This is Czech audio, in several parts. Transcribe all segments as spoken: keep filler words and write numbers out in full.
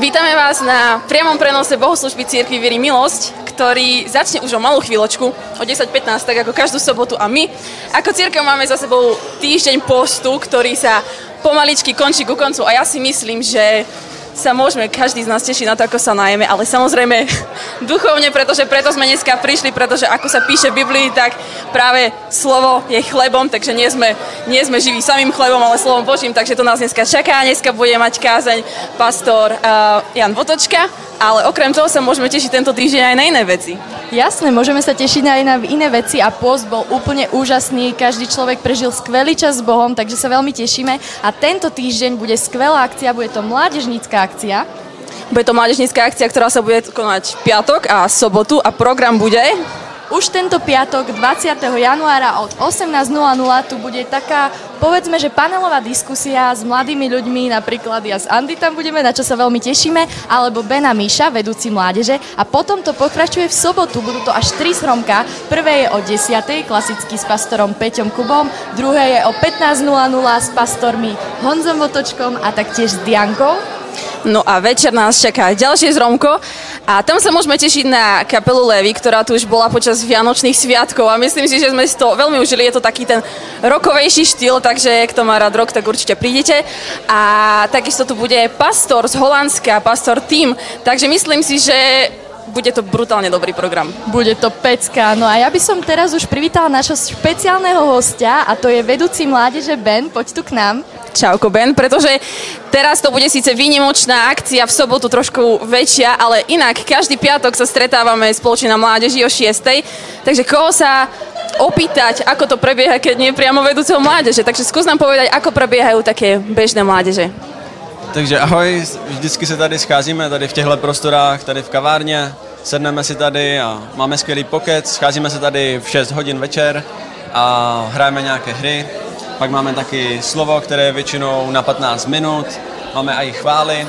Vítame vás na priamom prenose bohoslužby Cirkvi Viery Milosť, ktorý začne už o malú chvíľočku, o desať pätnásť, tak ako každú sobotu. A my, ako cirkev, máme za sebou týždeň postu, ktorý sa pomaličky končí ku koncu. A ja si myslím, že sa môžeme každý z nás tešiť na to, ako sa najeme, ale samozrejme duchovne, pretože preto sme dneska prišli, pretože ako sa píše v Biblii, tak práve slovo je chlebom, takže nie sme, nie sme živí samým chlebom, ale slovom Božím, takže to nás dneska čaká. Dneska bude mať kázeň pastor uh, Jan Votočka, ale okrem toho sa môžeme tešiť tento týždeň aj na iné veci. Jasné, môžeme sa tešiť aj na iné veci a pôst bol úplne úžasný, každý človek prežil skvelý čas s Bohom, takže sa veľmi tešíme a tento týždeň bude skvelá akcia, bude to mládežnícka akcia. Bude to mládežnícka akcia, ktorá sa bude konať v piatok a sobotu a program bude... Už tento piatok, dvadsiateho januára od osemnásť nula nula tu bude taká, povedzme, že panelová diskusia s mladými ľuďmi, napríklad ja s Andy tam budeme, na čo sa veľmi tešíme, alebo Ben a Míša, vedúci mládeže. A potom to pokračuje v sobotu, budú to až tri shromka. Prvé je o desiatej, klasicky s pastorom Peťom Kubom, druhé je o pätnásť nula nula s pastormi Honzom Votočkom a taktiež s Diankou. No a večer nás čaká ďalšie zromko a tam sa môžeme tešiť na kapelu Levi, ktorá tu už bola počas Vianočných sviatkov a myslím si, že sme si to veľmi užili, je to taký ten rokovejší štýl, takže kto má rád rock, tak určite prídete. A takisto tu bude pastor z Holandska, pastor Tim, takže myslím si, že bude to brutálne dobrý program. Bude to pecka. No a ja by som teraz už privítala našho špeciálneho hostia a to je vedúci mládeže Ben, poď tu k nám. Čauko Ben, pretože teraz to bude síce výnimočná akcia, v sobotu trošku väčšia, ale inak každý piatok sa stretávame spoločne na mládeži o šiestej, takže koho sa opýtať, ako to prebieha, keď nie priamo vedúceho mládeže, takže skús nám povedať, ako prebiehajú také bežné mládeže. Takže ahoj, vždycky se tady scházíme, tady v těchto prostorách, tady v kavárně, sedneme si tady a máme skvělý pokec, scházíme se tady v šest hodin večer a hrajeme nějaké hry. Pak máme taky slovo, které je většinou na patnáct minut, máme i chvály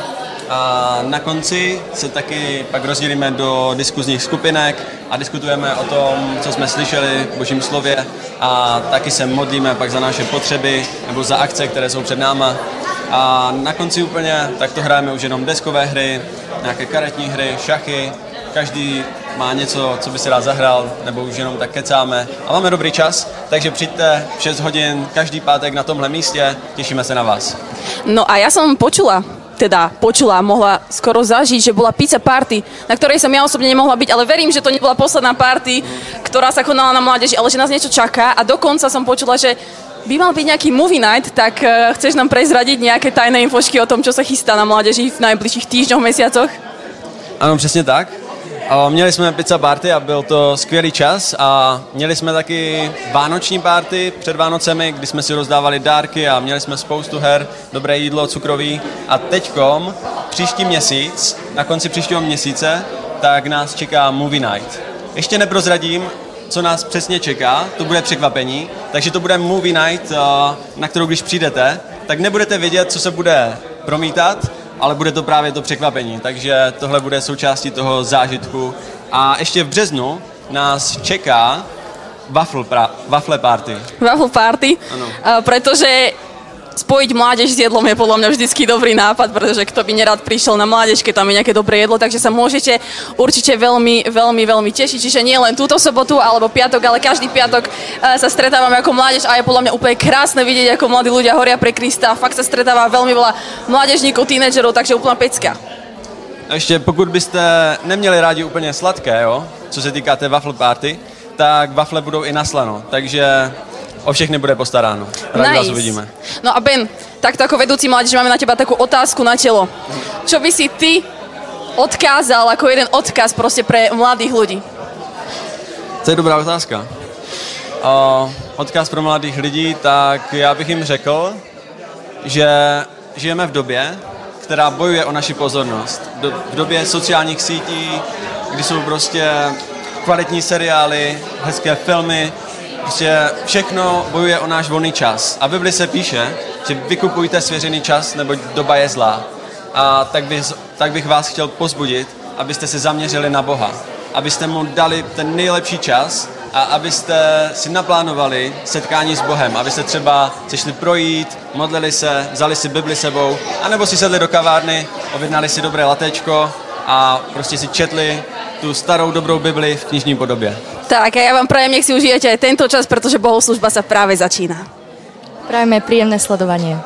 a na konci se taky pak rozdělíme do diskuzních skupinek a diskutujeme o tom, co jsme slyšeli v Božím slově a taky se modlíme pak za naše potřeby nebo za akce, které jsou před náma. A na konci úplně tak to hrajeme už jenom deskové hry, nějaké karetní hry, šachy, každý má něco, co by si rád zahrál, nebo už jenom tak kecáme. A máme dobrý čas, takže přijďte v šest hodin každý pátek na tomhle místě, těšíme se na vás. No a ja som počula, teda počula, mohla skoro zažiť, že bola pizza party, na ktorej som ja osobne nemohla byť, ale verím, že to nebola posledná party, ktorá sa konala na mládeži, ale že nás niečo čaká a dokonca som počula, že by mal byť nejaký movie night, tak uh, chceš nám prezradiť nejaké tajné infočky o tom, čo sa chystá na mládeži v najbližších týždňoch, mesiacoch? Ano, přesně tak. Měli jsme pizza party a byl to skvělý čas a měli jsme taky vánoční party před Vánocemi, kdy jsme si rozdávali dárky a měli jsme spoustu her, dobré jídlo, cukroví a teďkom příští měsíc, na konci příštího měsíce, tak nás čeká movie night. Ještě neprozradím, co nás přesně čeká, to bude překvapení, takže to bude movie night, na kterou když přijdete, tak nebudete vědět, co se bude promítat, ale bude to právě to překvapení, takže tohle bude součástí toho zážitku. A ještě v březnu nás čeká waffle, pra, waffle party. Waffle party, ano. Uh, pretože spojiť mládež s jedlom je podľa mňa vždycky dobrý nápad, pretože kto by nerad prišiel na mládež, keď tam je nejaké dobré jedlo, takže sa môžete určite veľmi, veľmi, veľmi tešiť. Čiže nie len túto sobotu alebo piatok, ale každý piatok uh, sa stretávame ako mládež a je podľa mňa úplne krásne vidieť, ako mladí ľudia horia pre Krista. Fakt sa stretáva veľmi veľa mládežníkov, tínedžerov, takže úplná pecka. A ještě pokud byste neměli rádi úplně sladké, jo, co se týká té waffle party, tak wafle budou i na slano, takže o všechny bude postaráno. Rádi nice. Vás uvidíme. No a Ben, takto ako vedúci mládeže máme na teba takú otázku na telo. Čo by si ty odkázal ako jeden odkaz proste pre mladých ľudí? To je dobrá otázka. O, odkaz pro mladých lidí, tak já bych jim řekl, že žijeme v době, která bojuje o naši pozornost. Do, v době sociálních sítí, kdy jsou prostě kvalitní seriály, hezké filmy, prostě všechno bojuje o náš volný čas. A v Bibli se píše, že vykupujte svěřený čas, neboť doba je zlá. A tak bych, tak bych vás chtěl pozbudit, abyste se zaměřili na Boha. Abyste mu dali ten nejlepší čas a abyste si naplánovali setkání s Bohem. Abyste třeba se šli projít, modlili se, vzali si Bibli sebou, anebo si sedli do kavárny objednali si dobré latečko a prostě si četli tu starou dobrou Bibli v knižní podobě. Tak a ja vám prajem, nech si užijete aj tento čas, pretože bohoslužba sa práve začína. Prajeme príjemné sledovanie.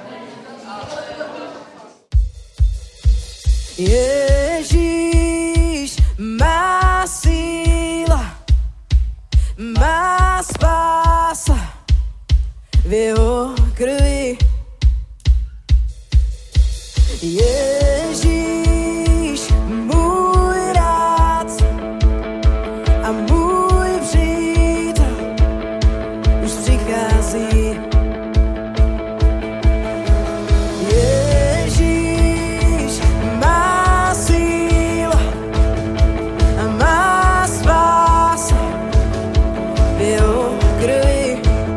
Ježíš má síla, má spása v jeho krvi. Ježíš můj rádce a můj přítel už přichází. Ježíš má síla a má spása v jeho krvi.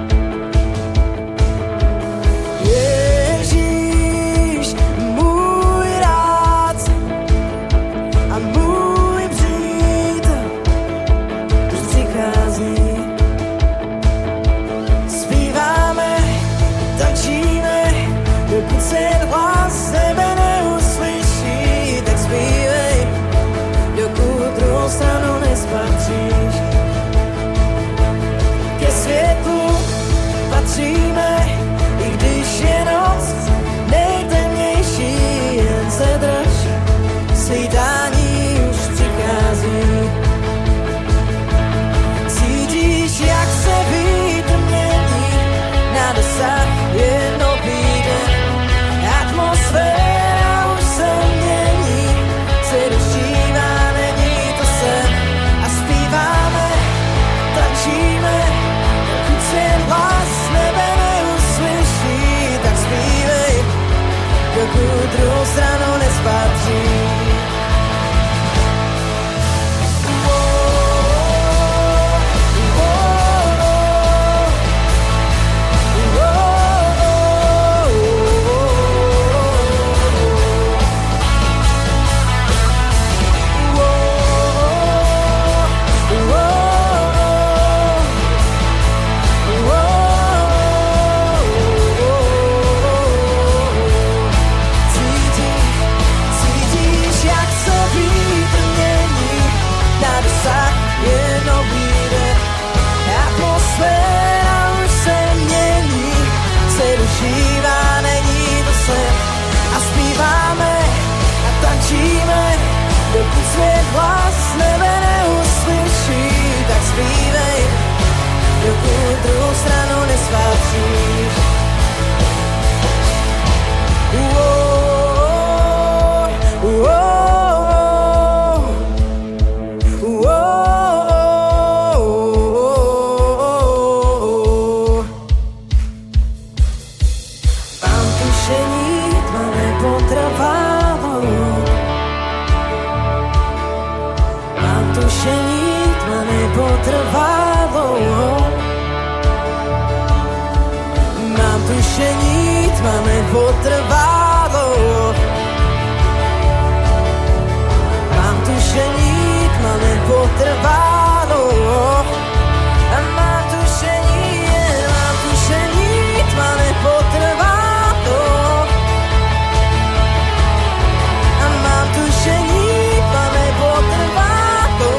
Ježíš můj rádce a můj přítel už přichází. Zpíváme, tančíme, dokud se hlas nebe neuslyší, tak zpívej, dokud druhou stranu nespatříš. Ke světlu patříme, i když je noc nejtemnější, jen se drž, svítání už přichází. Cítíš, jak se vítr mění, na dosah je nový den. Atmosféra už se mění, se dožívá, není to sen. A zpíváme, tančíme, dokud se hlas nebe neuslyší, tak zpívej, dokud druhou stranu nespatříš. Cítíš, jak se vítr mění, na dosah je nový den. Atmosféra už se mění, se dožívá, není to sen. A zpíváme a tančíme, dokud svět hlas nebe neuslyší, tak zpívej, dokud druhou stranu nespatříš. Uou, uou, uou, uou. Mám tušení, tma nepotrvalo. Mám tušení, tma nepotrvalo. Mám tušení, tma nepotrvalo. Mám tušení, tma nepotrvalo. A mám tušení, mám tušení, tma nepotrvalo. A mám tušení, tma nepotrvalo.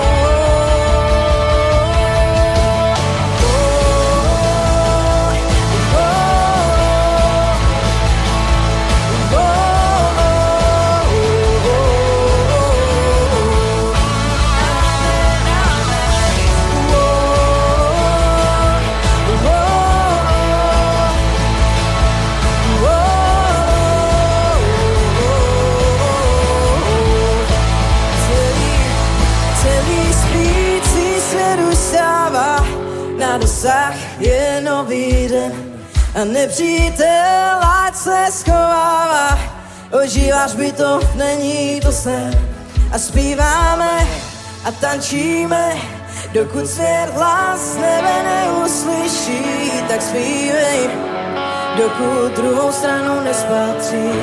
Na dosah je nový den a nepřítel ať se schovává. Ožíváš by to, není to sen. A zpíváme a tančíme, dokud svět hlas nebe neuslyší, tak zpívej, dokud druhou stranu nespatří.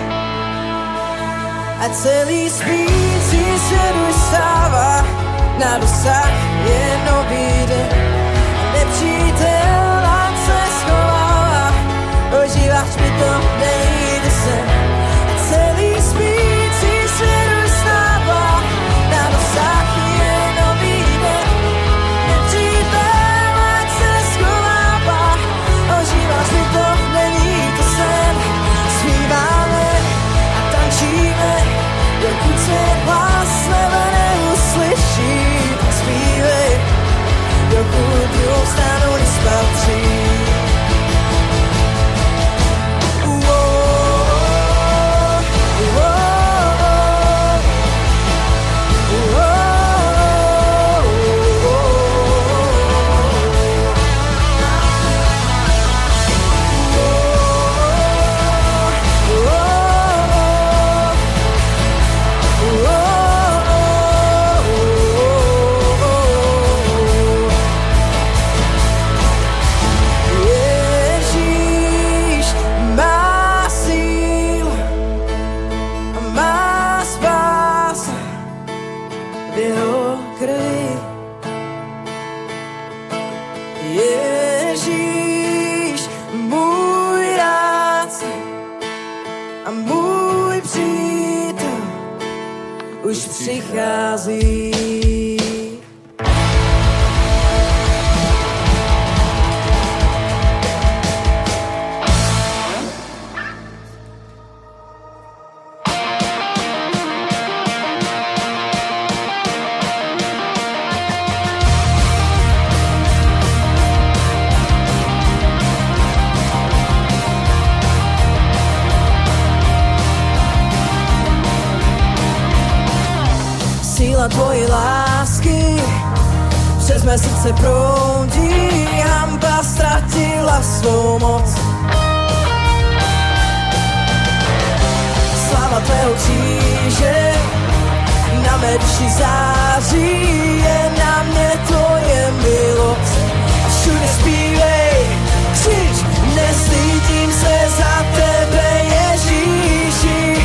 A celý spící svět už stává, na dosah je nový den. Nepřítel ať se schovává, ožíváš mi to, nejde se. A celý spící už přichází. Síla tvojej lásky přes mé srdce proudí, hanba ztratila svou moc. Sláva tvého kříže na mé duši září, je na mě tvoje milost. A všude zpívej, křič, nestydím se za tebe, Ježíši.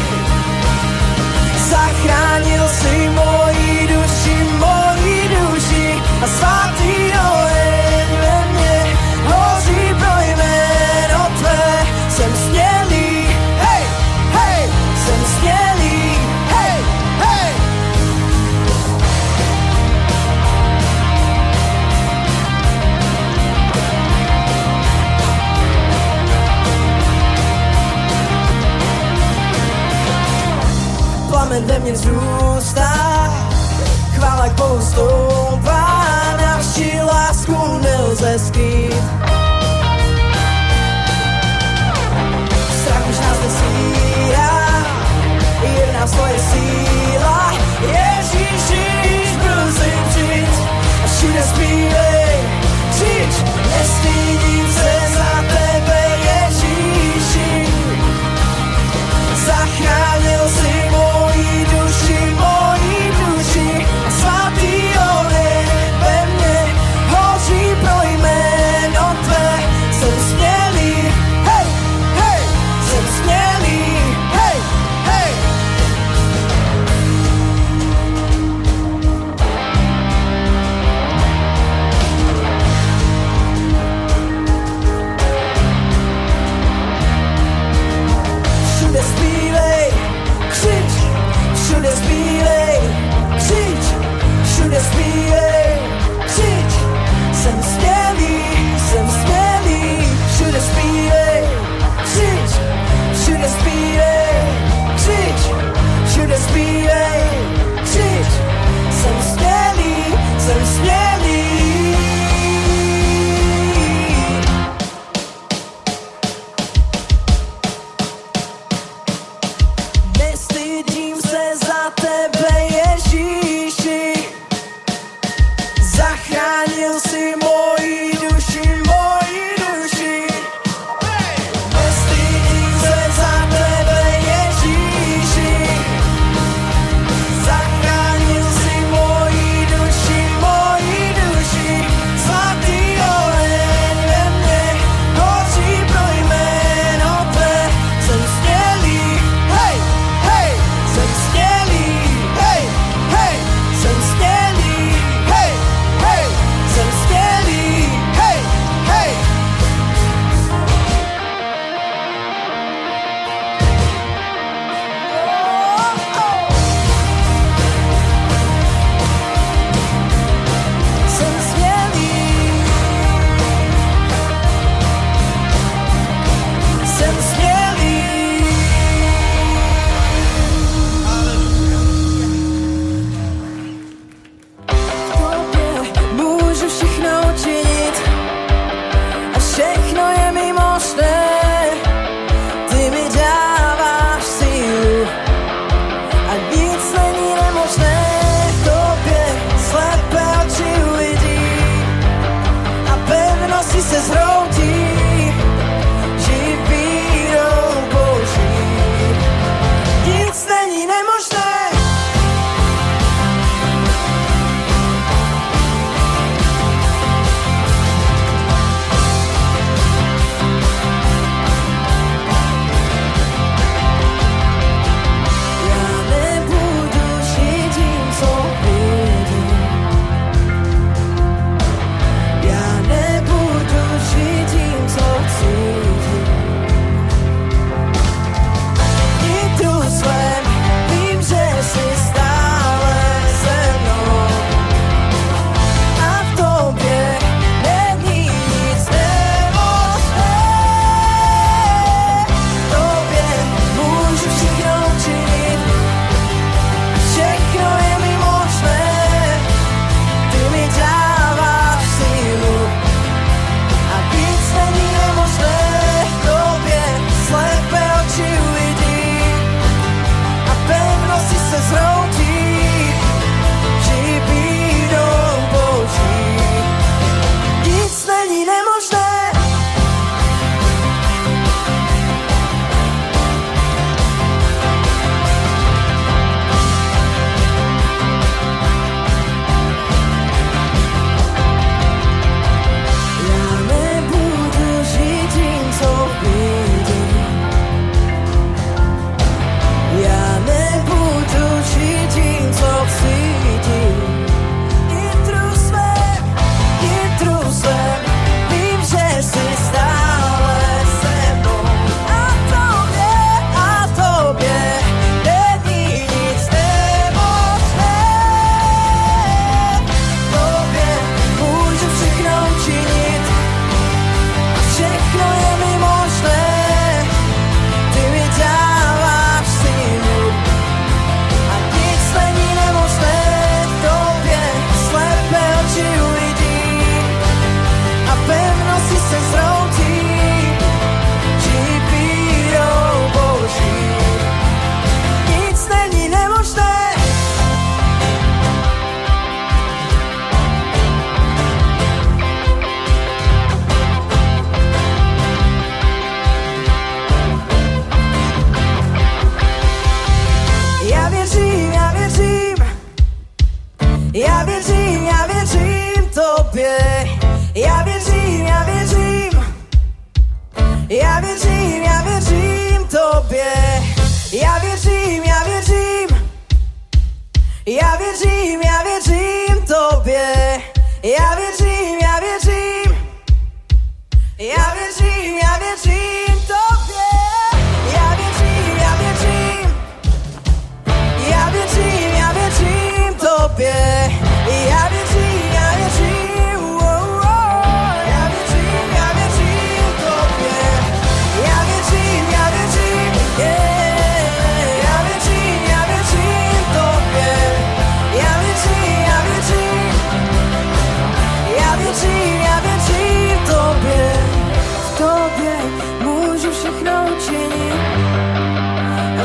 Zachránil si moji duši, moji duši a svatý oheň ve mne hoří pro jméno tvé. Jsem smělý, hej, hej, jsem smělý, hej, hej. Plamen ve mne vzrůstá, chvála k Bohu stoupá, naši lásku nelze skrýt. Strach už nás nesvírá, je v nás tvoje síla, Ježíši, brzy přijď. A všude zpívej, křič, nestydím se za tebe, Ježíši. Zachránil si moji duši, moji duši a svatý oheň ve mne hoří pro jméno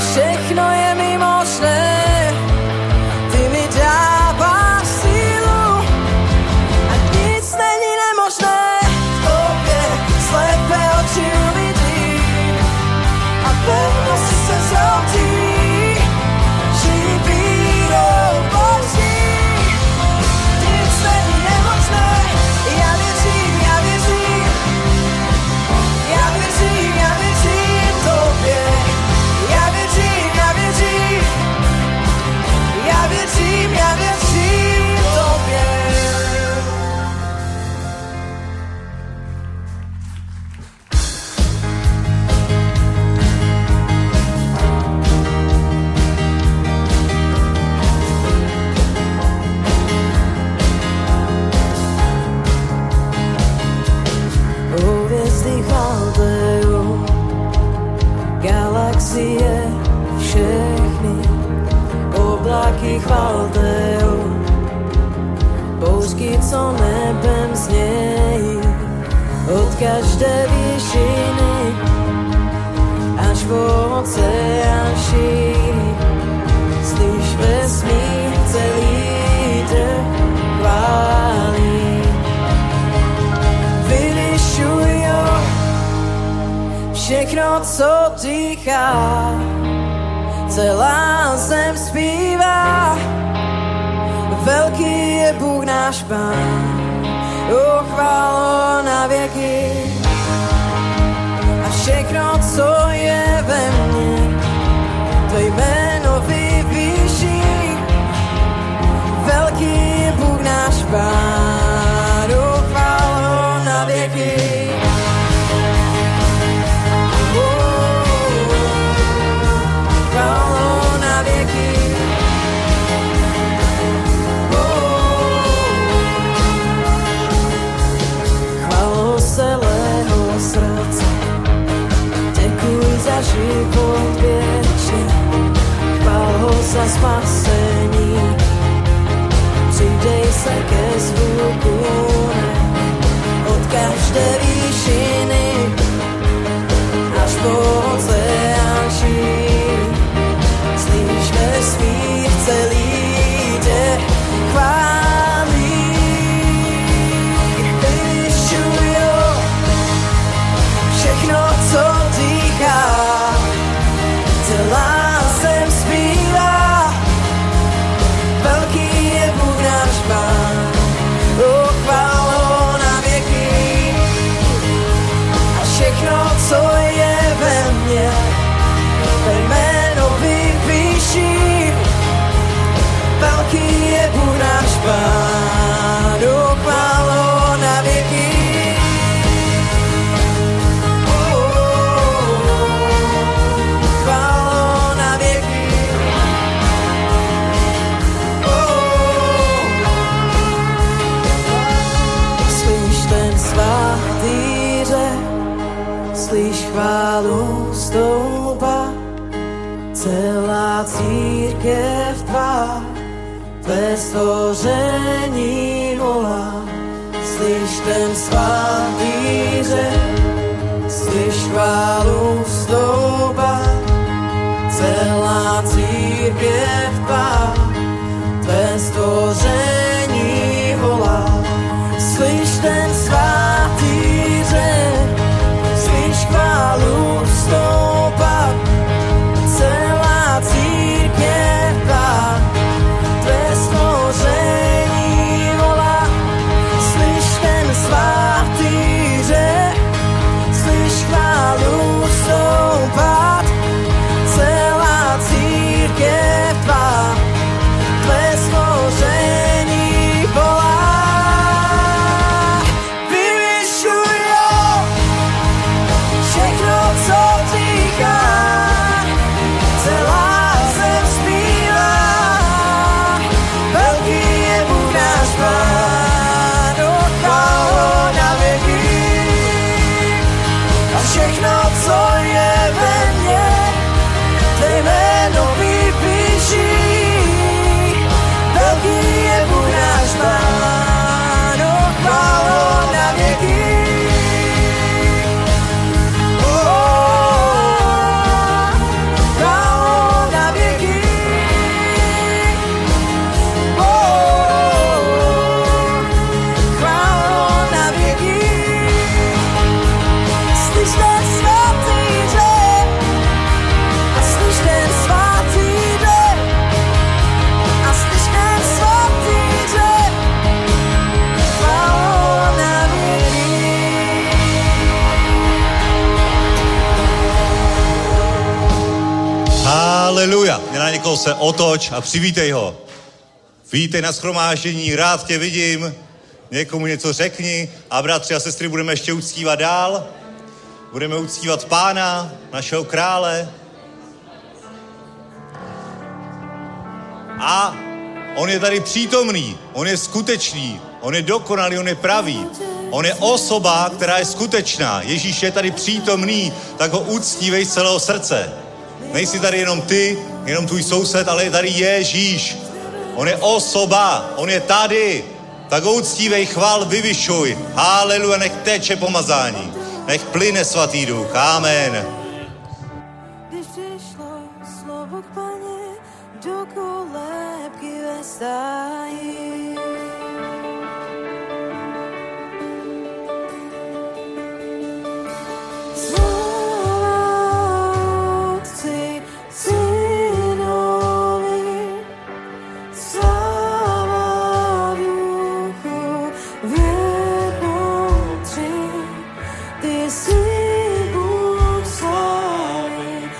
všechno je mi možné, ty mi dáváš sílu a nic není nemožné. Tobě slepé oči uvidí a pevno si se zrodí, žijí vírou Boží. Nic není nemožné, já věřím, já věřím, já věřím, já věřím tobě. Já věřím, já věřím, já věřím, já věřím tobě. Hvězdy chváltejou, galaxie všechny, oblaky chváltejou, bouřky, co nebem znějí, od každé výšiny až po oceán šíří. Slyš vesmír celý trh chválí. Vyvyšujo všechno, co dýchá, celá zem zpívá. Velký je Bůh náš Pán, o chválo na věky. A všechno, co je ve mně, to jméno vyvýší. Velký je Bůh náš Pán, o chválo na věky. Život věčný, chvál ho za spasení. Přidej se ke zvuku od každé výšiny až po oceán šíří. Slyš vesmír celý tě chválí. Vyvyšujo všechno, co dýchá, celá zem zpívá. Velký je Bůh náš Pán, o chválo na věky. A všechno, co je ve mně, ve jméno vyvýší. Velký je Bůh náš Pán, o chválo na věky. Slyš chválu stoupá, celá církev tvá, tvé stvoření volá. Slyš ten svatý řek, slyš chválu stoupá, celá církev tvá, tvé stvoření volá. Slyš ten svatý řek, chválu stoupat, celá církev tvá, tvé stvoření volá. Slyš ten svatý řek, slyš chválu stoupat, Haleluja. Na někoho se otoč a přivítej ho. Vítej na shromáždění, rád tě vidím. Někomu něco řekni a bratři a sestry, budeme ještě uctívat dál. Budeme uctívat Pána, našeho krále. A on je tady přítomný, on je skutečný, on je dokonalý, on je pravý. On je osoba, která je skutečná. Ježíš je tady přítomný, tak ho uctívej z celého srdce. Nejsi tady jenom ty, jenom tvůj soused, ale je tady Ježíš. On je osoba, on je tady. Tak ho uctívej, chvál, vyvyšuj. Haleluja, nech teče pomazání. Nech plyne svatý duch. Amen. Když přišlo slovo k Paně, do kolébky ve stáji. Sláva Otci, Synovi, sláva Duchu, v jednom tři. Ty jsi Bůh slávy,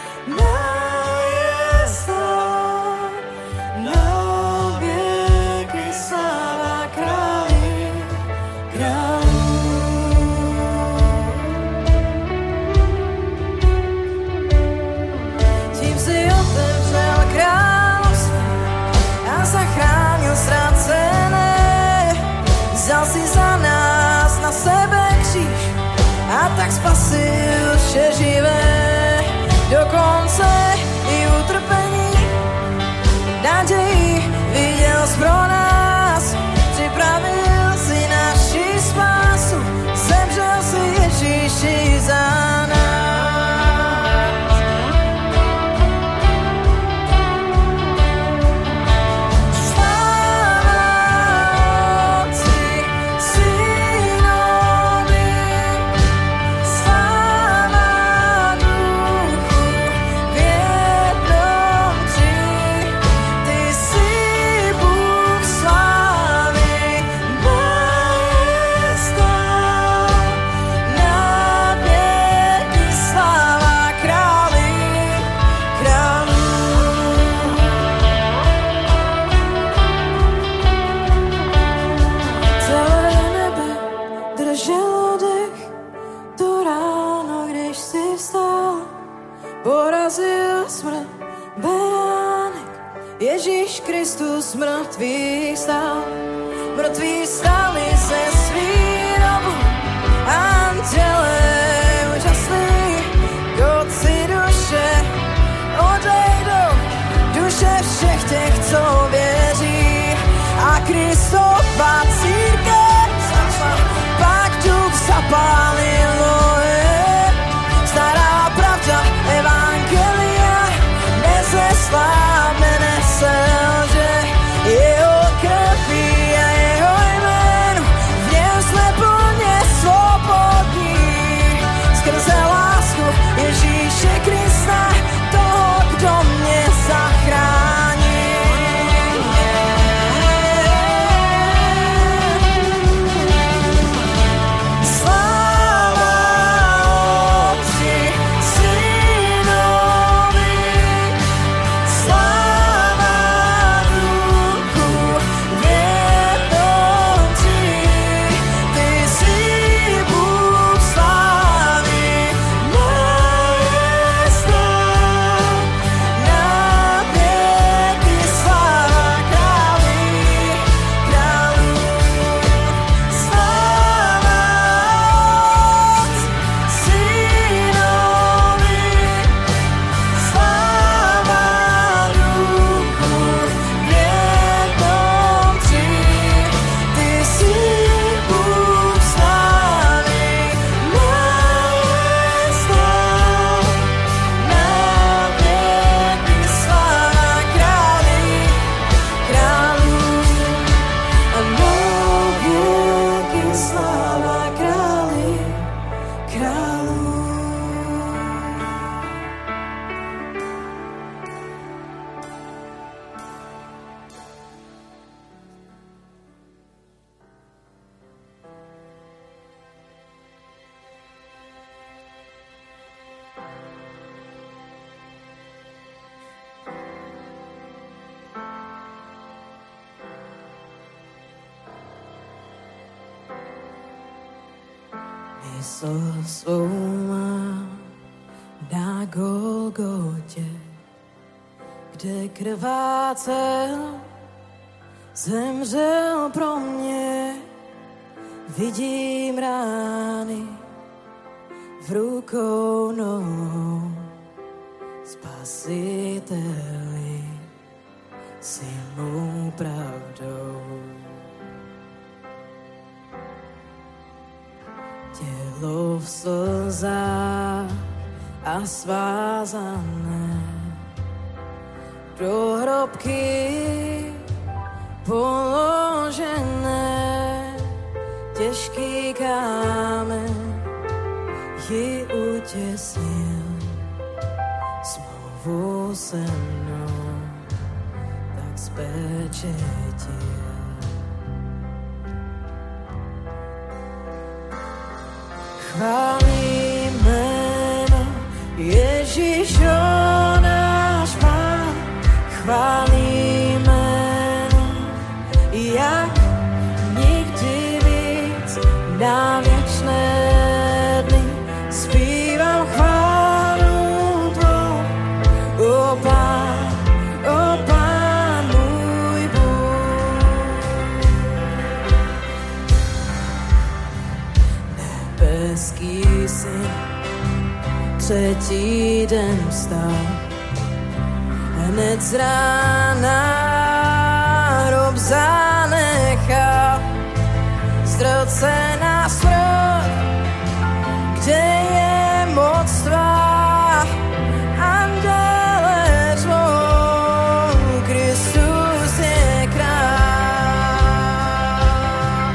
majestát, na věky sláva králi, králů. Tím si otevřel království a zachránil ztracené. Vzal si za nás na sebe kříž a tak spasil vše živé. Dokonce i utrpení, naději viděl jsi pro nás. Připravil si naši spásu, zemřel si Ježíši za nás. Sláva Otci, Synovi, sláva Duchu, v jednom tři. Ty jsi Bůh slávy, majestát, na věky sláva králi, králů. Celé nebe drželo dech, to ráno, když jsi vstal, porazil smrt beránek, Ježíš Kristus mrtvých stal. Mrtví stali ze svých hrobů, anděle úžasný, koci duše odejdou, duše všech těch, co věří. A Kristova církev pak duch zapálilo je. Stará pravda evangelia nezesláme, neselže. Jeho krví a jeho jménu, v něm jsme plně svobodní. Skrze lásku Ježíše Krista, toho, kdo mě zachrání. Sláva Mysl svou mám na Golgotě, kde krvácel, zemřel pro mě. Vidím rány v rukou nohou, Spasiteli, si mou pravdou. Tělo v slzách a svázané do hrobky položené, těžký kámen ji utěsnil, smlouvu se mnou tak spečetil. Chválím jméno Ježíšo náš Pán, chválím jméno, jak nikdy víc na věčné dny zpívám chválu tvou, o Pán, o Pán můj Bůh. Nebeský syn třetí den vstal, hned z rána hrob zanechal, zrocená smrt, kde je moc tvá, andele řvou, Kristus je král.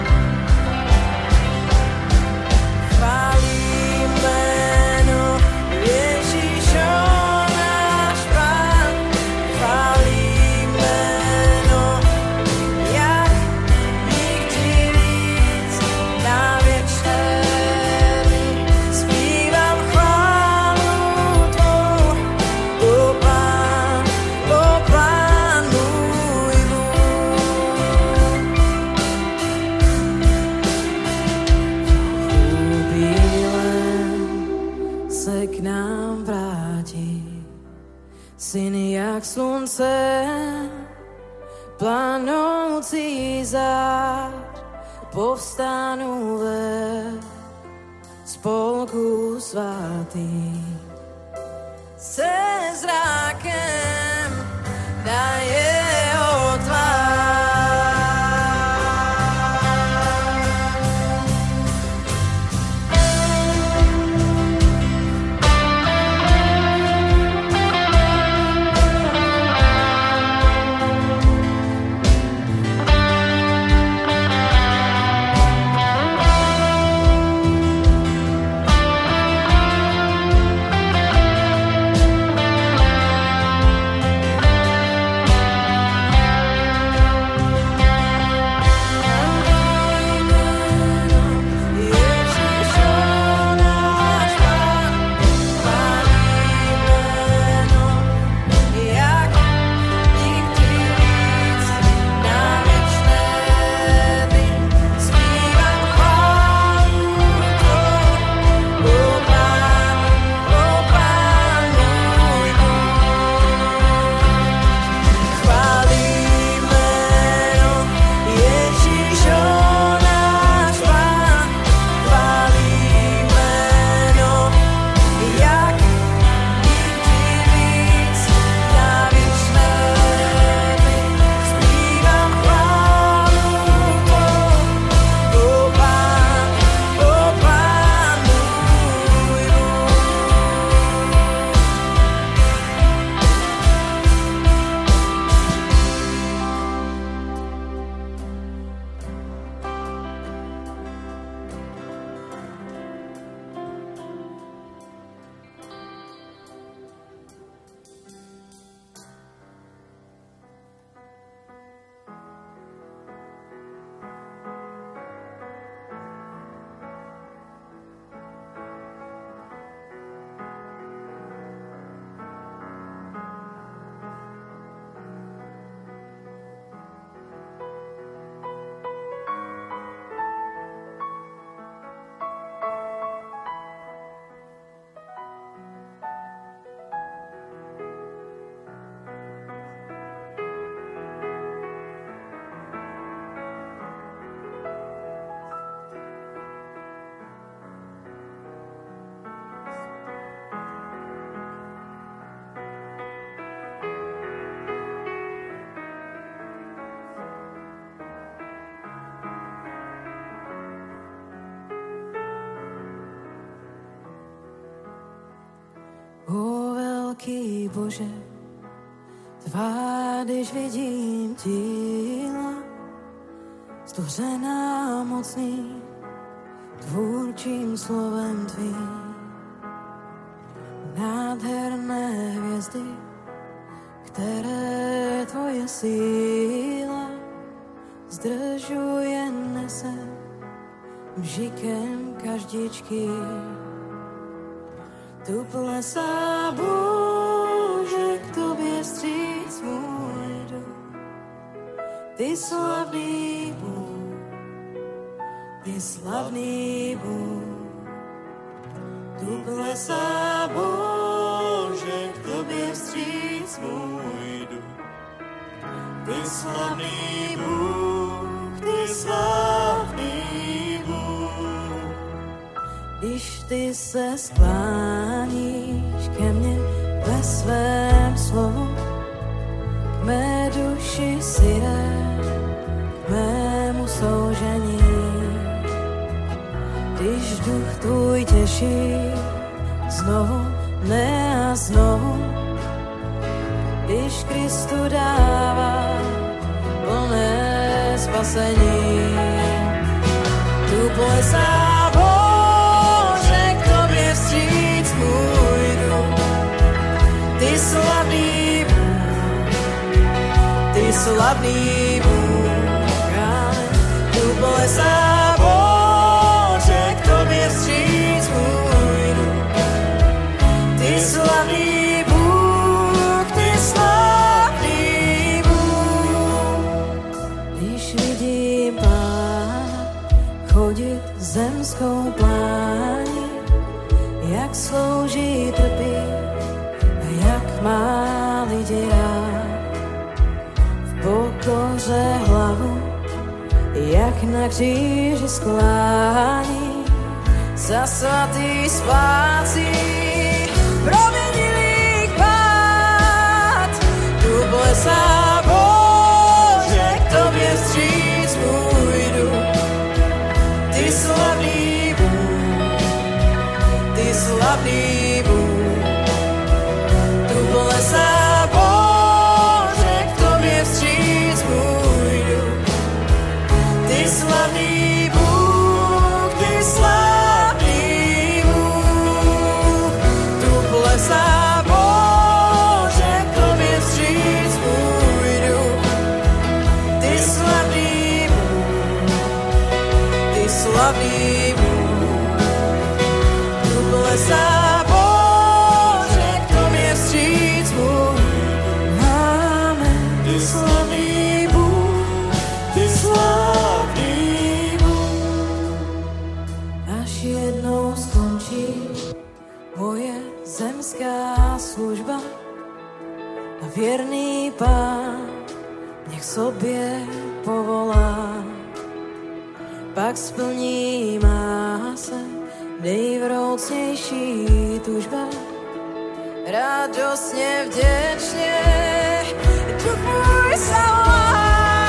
Chválím jméno Ježíšo náš Pán, chválím jméno, jak nikdy víc na věčné dny zpívám chválu tvou, o Pán, o Pán můj Bůh. V bílém se k nám vrátí syn jak slunce, planoucí zář, povstanu ve spolku svatý. Se zrákem na jeho tvár. velký Bože, tvá, když vidím díla, stvořená mocný, tvůrčím slovem tvým. Nádherné hvězdy, které tvoje síla zdržuje, nese bžikem každičky. Tu plesá Bože, k tobě vstříc můj duch. Ty slavný Bůh, ty slavný Bůh. Tu plesá Bože, k tobě vstříc můj duch. Ty slavný Bůh, ty slavný Bůh. Když ty se skláníš ke mně ve svém slovu, k mé duši si rád, k mému soužení. Když duch tvůj těší znovu, ne a znovu, když Kristu dává plné spasení. Tu plesá Bože, k tobě vstříc můj duch. Ty slavný Bůh, ty slavný Bůh. Tu plesá Bože, k tobě vstříc můj duch. Ty slavný Bůh, ty slavný Bůh. Když vidím Pána chodit zemskou plání, jak slouží, trpí a jak má lidi rád. V pokoře hlavu, jak na kříži sklání, za svatý spásí proměnilý pád. Tu plesá Bože, k tobě vstříc můj duch. Ty slavný Bůh, ty slavný Bůh. Tu plesá Bože, k tobě vstříc můj duch. Ty slavný Bůh, ty slavný Bůh. Tu plesá Bože, k tobě vstříc můj duch. Ty slavný Bůh, ty slavný Bůh. Tu plesá Bože, k tobě vstříc můj duch. Amen. Ty slavný Bůh, ty slavný Bůh. Až jednou skončí moje zemská služba a věrný Pán mě k sobě povolá. Pak splní má se nejvroucnější tužba. Radostně, vděčně duch můj zavolá.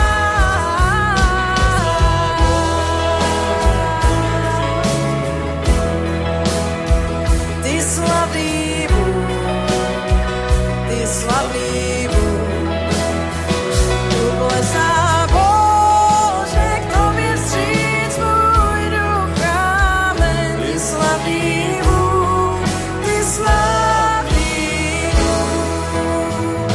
Ty slavný Bůh, ty slavný Bůh. Tu plesá Bože, k tobě vstříc můj duch. Amen. Ty slavný Bůh, ty slavný Bůh.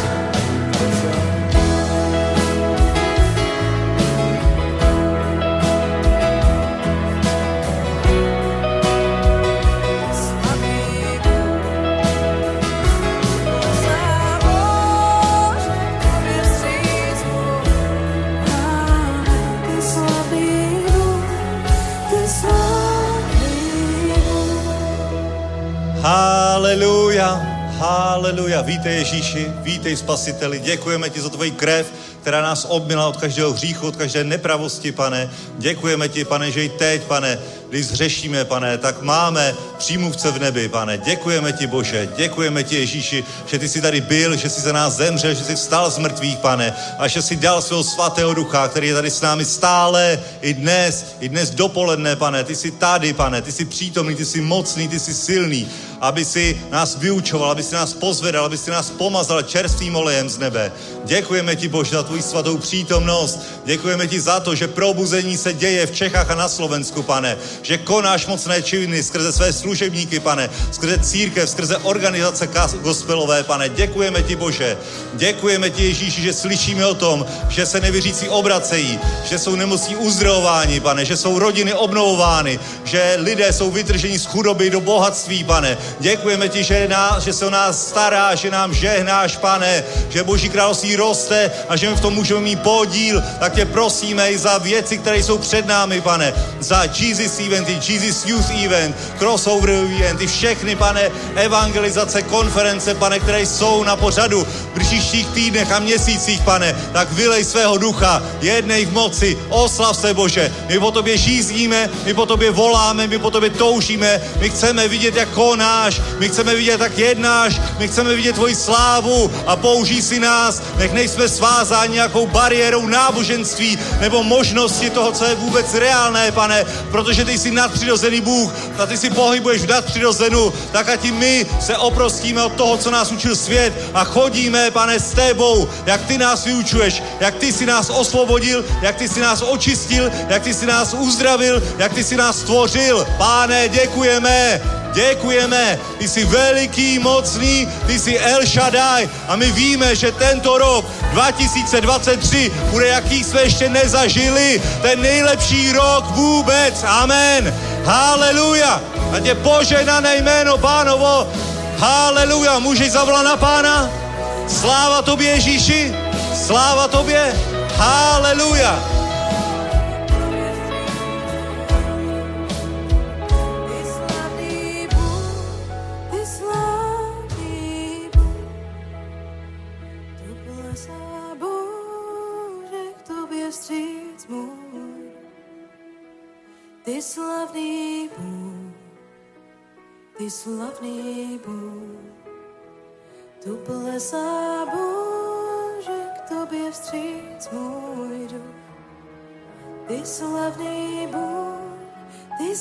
Haleluja, haleluja. Vítej Ježíši, vítej Spasiteli. Děkujeme ti za tvoji krev, která nás obmila od každého hříchu, od každé nepravosti, pane. Děkujeme ti, pane, že i teď, pane, když zhřešíme, pane, tak máme přímluvce v nebi, pane. Děkujeme ti, Bože, děkujeme ti, Ježíši, že ty jsi tady byl, že jsi za nás zemřel, že jsi vstal z mrtvých, pane, a že jsi dal svého svatého ducha, který je tady s námi stále, i dnes, i dnes dopoledne, pane. Ty jsi tady, pane, ty jsi přítomný, ty jsi mocný, ty jsi silný, aby si nás vyučoval, aby si nás pozvedal, aby si nás pomazal čerstvým olejem z nebe. Děkujeme ti, Bože, za tvou svatou přítomnost. Děkujeme ti za to, že probuzení se děje v Čechách a na Slovensku, pane. Že konáš mocné činy skrze své služebníky, pane. Skrze církev, skrze organizace gospelové, pane. Děkujeme ti, Bože. Děkujeme ti, Ježíši, že slyšíme o tom, že se nevěřící obracejí, že jsou nemocní uzdravováni, pane. Že jsou rodiny obnovovány, že lidé jsou vytrženi z chudoby do bohatství, pane. Děkujeme ti, že, nás, že se o nás staráš, že nám žehnáš, pane, že Boží království roste a že my v tom můžeme mít podíl. Tak tě prosíme i za věci, které jsou před námi, pane. Za Jesus eventy, Jesus Youth event, crossover event, i všechny, pane, evangelizace, konference, pane, které jsou na pořadu v příštích týdnech a měsících, pane. Tak vylej svého ducha, jednej v moci, oslav se, Bože. My po tobě žízníme, my po tobě voláme, my po tobě toužíme, my chceme vidět, jak konáš, my chceme vidět, jak jednáš, my chceme vidět tvoji slávu a použij si nás, nech nejsme svázáni nějakou bariérou náboženství nebo možnosti toho, co je vůbec reálné, pane, protože ty jsi nadpřirozený Bůh a ty si pohybuješ v nadpřirozenu, tak ať i my se oprostíme od toho, co nás učil svět a chodíme, pane, s tebou, jak ty nás vyučuješ, jak ty si nás osvobodil, jak ty si nás očistil, jak ty si nás uzdravil, jak ty si nás stvořil. Páne, děkujeme. Děkujeme, ty jsi veliký, mocný, ty jsi El Shaddai a my víme, že tento rok dva tisíce dvacet tři bude, jaký jsme ještě nezažili, ten nejlepší rok vůbec, amen, haleluja, a tě požehnané jméno Pánovo, haleluja, můžeš zavolat na Pána, sláva tobě, Ježíši, sláva tobě, haleluja. Ty slavný Bůh, ty slavný Bůh, tu plesá Bože, k tobě vstříc můj duch. Ty slavný Bůh, ty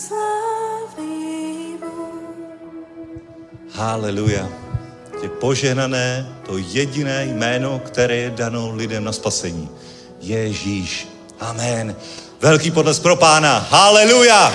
slavný Bůh. Haleluja. Je požehnané to jediné jméno, které je dano lidem na spasení. Ježíš. Amen. Velký podles pro Pána. Haleluja.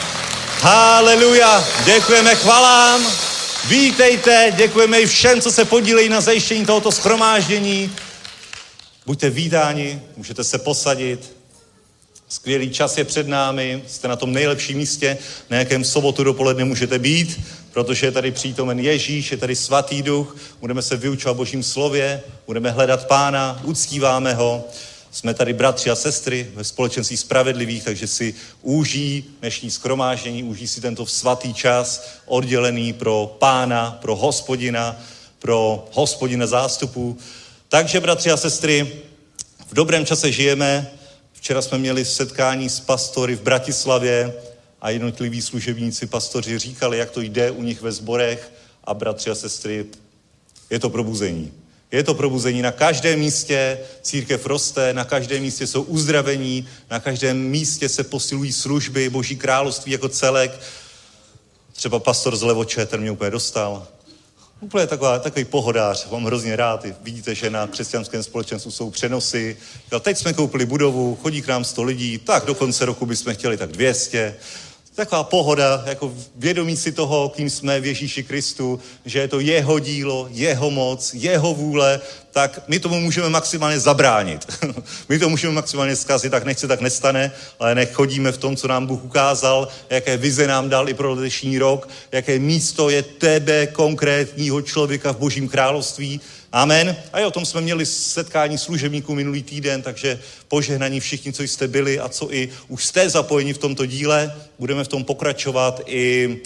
Haleluja. Děkujeme chvalám. Vítejte. Děkujeme i všem, co se podílejí na zajištění tohoto shromáždění. Buďte vítáni, můžete se posadit. Skvělý čas je před námi. Jste na tom nejlepším místě, na jakém sobotu dopoledne můžete být, protože je tady přítomen Ježíš, je tady svatý duch. Budeme se vyučovat Božím slově, budeme hledat Pána, uctíváme ho. Jsme tady bratři a sestry ve společenství spravedlivých, takže si užij dnešní shromáždění, užij si tento svatý čas oddělený pro Pána, pro Hospodina, pro Hospodina zástupů. Takže, bratři a sestry, v dobrém čase žijeme. Včera jsme měli setkání s pastory v Bratislavě a jednotliví služebníci pastoři říkali, jak to jde u nich ve sborech a bratři a sestry, je to probuzení. Je to probuzení na každém místě, církev roste, na každém místě jsou uzdravení, na každém místě se posilují služby, Boží království jako celek. Třeba pastor z Levoče, ten mě úplně dostal. Úplně taková, takový pohodář, mám hrozně rád. Vidíte, že na křesťanském společenstvu jsou přenosy. Teď jsme koupili budovu, chodí k nám sto lidí, tak do konce roku bychom chtěli tak dvě stě. Taková pohoda, jako vědomí si toho, kým jsme v Ježíši Kristu, že je to jeho dílo, jeho moc, jeho vůle, tak my tomu můžeme maximálně zabránit. My to můžeme maximálně zkazit, tak nechce, tak nestane, ale nech chodíme v tom, co nám Bůh ukázal, jaké vize nám dal i pro letošní rok, jaké místo je tebe, konkrétního člověka v Božím království. Amen. A jo, o tom jsme měli setkání služebníků minulý týden, takže požehnaní všichni, co jste byli a co i už jste zapojeni v tomto díle. Budeme v tom pokračovat i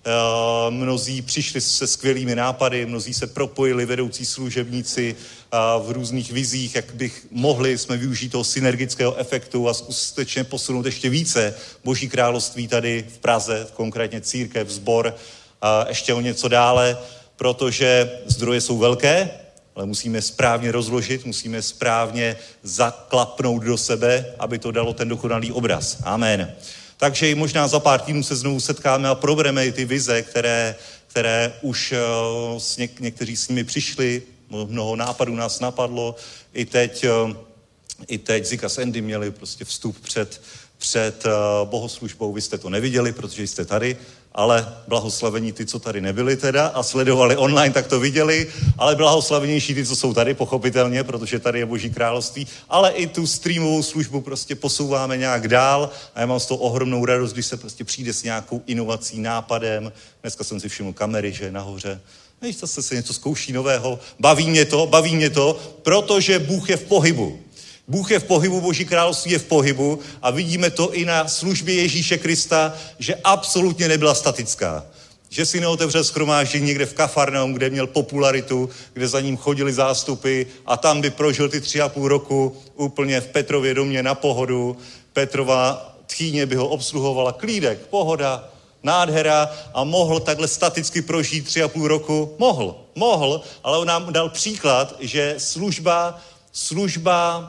Mnozí přišli se skvělými nápady, mnozí se propojili, vedoucí služebníci v různých vizích, jak bych mohli jsme využít toho synergického efektu a skutečně posunout ještě více Boží království tady v Praze, konkrétně církev, sbor, a ještě o něco dále, protože zdroje jsou velké, ale musíme správně rozložit, musíme správně zaklapnout do sebe, aby to dalo ten dokonalý obraz. Amen. Takže možná za pár týdnů se znovu setkáme a probereme i ty vize, které, které už uh, něk- někteří s nimi přišli, mnoho nápadů nás napadlo, i teď, uh, i teď Zika s Andy měli prostě vstup před, před uh, bohoslužbou, vy jste to neviděli, protože jste tady, ale blahoslavení ty, co tady nebyli teda a sledovali online, tak to viděli, ale blahoslavenější ty, co jsou tady, pochopitelně, protože tady je Boží království, ale i tu streamovou službu prostě posouváme nějak dál a já mám z toho ohromnou radost, když se prostě přijde s nějakou inovací, nápadem. Dneska jsem si všiml kamery, že je nahoře. Víš, zase se něco zkouší nového. Baví mě to, baví mě to, protože Bůh je v pohybu. Bůh je v pohybu, Boží království je v pohybu a vidíme to i na službě Ježíše Krista, že absolutně nebyla statická. Že si neotevřel shromáždění někde v Kafarnaum, kde měl popularitu, kde za ním chodili zástupy a tam by prožil ty tři a půl roku úplně v Petrově domě na pohodu. Petrova tchýně by ho obsluhovala, klídek, pohoda, nádhera a mohl takhle staticky prožít tři a půl roku. Mohl, mohl, ale on nám dal příklad, že služba, služba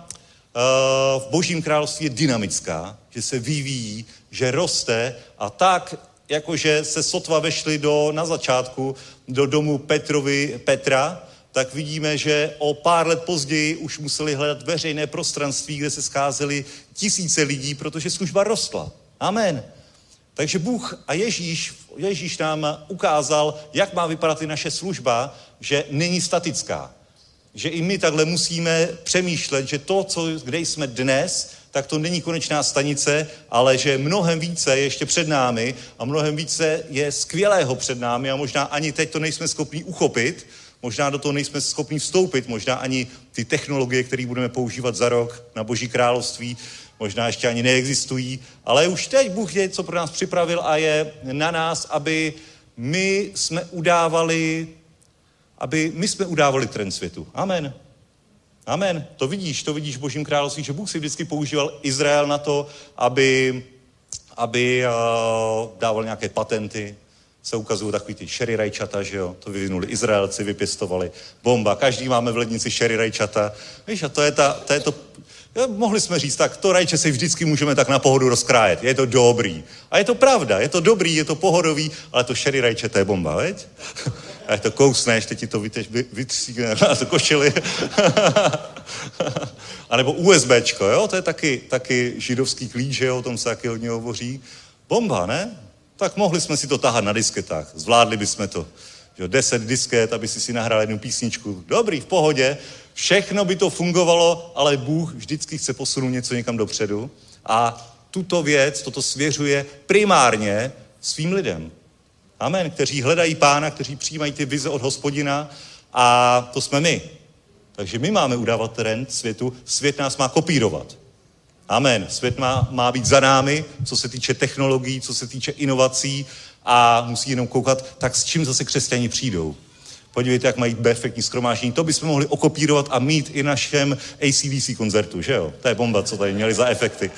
v Božím království je dynamická, že se vyvíjí, že roste a tak, jakože se sotva vešli do, na začátku do domu Petrovi, Petra, tak vidíme, že o pár let později už museli hledat veřejné prostranství, kde se scházeli tisíce lidí, protože služba rostla. Amen. Takže Bůh a Ježíš, Ježíš nám ukázal, jak má vypadat i naše služba, že není statická. Že i my takhle musíme přemýšlet, že to, co, kde jsme dnes, tak to není konečná stanice, ale že mnohem více je ještě před námi a mnohem více je skvělého před námi a možná ani teď to nejsme schopni uchopit, možná do toho nejsme schopni vstoupit, možná ani ty technologie, které budeme používat za rok na Boží království, možná ještě ani neexistují, ale už teď Bůh je, co pro nás připravil a je na nás, aby my jsme udávali aby my jsme udávali trend světu. Amen. Amen. To vidíš, to vidíš v Božím království, že Bůh si vždycky používal Izrael na to, aby, aby uh, dával nějaké patenty. Se ukazují takový ty sherry rajčata, že jo? To vyvinuli Izraelci, vypěstovali. Bomba. Každý máme v lednici sherry rajčata. Víš, a to je, ta, to je to... Mohli jsme říct, tak to rajče si vždycky můžeme tak na pohodu rozkrájet. Je to dobrý. A je to pravda, je to dobrý, je to pohodový, ale to sherry rajče, to je bomba, veď? A je to kousneš, teď ti to vytříkne na to košili. A nebo USBčko, jo? To je taky, taky židovský klíč, že jo? O tom se taky hodně hovoří. Bomba, ne? Tak mohli jsme si to tahat na disketách. Zvládli bychom to. Jo, deset disket, aby si si nahrál jednu písničku. Dobrý, v pohodě. Všechno by to fungovalo, ale Bůh vždycky chce posunout něco někam dopředu. A tuto věc, toto svěřuje primárně svým lidem. Amen. Kteří hledají Pána, kteří přijímají ty vize od Hospodina a to jsme my. Takže my máme udávat trend světu, svět nás má kopírovat. Amen. Svět má, má být za námi, co se týče technologií, co se týče inovací a musí jenom koukat, tak s čím zase křesťani přijdou. Podívejte, jak mají perfektní shromáždění. To bychom mohli okopírovat a mít i našem A C D C koncertu, že jo? To je bomba, co tady měli za efekty.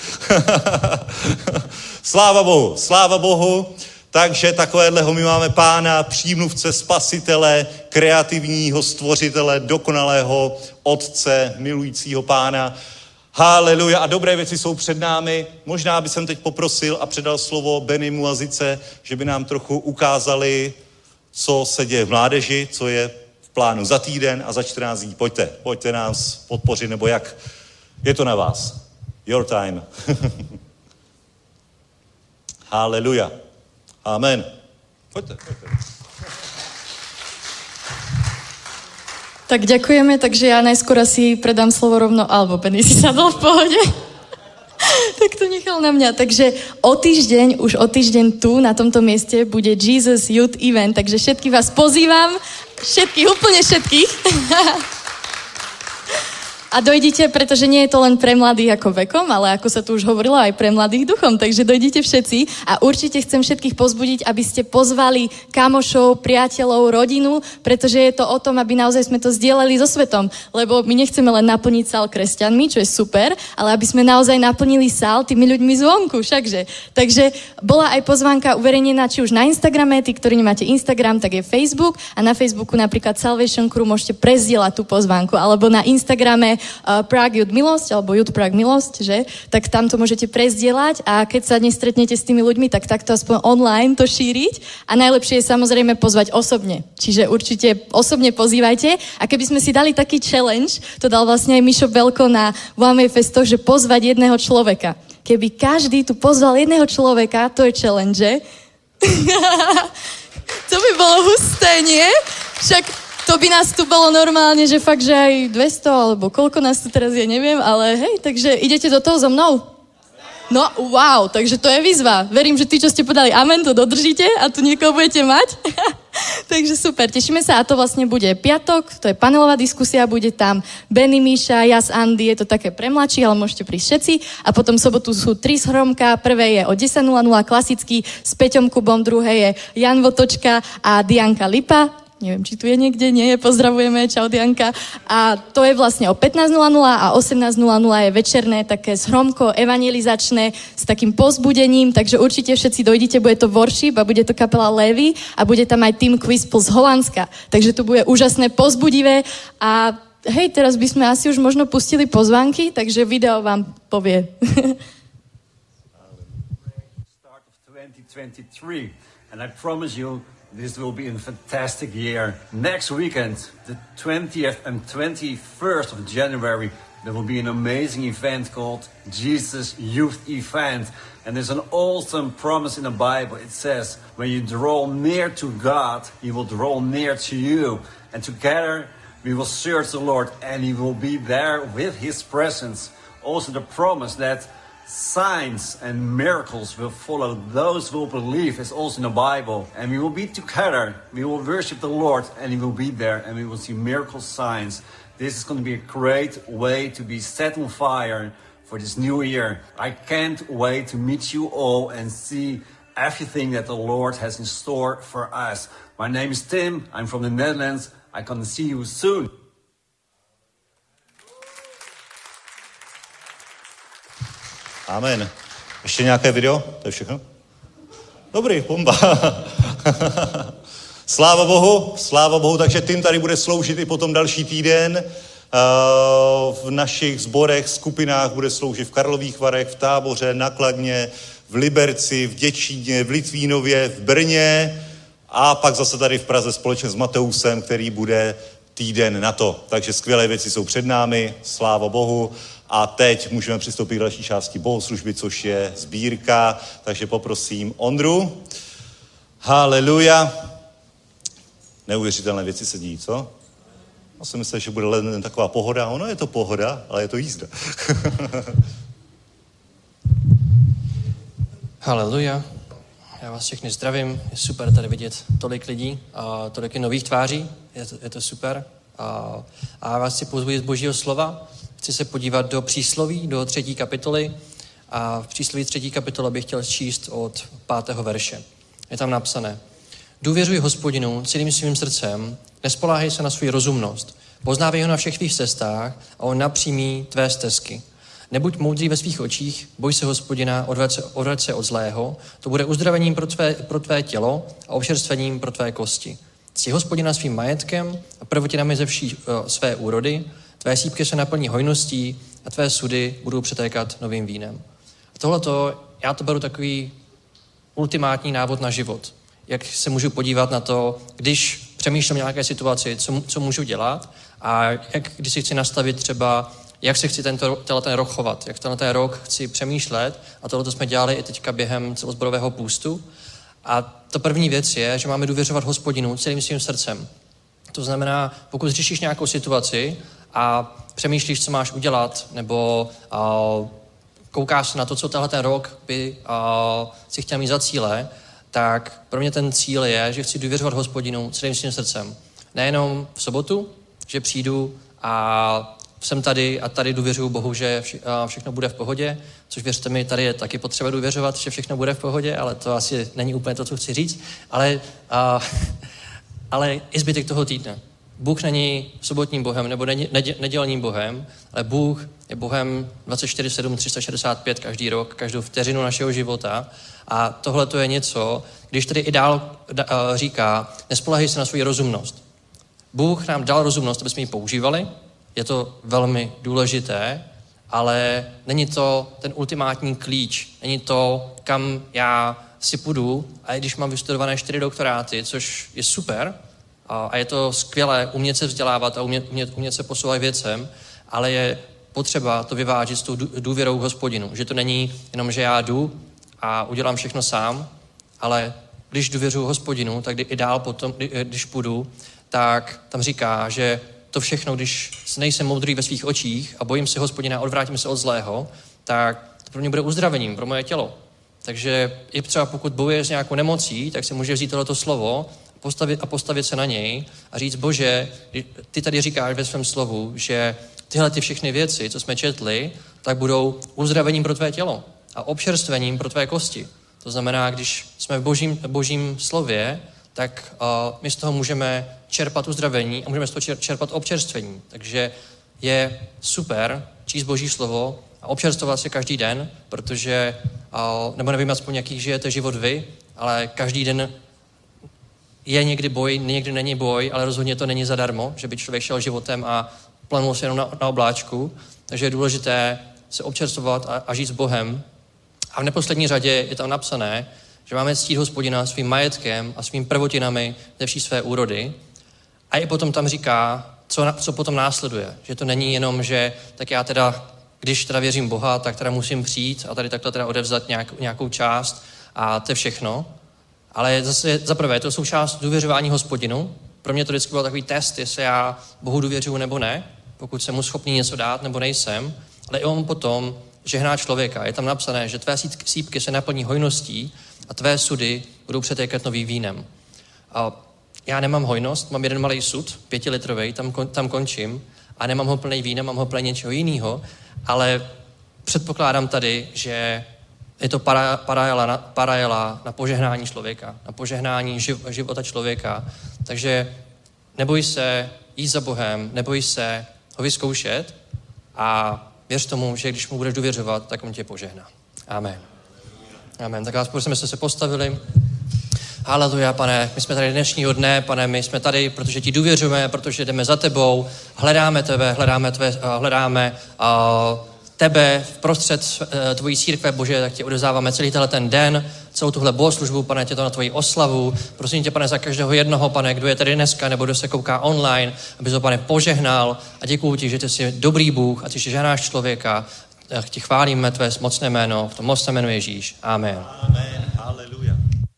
Sláva Bohu, sláva Bohu. Takže takovéhleho my máme Pána, přímluvce, spasitele, kreativního stvořitele, dokonalého Otce, milujícího Pána. Haleluja. A dobré věci jsou před námi. Možná by jsem teď poprosil a předal slovo Benimu a Zice, že by nám trochu ukázali, co se děje v mládeži, co je v plánu za týden a za čtrnáct dní. Pojďte, pojďte nás podpořit, nebo jak. Je to na vás. Your time. Haleluja. Amen. Pojďte, pojďte. Tak ďakujeme, takže ja najskôr asi predám slovo rovno, alebo Benny si sadol v pohode. Tak to nechal na mňa. Takže o týždeň, už o týždeň tu na tomto mieste bude Jesus Youth Event, takže všetkých vás pozývam, všetkých, úplne všetkých. A dojdite, pretože nie je to len pre mladých ako vekom, ale ako sa tu už hovorilo, aj pre mladých duchom, takže dojdite všetci a určite chcem všetkých pozbudiť, aby ste pozvali kamošov, priateľov, rodinu, pretože je to o tom, aby naozaj sme to zdieľali so svetom, lebo my nechceme len naplniť sál kresťanmi, čo je super, ale aby sme naozaj naplnili sál tými ľuďmi zvonku, všakže. Takže bola aj pozvánka uverejnená či už na Instagrame, tí, ktorí nemáte Instagram, tak je Facebook a na Facebooku napríklad Salvation Crew môžete prezdieľať tú pozvánku, alebo na Instagrame uh, Prague Youth Milosť, alebo Youth Prague Milosť, že? Tak tam to môžete prezdieľať a keď sa dnes stretnete s tými ľuďmi, tak takto aspoň online to šíriť a najlepšie je samozrejme pozvať osobne. Čiže určite osobne pozývajte a keby sme si dali taký challenge, to dal vlastne aj Mišo Belko na One Way Festoch, že pozvať jedného človeka. Keby každý tu pozval jedného človeka, to je challenge, že? To by bolo husté, nie? Však to by nás tu bolo normálne, že fakt, že aj dvesto, alebo koľko nás tu teraz je, neviem, ale hej, takže idete do toho so mnou? No, wow, takže to je výzva. Verím, že tí, čo ste podali amen, to dodržíte a tu niekoho budete mať. Takže super, tešíme sa a to vlastne bude piatok, to je panelová diskusia, bude tam Benny, Míša, Jas, Andy, je to také pre mladších, ale môžete prísť všetci a potom v sobotu sú tri zhromka, prvé je o desať nula nula klasický s Peťom Kubom, druhé je Jan Votočka a Dianka Lipa. Neviem, či tu je niekde, nie je, pozdravujeme, čau Dianka. A to je vlastne o pätnásť nula nula a osemnásť nula nula je večerné také zhromko evangelizačné s takým povzbudením, takže určite všetci dojdite, bude to worship a bude to kapela Levi a bude tam aj Tim Quispel z Holandska. Takže to bude úžasné, povzbudivé a hej, teraz by sme asi už možno pustili pozvánky, takže video vám povie. Start of twenty twenty-three and I promise you this will be a fantastic year. Next weekend, the twentieth and twenty-first of January, there will be an amazing event called Jesus Youth Event. And there's an awesome promise in the Bible. It says, when you draw near to God, He will draw near to you. And together we will search the Lord and He will be there with His presence. Also the promise that signs and miracles will follow those who will believe is also in the Bible. And we will be together. We will worship the Lord and He will be there and we will see miracle signs. This is going to be a great way to be set on fire for this new year. I can't wait to meet you all and see everything that the Lord has in store for us. My name is Tim. I'm from the Netherlands. I can see you soon. Amen. Ještě nějaké video? To je všechno? Dobrý, bomba. Sláva Bohu, sláva Bohu, takže Tim tady bude sloužit i potom další týden. V našich sborech, skupinách bude sloužit v Karlových Varech, v Táboře, na Kladně, v Liberci, v Děčíně, v Litvínově, v Brně a pak zase tady v Praze společně s Mateusem, který bude týden na to. Takže skvělé věci jsou před námi, sláva Bohu. A teď můžeme přistoupit k další části bohoslužby, což je sbírka. Takže poprosím Ondru. Haleluja. Neuvěřitelné věci se dějí, co? Já jsem myslel, že bude len taková pohoda. Ono je to pohoda, ale je to jízda. Haleluja. Já vás všechny zdravím. Je super tady vidět tolik lidí a tolik nových tváří. Je to, je to super. A, a vás chci pozbudit z Božího slova. Chci se podívat do přísloví, do třetí kapitoly. A v přísloví třetí kapitole bych chtěl číst od pátého verše. Je tam napsané: Důvěřuj Hospodinu celým svým srdcem, nespoléhej se na svou rozumnost. Poznávej ho na všech tvých cestách a on napřímí tvé stezky. Nebuď moudrý ve svých očích, boj se Hospodina, odvrať se, odvrať se od zlého, to bude uzdravením pro tvé, pro tvé tělo a občerstvením pro tvé kosti. Cti Hospodina svým majetkem a prvotinami ze vší uh, své úrody, tvé sípky se naplní hojností a tvé sudy budou přetékat novým vínem. A tohleto, já to beru takový ultimátní návod na život. Jak se můžu podívat na to, když přemýšlím o nějaké situaci, co, co můžu dělat a jak, když si chci nastavit třeba, jak se chci tento, tenhle ten rok chovat, jak tenhle ten rok chci přemýšlet a tohle jsme dělali i teďka během celozborového půstu. A ta první věc je, že máme důvěřovat Hospodinu celým svým srdcem. To znamená, pokud řešíš nějakou situaci a přemýšlíš, co máš udělat, nebo uh, koukáš na to, co tenhle ten rok by uh, si chtěl mít za cíle, tak pro mě ten cíl je, že chci důvěřovat Hospodinu celým svým srdcem. Nejenom v sobotu, že přijdu a jsem tady a tady důvěřuju Bohu, že vše, všechno bude v pohodě, což věřte mi, tady je taky potřeba důvěřovat, že všechno bude v pohodě, ale to asi není úplně to, co chci říct, ale, a, ale i zbytek toho týdne. Bůh není sobotním Bohem nebo nedělním Bohem, ale Bůh je Bohem dvacet čtyři sedm, tři sta šedesát pět každý rok, každou vteřinu našeho života. A tohle to je něco, když tady i dál říká, nespoléhej se na svou rozumnost. Bůh nám dal rozumnost, aby jsme ji používali, je to velmi důležité, ale není to ten ultimátní klíč, není to, kam já si půjdu, a i když mám vystudované čtyři doktoráty, což je super, a je to skvělé umět se vzdělávat a umět, umět, umět se posouvat věcem, ale je potřeba to vyvážit s tou důvěrou k Hospodinu. Že to není jenom, že já jdu a udělám všechno sám, ale když důvěřuji Hospodinu, tak i dál potom, když půjdu, tak tam říká, že to všechno, když nejsem moudrý ve svých očích a bojím se Hospodina a odvrátím se od zlého, tak to pro mě bude uzdravením, pro moje tělo. Takže i třeba pokud bojuje s nějakou nemocí, tak si může vzít tohleto slovo postavit a postavit se na něj a říct, Bože, ty tady říkáš ve svém slovu, že tyhle ty všechny věci, co jsme četli, tak budou uzdravením pro tvé tělo a občerstvením pro tvé kosti. To znamená, když jsme v božím, božím slově, tak uh, my z toho můžeme čerpat uzdravení a můžeme z toho čerpat občerstvení. Takže je super číst boží slovo a občerstovat se každý den, protože, uh, nebo nevím aspoň, jaký žijete život vy, ale každý den je někdy boj, někdy není boj, ale rozhodně to není zadarmo, že by člověk šel životem a planul se jenom na, na obláčku. Takže je důležité se občerstvovat a, a žít s Bohem. A v neposlední řadě je tam napsané, že máme ctít Hospodina svým majetkem a svým prvotinami ze vší své úrody. A i potom tam říká, co, co potom následuje. Že to není jenom, že tak já teda, když teda věřím Boha, tak teda musím přijít a tady takhle teda odevzdat nějak, nějakou část a to je všechno. Ale zase za prvé, je to součást důvěřování Hospodinu. Pro mě to vždycky byl takový test, jestli já Bohu důvěřuju nebo ne, pokud jsem mu schopný něco dát nebo nejsem. Ale i on potom žehná člověka. Je tam napsané, že tvé sýpky se naplní hojností a tvé sudy budou přetékat novým vínem. A já nemám hojnost, mám jeden malý sud, pětilitrový, tam, tam končím a nemám ho plný vína, mám ho plný něčeho jiného, ale předpokládám tady, že je to para, parajela, na, parajela na požehnání člověka, na požehnání živ, života člověka. Takže neboj se jít za Bohem, neboj se ho vyzkoušet a věř tomu, že když mu budeš důvěřovat, tak on tě požehná. Amen. Amen. Tak vás prosím, abyste se postavili. Haleluja, Pane, my jsme tady dnešního dne, Pane, my jsme tady, protože ti důvěřujeme, protože jdeme za tebou, hledáme tebe, hledáme tvé, hledáme uh, tebe v prostřed uh, tvojí církve, Bože, tak ti odevzdáváme celý tenhle ten den, celou tuhle bohoslužbu, Pane, tě to na tvoji oslavu. Prosím tě, Pane, za každého jednoho, Pane, kdo je tady dneska, nebo kdo se kouká online, aby to, Pane, požehnal a děkuju ti, že ty jsi dobrý Bůh a ty jsi žehnáš člověka. Ti chválíme tvé mocné jméno, v tom mocné jménu Ježíš. Amen. Amen. Haleluja.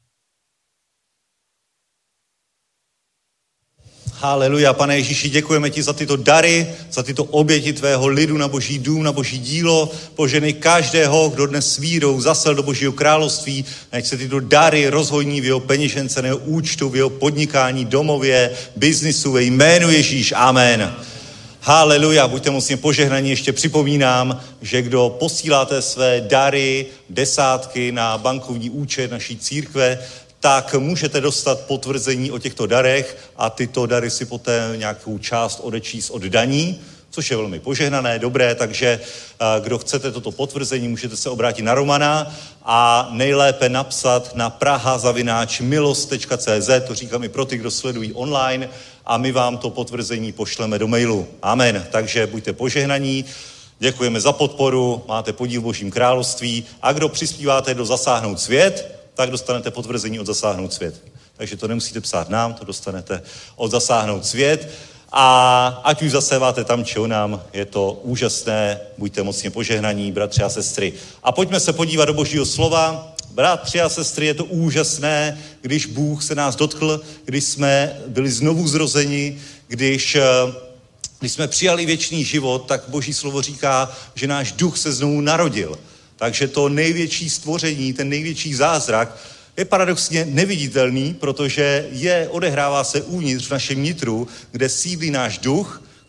Haleluja, Pane Ježíši, děkujeme ti za tyto dary, za tyto oběti tvého lidu na boží dům, na boží dílo. Poženej každého, kdo dnes s vírou zasel do božího království, ať se tyto dary rozhojní v jeho peněžence, v jeho účtu, v jeho podnikání, domově, biznisu, ve jménu Ježíš. Amen. Haleluja, buďte mocně požehnaní. Ještě připomínám, že kdo posíláte své dary, desátky na bankovní účet naší církve, tak můžete dostat potvrzení o těchto darech a tyto dary si poté nějakou část odečíst od daní, což je velmi požehnané, dobré, takže kdo chcete toto potvrzení, můžete se obrátit na Romana a nejlépe napsat na praha zavináč milost tečka cé zet, to říkám i pro ty, kdo sledují online, a my vám to potvrzení pošleme do mailu. Amen. Takže buďte požehnaní, děkujeme za podporu, máte podíl v Božím království a kdo přispíváte do Zasáhnout svět, tak dostanete potvrzení od Zasáhnout svět. Takže to nemusíte psát nám, to dostanete od Zasáhnout svět. A ať už zaséváte tam či onam, je to úžasné, buďte mocně požehnaní, bratři a sestry. A pojďme se podívat do Božího slova. Bratři a sestry, je to úžasné, když Bůh se nás dotkl, když jsme byli znovu zrozeni, když, když jsme přijali věčný život, tak Boží slovo říká, že náš duch se znovu narodil. Takže to největší stvoření, ten největší zázrak je paradoxně neviditelný, protože je, odehrává se uvnitř v našem nitru, kde sídlí náš duch,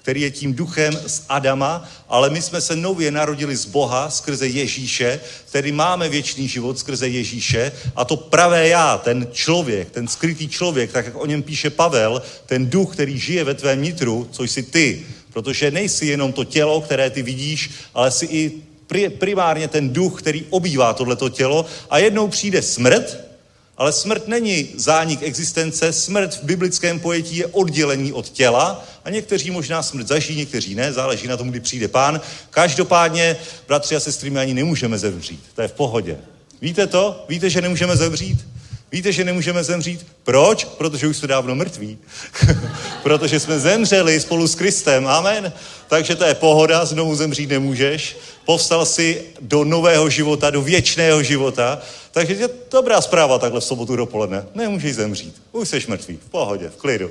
který je tím duchem z Adama, ale my jsme se nově narodili z Boha skrze Ježíše, který máme věčný život skrze Ježíše a to pravé já, ten člověk, ten skrytý člověk, tak jak o něm píše Pavel, ten duch, který žije ve tvém nitru, což jsi ty, protože nejsi jenom to tělo, které ty vidíš, ale jsi i primárně ten duch, který obývá tohleto tělo a jednou přijde smrt, ale smrt není zánik existence, smrt v biblickém pojetí je oddělení od těla a někteří možná smrt zažijí, někteří ne, záleží na tom, kdy přijde Pán. Každopádně, bratři a sestry, my ani nemůžeme zemřít, to je v pohodě. Víte to? Víte, že nemůžeme zemřít? Víte, že nemůžeme zemřít? Proč? Protože už jsme dávno mrtví. Protože jsme zemřeli spolu s Kristem. Amen. Takže to je pohoda, znovu zemřít nemůžeš. Povstal si do nového života, do věčného života. Takže je dobrá zpráva takhle v sobotu dopoledne. Nemůžeš zemřít. Už jsi mrtvý. V pohodě, v klidu.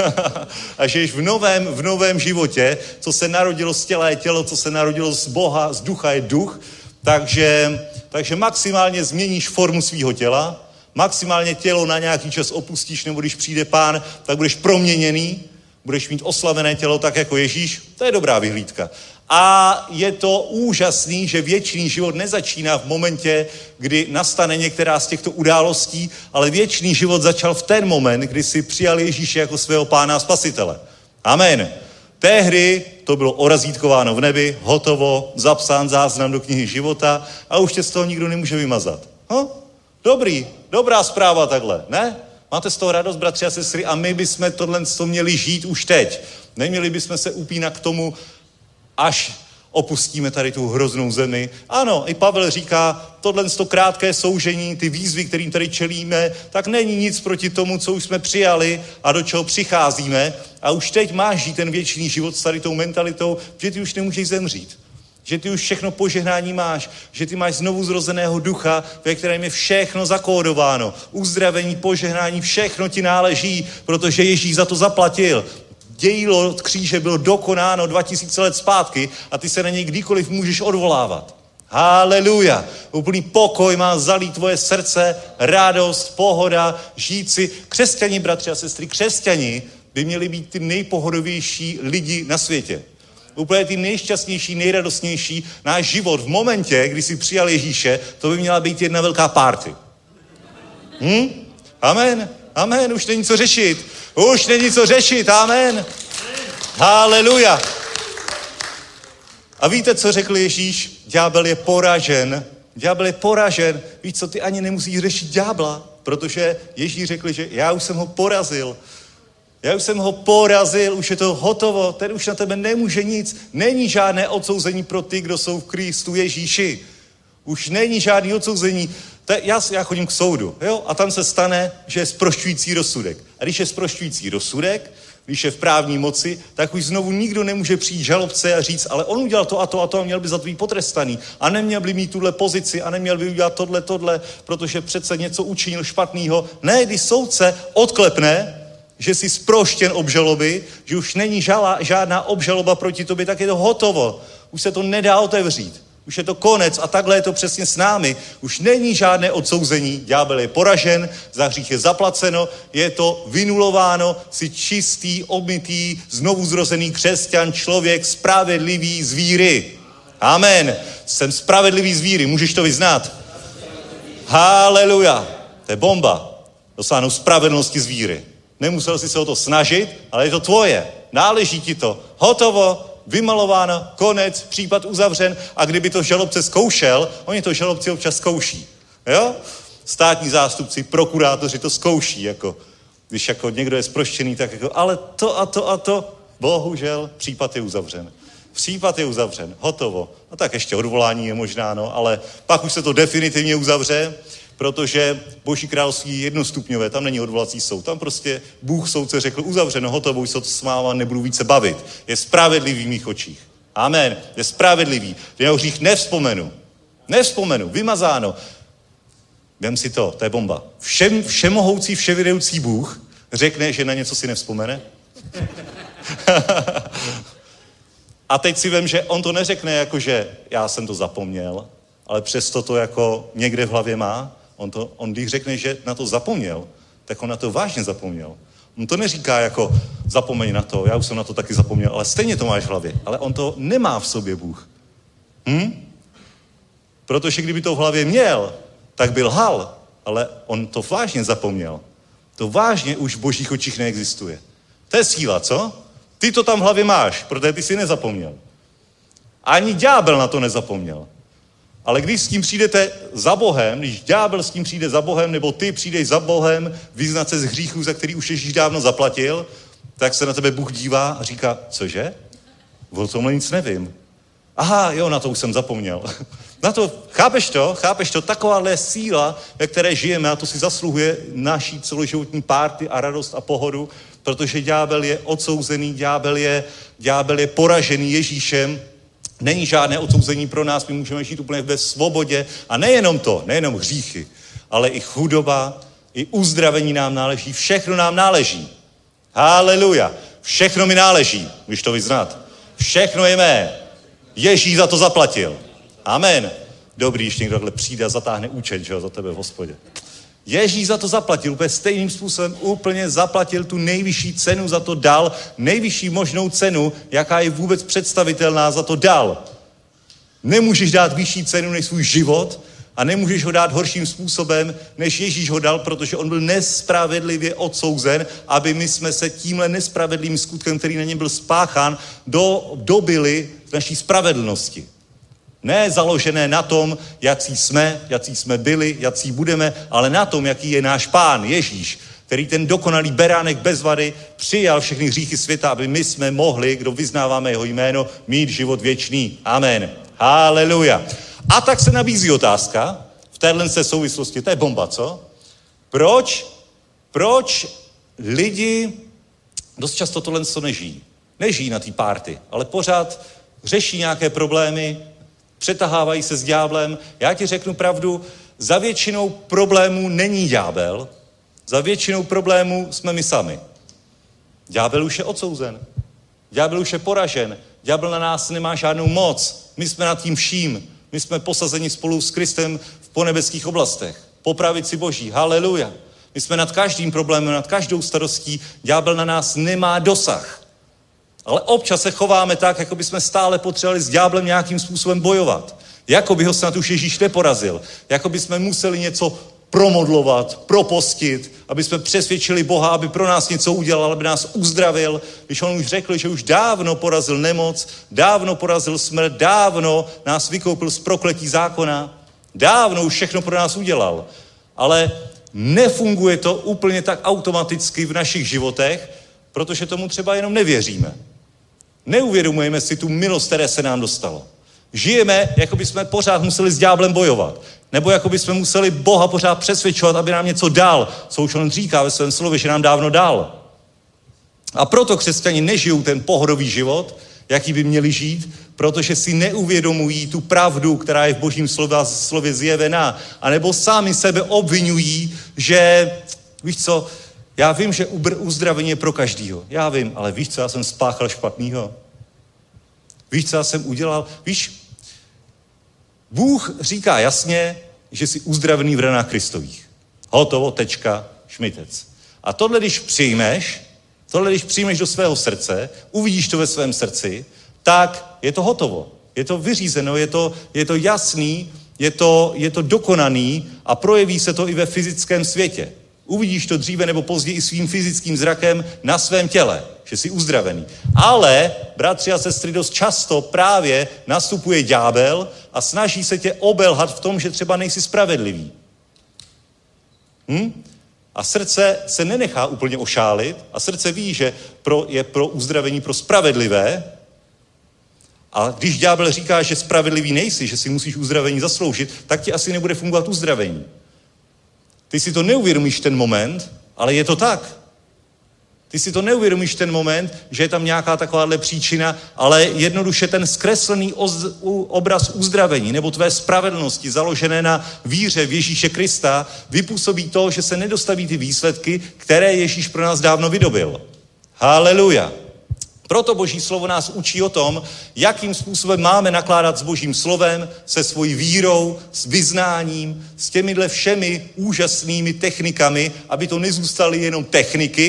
A žiješ v novém, v novém životě, co se narodilo z těla je tělo, co se narodilo z Boha, z ducha je duch. Takže, takže maximálně změníš formu svýho těla, maximálně tělo na nějaký čas opustíš, nebo když přijde Pán, tak budeš proměněný, budeš mít oslavené tělo tak jako Ježíš, to je dobrá vyhlídka. A je to úžasný, že věčný život nezačíná v momentě, kdy nastane některá z těchto událostí, ale věčný život začal v ten moment, kdy si přijal Ježíše jako svého Pána a Spasitele. Amen. Tehdy to bylo orazítkováno v nebi, hotovo, zapsán záznam do knihy života a už tě z toho nikdo nemůže vymazat. Hm? Dobrý, dobrá zpráva takhle, ne? Máte z toho radost, bratři a sestry, a my bychom tohle měli žít už teď. Neměli bychom se upínat k tomu, až opustíme tady tu hroznou zemi. Ano, i Pavel říká, tohle to krátké soužení, ty výzvy, kterým tady čelíme, tak není nic proti tomu, co už jsme přijali a do čeho přicházíme. A už teď máš žít ten věčný život s tady tou mentalitou, že ty už nemůžeš zemřít. Že ty už všechno požehnání máš, že ty máš znovu zrozeného ducha, ve kterém je všechno zakódováno. Uzdravení, požehnání, všechno ti náleží, protože Ježíš za to zaplatil. Dějilo od kříže bylo dokonáno dva tisíce let zpátky a ty se na něj kdykoliv můžeš odvolávat. Haleluja. Úplný pokoj má zalít tvoje srdce, radost, pohoda, žít si. Křesťani, bratři a sestry, křesťani by měli být ty nejpohodovější lidi na světě. Úplně ty nejšťastnější, nejradostnější. Náš život v momentě, kdy jsi přijal Ježíše, to by měla být jedna velká party. Hm? Amen. Amen. Už není co řešit. Už není co řešit. Amen. Haleluja. A víte, co řekl Ježíš? Ďábel je poražen. Ďábel je poražen. Víš co, ty ani nemusíš řešit ďábla, protože Ježíš řekl, že já už jsem ho porazil. Já už jsem ho porazil, už je to hotovo, ten už na tebe nemůže nic. Není žádné odsouzení pro ty, kdo jsou v Kristu Ježíši. Už není žádný odsouzení. To je, já, já chodím k soudu, jo? A tam se stane, že je zprošťující rozsudek. A když je zprošťující rozsudek, když je v právní moci, tak už znovu nikdo nemůže přijít žalobce a říct, ale on udělal to a to a to a měl by za to být potrestaný. A neměl by mít tuhle pozici a neměl by udělat tohle, tohle, protože přece něco učinil špatného. Ne, když soudce odklepne, že jsi zproštěn obžaloby, že už není žala, žádná obžaloba proti tobě, tak je to hotovo. Už se to nedá otevřít. Už je to konec a takhle je to přesně s námi. Už není žádné odsouzení, ďábel je poražen, za hřích je zaplaceno, je to vynulováno, jsi čistý, obmytý, znovu zrozený křesťan, člověk, spravedlivý z víry. Amen. Jsem spravedlivý z víry, můžeš to vyznat? Haleluja. To je bomba. Dosáhnout spravedlnosti z víry. Nemusel jsi se o to snažit, ale je to tvoje. Náleží ti to. Hotovo, vymalováno, konec, případ uzavřen. A kdyby to žalobce zkoušel, oni to žalobci občas zkouší. Jo? Státní zástupci, prokurátoři to zkouší. Jako, když jako někdo je zproštěný, tak jako, ale to a to a to. Bohužel, případ je uzavřen. Případ je uzavřen. Hotovo. No tak ještě odvolání je možná, no, ale pak už se to definitivně uzavře, protože Boží království je jednostupňové, tam není odvolací soud. Tam prostě Bůh soudce řekl, uzavřeno, hotovo, už se to s váma nebudu více bavit. Je spravedlivý v mých očích. Amen. Je spravedlivý. Jeho hřích nevzpomenu. Nevzpomenu. Vymazáno. Vem si to, to je bomba. Všem, všemohoucí, vševědoucí Bůh řekne, že na něco si nevzpomene. A teď si vem, že on to neřekne jako, že já jsem to zapomněl, ale přesto to jako někde v hlavě má. On, to, on když řekne, že na to zapomněl, tak on na to vážně zapomněl. On to neříká jako zapomeň na to, já už jsem na to taky zapomněl, ale stejně to máš v hlavě. Ale on to nemá v sobě Bůh. Hm? Protože kdyby to v hlavě měl, tak by lhal, ale on to vážně zapomněl. To vážně už v božích očích neexistuje. To je síla, co? Ty to tam v hlavě máš, protože ty si nezapomněl. Ani ďábel na to nezapomněl. Ale když s tím přijdete za Bohem, když ďábel s tím přijde za Bohem, nebo ty přijdeš za Bohem vyznat se z hříchů, za který už Ježíš dávno zaplatil, tak se na tebe Bůh dívá a říká, cože? O tomhle nic nevím. Aha, jo, na to už jsem zapomněl. Na to, chápeš to? Chápeš to? Takováhle síla, ve které žijeme, a to si zasluhuje naší celoživotní párty a radost a pohodu, protože ďábel je odsouzený, ďábel je, ďábel je poražený Ježíšem. Není žádné odsouzení pro nás, my můžeme žít úplně ve svobodě. A nejenom to, nejenom hříchy, ale i chudoba, i uzdravení nám náleží, všechno nám náleží. Haleluja. Všechno mi náleží, když to vyznat. Všechno je mé. Ježíš za to zaplatil. Amen. Dobrý, když někdo takhle přijde a zatáhne účet, že jo, za tebe v hospodě. Ježíš za to zaplatil úplně stejným způsobem, úplně zaplatil tu nejvyšší cenu, za to dal, nejvyšší možnou cenu, jaká je vůbec představitelná, za to dal. Nemůžeš dát vyšší cenu než svůj život a nemůžeš ho dát horším způsobem, než Ježíš ho dal, protože on byl nespravedlivě odsouzen, aby my jsme se tímhle nespravedlivým skutkem, který na něm byl spáchán, do, dobili v naší spravedlnosti. Ne založené na tom, jací jsme, jací jsme byli, jací budeme, ale na tom, jaký je náš Pán Ježíš, který ten dokonalý beránek bez vady přijal všechny hříchy světa, aby my jsme mohli, kdo vyznáváme jeho jméno, mít život věčný. Amen. Haleluja. A tak se nabízí otázka v téhle souvislosti, to je bomba, co? Proč, proč lidi dost často tohle co nežijí? Nežijí na té párty, ale pořád řeší nějaké problémy, přetahávají se s ďáblem. Já ti řeknu pravdu, za většinou problémů není ďábel, za většinou problémů jsme my sami. Ďábel už je odsouzen, ďábel už je poražen, ďábel na nás nemá žádnou moc, my jsme nad tím vším, my jsme posazeni spolu s Kristem v ponebeských oblastech, po pravici Boží, haleluja. My jsme nad každým problémem, nad každou starostí, ďábel na nás nemá dosah. Ale občas se chováme tak, jako bychom stále potřebovali s ďáblem nějakým způsobem bojovat. Jako by ho snad už Ježíš neporazil. Jako by jsme museli něco promodlovat, propostit, aby jsme přesvědčili Boha, aby pro nás něco udělal, aby nás uzdravil. Když on už řekl, že už dávno porazil nemoc, dávno porazil smrt, dávno nás vykoupil z prokletí zákona, dávno už všechno pro nás udělal. Ale nefunguje to úplně tak automaticky v našich životech, protože tomu třeba jenom nevěříme. Neuvědomujeme si tu milost, které se nám dostalo. Žijeme, jako bychom pořád museli s ďáblem bojovat. Nebo jako bychom museli Boha pořád přesvědčovat, aby nám něco dal, co už on říká ve svém slově, že nám dávno dal. A proto křesťani nežijou ten pohodový život, jaký by měli žít, protože si neuvědomují tu pravdu, která je v Božím slově zjevená. A nebo sami sebe obvinují, že, víš co, já vím, že uzdravení je pro každýho. Já vím, ale víš, co já jsem spáchal špatnýho? Víš, co já jsem udělal? Víš, Bůh říká jasně, že jsi uzdravený v ranách Kristových. Hotovo, tečka, šmitec. A tohle, když přijmeš, tohle, když přijmeš do svého srdce, uvidíš to ve svém srdci, tak je to hotovo. Je to vyřízeno, je to, je to jasný, je to, je to dokonaný a projeví se to i ve fyzickém světě. Uvidíš to dříve nebo později i svým fyzickým zrakem na svém těle, že jsi uzdravený. Ale, bratři a sestry, dost často právě nastupuje ďábel a snaží se tě obelhat v tom, že třeba nejsi spravedlivý. Hm? A srdce se nenechá úplně ošálit a srdce ví, že pro, je pro uzdravení pro spravedlivé. A když ďábel říká, že spravedlivý nejsi, že si musíš uzdravení zasloužit, tak ti asi nebude fungovat uzdravení. Ty si to neuvědomíš ten moment, ale je to tak. Ty si to neuvědomíš ten moment, že je tam nějaká takováhle příčina, ale jednoduše ten zkreslený oz, u, obraz uzdravení nebo tvé spravedlnosti založené na víře v Ježíše Krista vypůsobí to, že se nedostaví ty výsledky, které Ježíš pro nás dávno vydobil. Haleluja. Proto Boží slovo nás učí o tom, jakým způsobem máme nakládat s Božím slovem, se svojí vírou, s vyznáním, s těmihle všemi úžasnými technikami, aby to nezůstaly jenom techniky,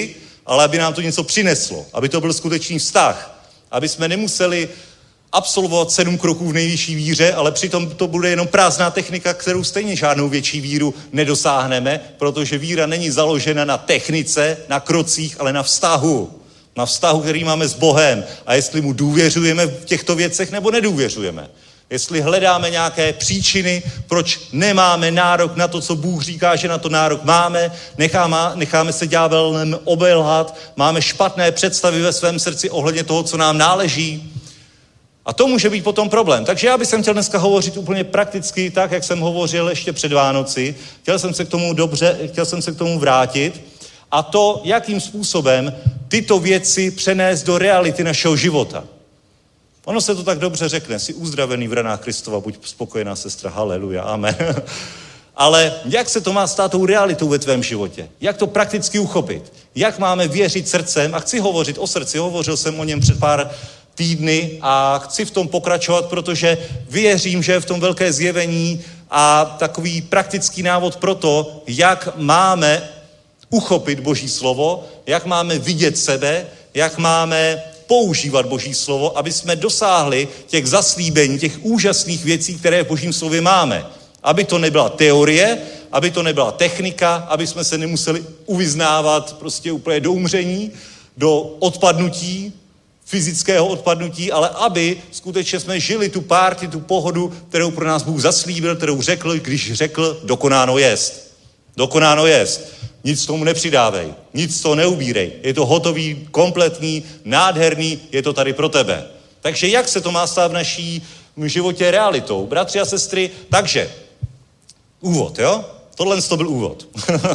ale aby nám to něco přineslo, aby to byl skutečný vztah, aby jsme nemuseli absolvovat sedm kroků v nejvyšší víře, ale přitom to bude jenom prázdná technika, kterou stejně žádnou větší víru nedosáhneme, protože víra není založena na technice, na krocích, ale na vztahu. Na vztahu, který máme s Bohem. A jestli mu důvěřujeme v těchto věcech, nebo nedůvěřujeme. Jestli hledáme nějaké příčiny, proč nemáme nárok na to, co Bůh říká, že na to nárok máme, necháme, necháme se ďábelem obelhat, máme špatné představy ve svém srdci ohledně toho, co nám náleží. A to může být potom problém. Takže já bych chtěl dneska hovořit úplně prakticky, tak, jak jsem hovořil ještě před Vánoci. Chtěl jsem se k tomu dobře, chtěl jsem se k tomu vrátit. A to, jakým způsobem tyto věci přenést do reality našeho života. Ono se to tak dobře řekne, jsi uzdravený v ranách Kristova, buď spokojená sestra, haleluja, amen. Ale jak se to má stát tou realitou ve tvém životě? Jak to prakticky uchopit? Jak máme věřit srdcem? A chci hovořit o srdci, hovořil jsem o něm před pár týdny a chci v tom pokračovat, protože věřím, že v tom velké zjevení a takový praktický návod pro to, jak máme uchopit Boží slovo, jak máme vidět sebe, jak máme používat Boží slovo, aby jsme dosáhli těch zaslíbení, těch úžasných věcí, které v Božím slově máme. Aby to nebyla teorie, aby to nebyla technika, aby jsme se nemuseli uvyznávat prostě úplně do umření, do odpadnutí, fyzického odpadnutí, ale aby skutečně jsme žili tu párty, tu pohodu, kterou pro nás Bůh zaslíbil, kterou řekl, když řekl, dokonáno jest. Dokonáno jest. Nic tomu nepřidávej, nic toho neubírej. Je to hotový, kompletní, nádherný, je to tady pro tebe. Takže jak se to má stát v naší životě realitou? Bratři a sestry, takže úvod, jo? Tohle to byl úvod.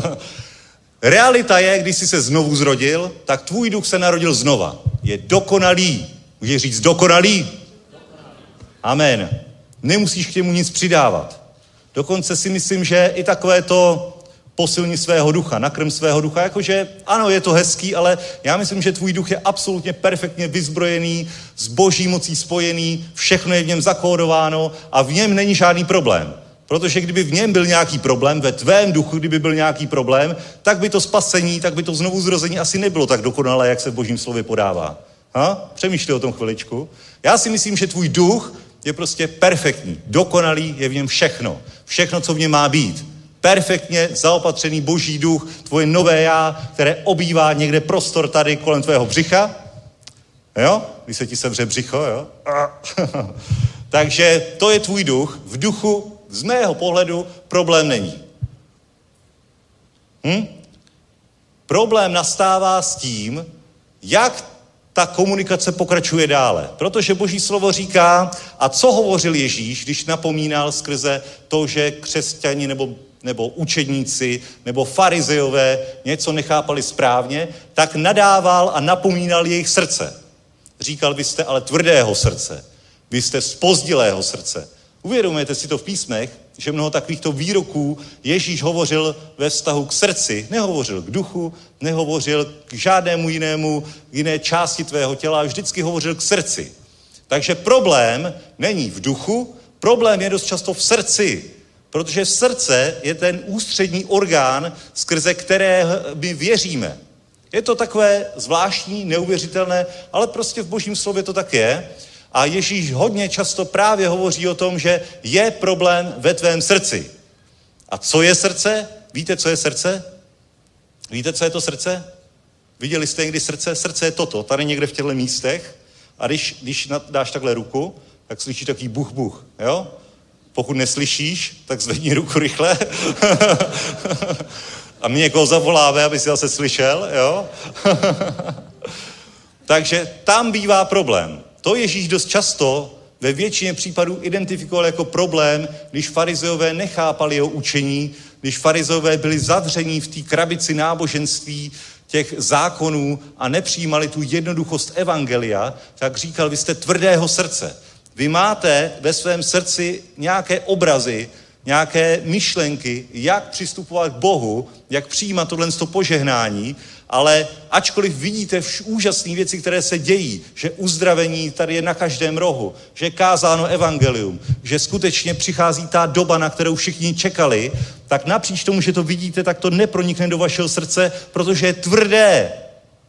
Realita je, když jsi se znovu zrodil, tak tvůj duch se narodil znova. Je dokonalý. Můžeš říct dokonalý? Amen. Nemusíš k němu nic přidávat. Dokonce si myslím, že i takové to posilní svého ducha, nakrm svého ducha, jakože ano, je to hezký, ale já myslím, že tvůj duch je absolutně perfektně vyzbrojený, s Boží mocí spojený, všechno je v něm zakódováno a v něm není žádný problém. Protože kdyby v něm byl nějaký problém, ve tvém duchu, kdyby byl nějaký problém, tak by to spasení, tak by to znovuzrození asi nebylo tak dokonalé, jak se v Božím slově podává. Ha? Přemýšlej o tom chviličku. Já si myslím, že tvůj duch je prostě perfektní, dokonalý, je v něm všechno. Všechno, co v něm má být. Perfektně zaopatřený Boží duch, tvoje nové já, které obývá někde prostor tady kolem tvého břicha. Jo? Když se ti sevře břicho, jo? Takže to je tvůj duch. V duchu z mého pohledu problém není. Hm? Problém nastává s tím, jak ta komunikace pokračuje dále. Protože Boží slovo říká, a co hovořil Ježíš, když napomínal skrze to, že křesťani nebo, nebo učedníci nebo farizejové něco nechápali správně, tak nadával a napomínal jejich srdce. Říkal, vy jste ale tvrdého srdce, vy jste zpozdilého srdce. Uvědomujete si to v písmech, že mnoho takovýchto výroků Ježíš hovořil ve vztahu k srdci, nehovořil k duchu, nehovořil k žádnému jinému, jiné části tvého těla, vždycky hovořil k srdci. Takže problém není v duchu, problém je dost často v srdci, protože srdce je ten ústřední orgán, skrze které my věříme. Je to takové zvláštní, neuvěřitelné, ale prostě v Božím slově to tak je. A Ježíš hodně často právě hovoří o tom, že je problém ve tvém srdci. A co je srdce? Víte, co je srdce? Víte, co je to srdce? Viděli jste někdy srdce? Srdce je toto, tady někde v těchto místech. A když, když dáš takhle ruku, tak slyšíš takový buch, buch, jo? Pokud neslyšíš, tak zvedni ruku rychle. A mě někoho zavoláme, aby si zase slyšel, jo? Takže tam bývá problém. To Ježíš dost často ve většině případů identifikoval jako problém, když farizeové nechápali jeho učení, když farizeové byli zavření v té krabici náboženství těch zákonů a nepřijímali tu jednoduchost evangelia, tak říkal, vy jste tvrdého srdce. Vy máte ve svém srdci nějaké obrazy, nějaké myšlenky, jak přistupovat k Bohu, jak přijímat tohle požehnání, ale ačkoliv vidíte vš- úžasné věci, které se dějí, že uzdravení tady je na každém rohu, že je kázáno evangelium, že skutečně přichází ta doba, na kterou všichni čekali, tak napříč tomu, že to vidíte, tak to nepronikne do vašeho srdce, protože je tvrdé.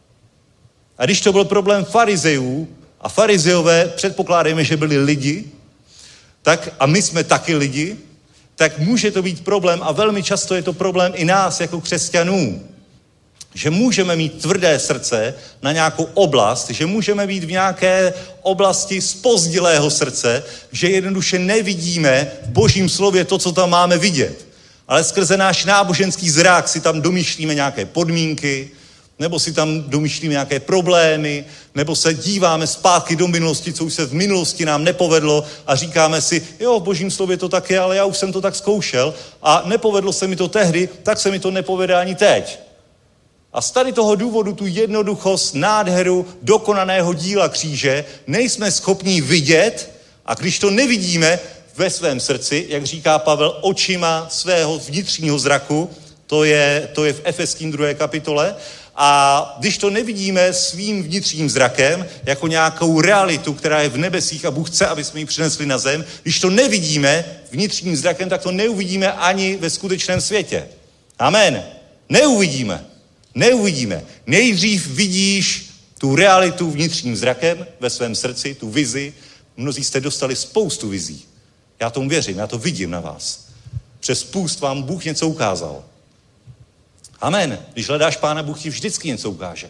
A když to byl problém farizejů, a farizejové předpokládáme, že byli lidi, tak, a my jsme taky lidi, tak může to být problém a velmi často je to problém i nás jako křesťanů. Že můžeme mít tvrdé srdce na nějakou oblast, že můžeme být v nějaké oblasti zpozdilého srdce, že jednoduše nevidíme v Božím slově to, co tam máme vidět. Ale skrze náš náboženský zrak si tam domýšlíme nějaké podmínky, nebo si tam domýšlíme nějaké problémy, nebo se díváme zpátky do minulosti, co už se v minulosti nám nepovedlo a říkáme si, jo, v Božím slově to tak je, ale já už jsem to tak zkoušel a nepovedlo se mi to tehdy, tak se mi to nepovede ani teď. A z tady toho důvodu tu jednoduchost, nádheru, dokonaného díla kříže nejsme schopni vidět a když to nevidíme ve svém srdci, jak říká Pavel, očima svého vnitřního zraku, to je, to je v Efeským druhé kapitole, a když to nevidíme svým vnitřním zrakem, jako nějakou realitu, která je v nebesích a Bůh chce, aby jsme ji přinesli na zem, když to nevidíme vnitřním zrakem, tak to neuvidíme ani ve skutečném světě. Amen. Neuvidíme. Neuvidíme. Nejdřív vidíš tu realitu vnitřním zrakem ve svém srdci, tu vizi. Mnozí jste dostali spoustu vizí. Já tomu věřím, já to vidím na vás. Přes půst vám Bůh něco ukázal. Amen. Když hledáš Pána, Bůh ti vždycky něco ukáže.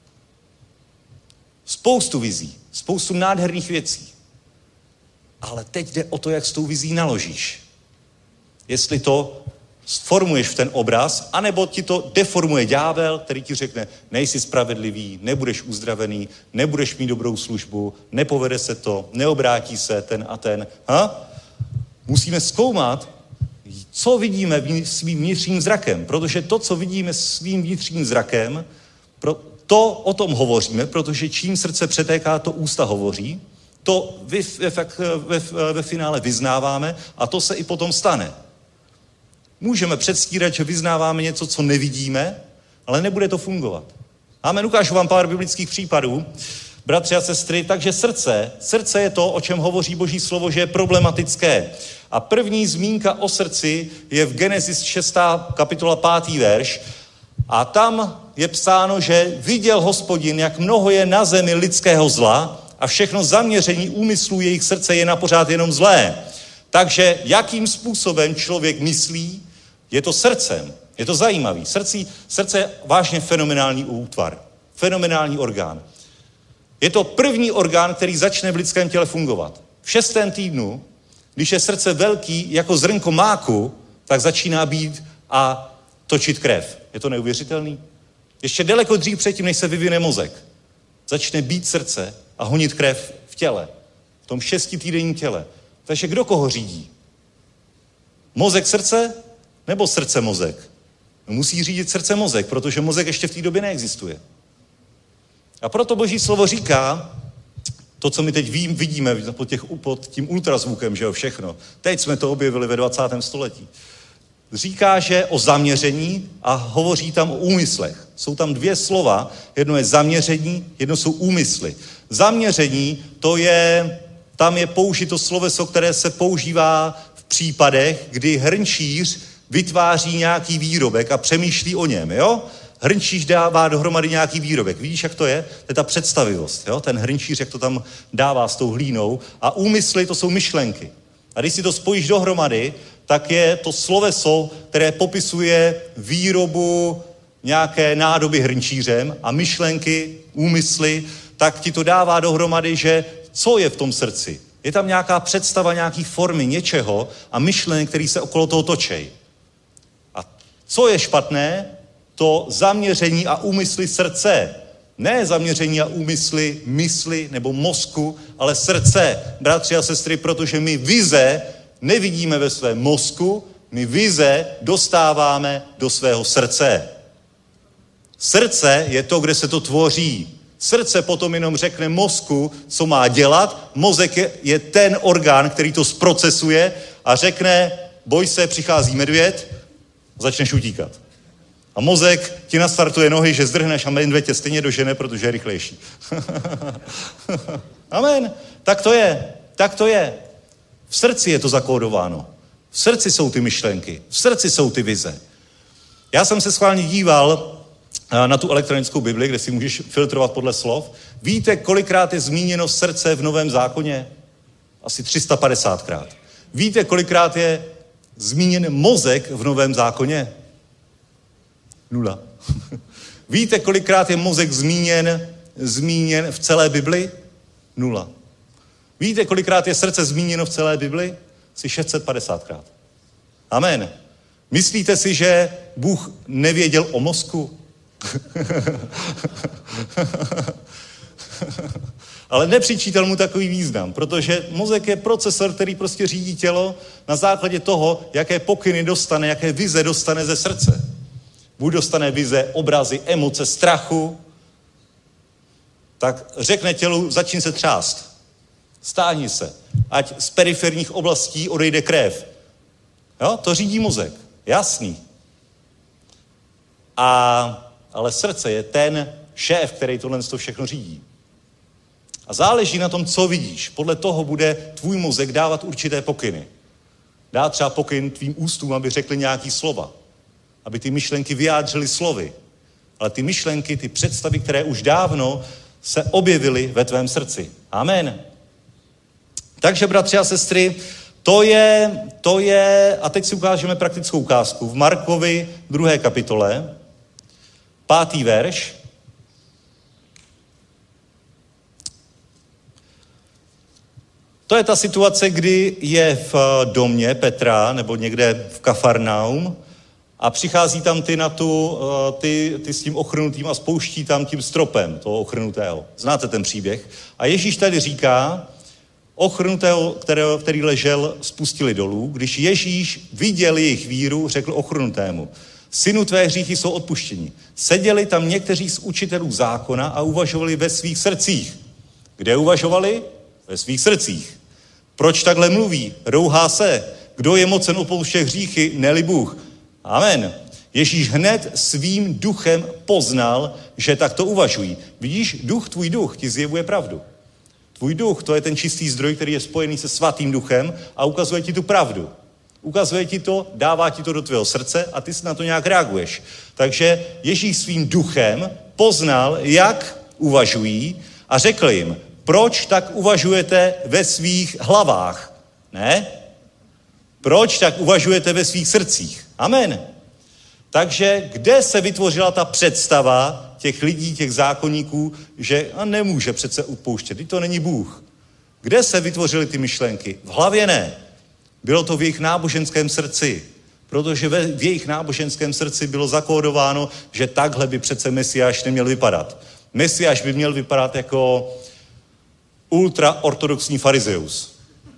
Spoustu vizí, spoustu nádherných věcí. Ale teď jde o to, jak s tou vizí naložíš. Jestli to sformuješ v ten obraz, anebo ti to deformuje ďábel, který ti řekne, nejsi spravedlivý, nebudeš uzdravený, nebudeš mít dobrou službu, nepovede se to, neobrátí se ten a ten. Ha? Musíme zkoumat, co vidíme svým vnitřním zrakem, protože to, co vidíme svým vnitřním zrakem, to o tom hovoříme, protože čím srdce přetéká, to ústa hovoří, to ve, ve, ve, ve finále vyznáváme a to se i potom stane. Můžeme předstírat, že vyznáváme něco, co nevidíme, ale nebude to fungovat. Amen, ukážu vám pár biblických případů, bratři a sestry, takže srdce, srdce je to, o čem hovoří Boží slovo, že je problematické. A první zmínka o srdci je v Genesis šestá kapitola pátý verš a tam je psáno, že viděl Hospodin, jak mnoho je na zemi lidského zla a všechno zaměření úmyslů jejich srdce je napořád jenom zlé. Takže jakým způsobem člověk myslí, je to srdcem. Je to zajímavý. Srdcí, srdce je vážně fenomenální útvar. Fenomenální orgán. Je to první orgán, který začne v lidském těle fungovat. V šestém týdnu, když je srdce velký jako zrnko máku, tak začíná být a točit krev. Je to neuvěřitelný? Ještě daleko dřív předtím, než se vyvine mozek, začne být srdce a honit krev v těle. V tom šestitýdenním těle. Takže kdo koho řídí? Mozek srdce nebo srdce mozek? Musí řídit srdce mozek, protože mozek ještě v té době neexistuje. A proto Boží slovo říká, to, co my teď vidíme pod, těch, pod tím ultrazvukem, že jo, všechno. Teď jsme to objevili ve dvacátém století. Říká, že o zaměření a hovoří tam o úmyslech. Jsou tam dvě slova, jedno je zaměření, jedno jsou úmysly. Zaměření, to je, tam je použito sloveso, které se používá v případech, kdy hrnčíř vytváří nějaký výrobek a přemýšlí o něm, jo? Hrnčíř dává dohromady nějaký výrobek. Vidíš, jak to je? To je ta představivost, jo? Ten hrnčíř, jak to tam dává s tou hlínou. A úmysly, to jsou myšlenky. A když si to spojíš dohromady, tak je to sloveso, které popisuje výrobu nějaké nádoby hrnčířem a myšlenky, úmysly, tak ti to dává dohromady, že co je v tom srdci. Je tam nějaká představa nějaký formy něčeho a myšlenek, který se okolo toho točej. A co je špatné? To zaměření a úmysly srdce. Ne zaměření a úmysly mysli nebo mozku, ale srdce, bratři a sestry, protože my vize nevidíme ve svém mozku, my vize dostáváme do svého srdce. Srdce je to, kde se to tvoří. Srdce potom jenom řekne mozku, co má dělat. Mozek je, je ten orgán, který to zprocesuje a řekne, boj se, přichází medvěd, začneš utíkat. A mozek ti nastartuje nohy, že zdrhneš a medvěd tě stejně dožene, protože je rychlejší. Amen. Tak to je. Tak to je. V srdci je to zakódováno. V srdci jsou ty myšlenky. V srdci jsou ty vize. Já jsem se schválně díval na tu elektronickou Bibli, kde si můžeš filtrovat podle slov. Víte, kolikrát je zmíněno srdce v Novém zákoně? Asi tři sta padesát krát. Víte, kolikrát je zmíněn mozek v Novém zákoně? Nula. Víte, kolikrát je mozek zmíněn, zmíněn v celé Bibli? Nula. Víte, kolikrát je srdce zmíněno v celé Bibli? Asi šest set padesát krát. Amen. Myslíte si, že Bůh nevěděl o mozku? Ale nepřičítal mu takový význam, protože mozek je procesor, který prostě řídí tělo na základě toho, jaké pokyny dostane, jaké vize dostane ze srdce. Buď dostane vize, obrazy, emoce, strachu, tak řekne tělu, začni se třást. Stáhni se, ať z periferních oblastí odejde krev. Jo, to řídí mozek, jasný. A, ale srdce je ten šéf, který tohle to všechno řídí. A záleží na tom, co vidíš. Podle toho bude tvůj mozek dávat určité pokyny. Dá třeba pokyn tvým ústům, aby řekli nějaký slova. Aby ty myšlenky vyjádřily slovy. Ale ty myšlenky, ty představy, které už dávno se objevily ve tvém srdci. Amen. Takže, bratři a sestry, to je, to je, a teď si ukážeme praktickou ukázku. V Markovi druhé kapitole, pátý verš. To je ta situace, kdy je v domě Petra, nebo někde v Kafarnaum, a přichází tam ty, na tu, ty, ty s tím ochrnutým a spouští tam tím stropem toho ochrnutého. Znáte ten příběh? A Ježíš tady říká, ochrnutého, kterého, který ležel, spustili dolů. Když Ježíš viděl jejich víru, řekl ochrnutému, synu, tvé hříchy jsou odpuštěni. Seděli tam někteří z učitelů zákona a uvažovali ve svých srdcích. Kde uvažovali? Ve svých srdcích. Proč takhle mluví? Rouhá se. Kdo je mocen opouštět hříchy, ne-li Bůh? Amen. Ježíš hned svým duchem poznal, že takto uvažují. Vidíš, duch, tvůj duch ti zjevuje pravdu. Tvůj duch, to je ten čistý zdroj, který je spojený se svatým duchem a ukazuje ti tu pravdu. Ukazuje ti to, dává ti to do tvého srdce a ty si na to nějak reaguješ. Takže Ježíš svým duchem poznal, jak uvažují a řekl jim, proč tak uvažujete ve svých hlavách? Ne? Proč tak uvažujete ve svých srdcích? Amen. Takže kde se vytvořila ta představa těch lidí, těch zákonníků, že a nemůže přece odpouštět, když to není Bůh. Kde se vytvořily ty myšlenky? V hlavě ne. Bylo to v jejich náboženském srdci, protože v jejich náboženském srdci bylo zakódováno, že takhle by přece Mesiáš neměl vypadat. Mesiáš by měl vypadat jako ultraortodoxní farizeus.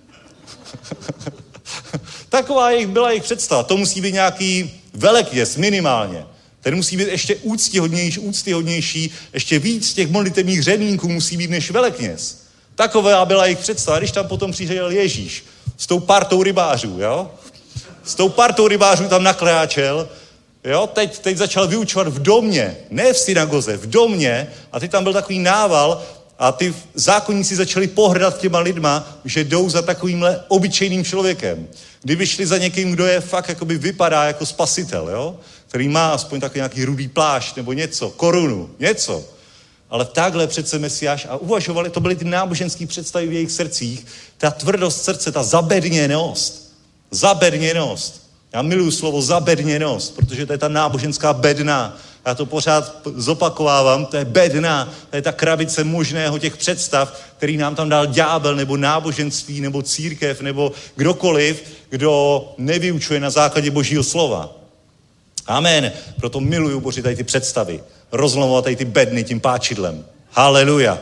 Taková jejich byla jejich představa. To musí být nějaký velekněz minimálně. Ten musí být ještě úctyhodnější, úctyhodnější, ještě víc těch modlitevních řevníků musí být než velekněz. Taková byla jejich představa. Když tam potom přišel Ježíš s tou partou rybářů, jo? S tou partou rybářů tam nakráčel, jo? Teď, teď začal vyučovat v domě, ne v synagoze, v domě, a teď tam byl takový nával a ty zákonníci začali pohrdat těma lidma, že jdou za takovýmhle obyčejným člověkem. Kdyby šli za někým, kdo je fakt jakoby vypadá jako spasitel, jo? Který má aspoň takový nějaký rudý plášť nebo něco, korunu, něco. Ale takhle přece Mesiáš a uvažovali, to byly ty náboženské představy v jejich srdcích, ta tvrdost srdce, ta zabedněnost. Zabedněnost. Já miluju slovo zabedněnost, protože to je ta náboženská bedna. Já to pořád zopakovávám, to je bedna, to je ta krabice možného těch představ, který nám tam dal ďábel, nebo náboženství, nebo církev, nebo kdokoliv, kdo nevyučuje na základě Božího slova. Amen. Proto miluju, Boží, tady ty představy. Rozlomovat tady ty bedny tím páčidlem. Haleluja.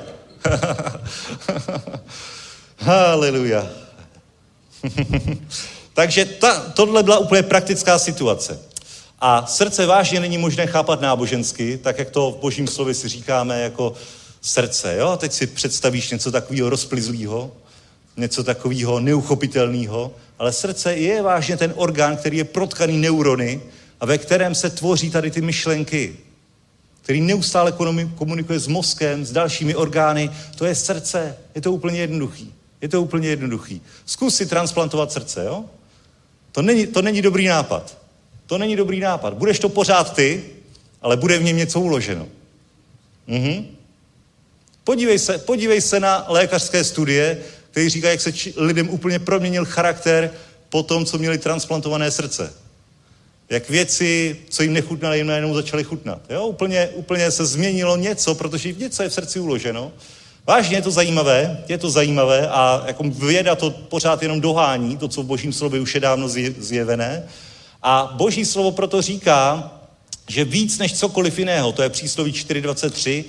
Haleluja. Takže ta, tohle byla úplně praktická situace. A srdce vážně není možné chápat nábožensky, tak jak to v Božím slově si říkáme jako srdce. Jo? Teď si představíš něco takového rozplizlého, něco takového neuchopitelného, ale srdce je vážně ten orgán, který je protkaný neurony a ve kterém se tvoří tady ty myšlenky, který neustále komunikuje s mozkem, s dalšími orgány. To je srdce. Je to úplně jednoduchý. Je to úplně jednoduchý. Zkus si transplantovat srdce, jo? To není, to není dobrý nápad. To není dobrý nápad. Budeš to pořád ty ale bude v něm něco uloženo. Mhm. Podívej se, podívej se na lékařské studie, které říkají, jak se či, lidem úplně proměnil charakter po tom, co měli transplantované srdce. Jak věci, co jim nechutnaly, jim najednou začaly chutnat. Jo? Úplně, úplně se změnilo něco, protože něco je v srdci uloženo. Vážně je to zajímavé, je to zajímavé a jako věda to pořád jenom dohání, to, co v Božím slově už je dávno zjevené. A Boží slovo proto říká, že víc než cokoliv jiného, to je přísloví čtyři dvacet tři,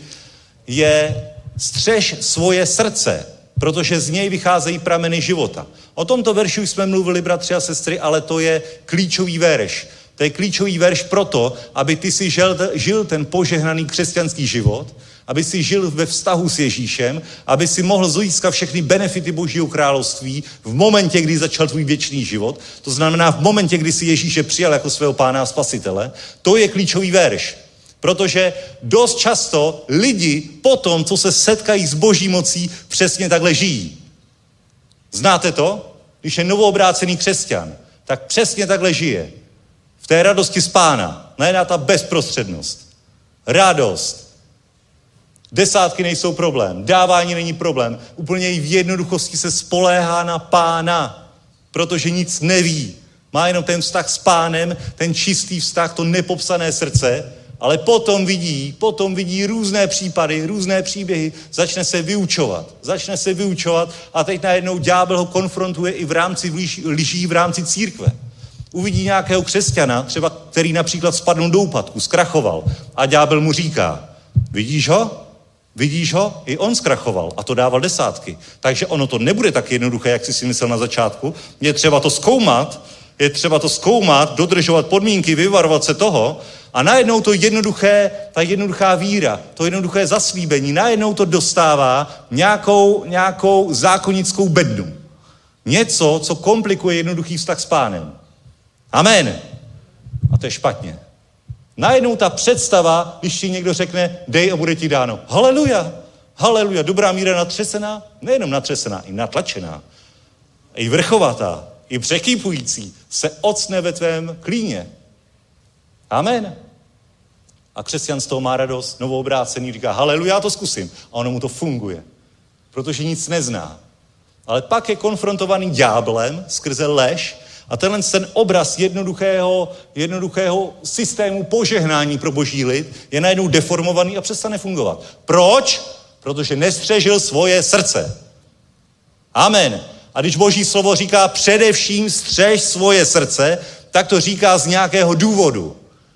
je střež svoje srdce, protože z něj vycházejí prameny života. O tomto verši už jsme mluvili, bratři a sestry, ale to je klíčový verš. To je klíčový verš proto, aby ty si žil, žil ten požehnaný křesťanský život, aby si žil ve vztahu s Ježíšem, aby si mohl získat všechny benefity Božího království v momentě, kdy začal tvůj věčný život. To znamená v momentě, kdy si Ježíše přijal jako svého pána a spasitele. To je klíčový verš. Protože dost často lidi po tom, co se setkají s Boží mocí, přesně takhle žijí. Znáte to? Když je novoobrácený křesťan, tak přesně takhle žije. V té radosti z Pána. Najedná ta bezprostřednost. Radost. Desátky nejsou problém. Dávání není problém. Úplně i v jednoduchosti se spoléhá na Pána, protože nic neví. Má jenom ten vztah s Pánem, ten čistý vztah, to nepopsané srdce, ale potom vidí, potom vidí různé případy, různé příběhy, začne se vyučovat, začne se vyučovat a teď najednou ďábel ho konfrontuje i v rámci lží, v rámci církve. Uvidí nějakého křesťana, třeba který například spadl do úpadku, zkrachoval a ďábel mu říká, vidíš ho? Vidíš ho? I on zkrachoval a to dával desátky. Takže ono to nebude tak jednoduché, jak jsi si myslel na začátku. Je třeba to zkoumat, je třeba to zkoumat, dodržovat podmínky, vyvarovat se toho a najednou to jednoduché, ta jednoduchá víra, to jednoduché zaslíbení, najednou to dostává nějakou, nějakou zákonickou bednu. Něco, co komplikuje jednoduchý vztah s Pánem. Amen. A to je špatně. Najednou ta představa, když ti někdo řekne, dej a bude ti dáno. Haleluja, haleluja, dobrá míra natřesená, nejenom natřesená, i natlačená, i vrchovatá, i překýpující, se ocne ve tvém klíně. Amen. A křesťan z toho má radost, novoobrácený, říká, haleluja, já to zkusím. A ono mu to funguje, protože nic nezná. Ale pak je konfrontovaný ďáblem skrze lež a tenhle ten obraz jednoduchého, jednoduchého systému požehnání pro boží lid je najednou deformovaný a přestane fungovat. Proč? Protože nestřežil svoje srdce. Amen. A když Boží slovo říká především střež svoje srdce, tak to říká z nějakého důvodu.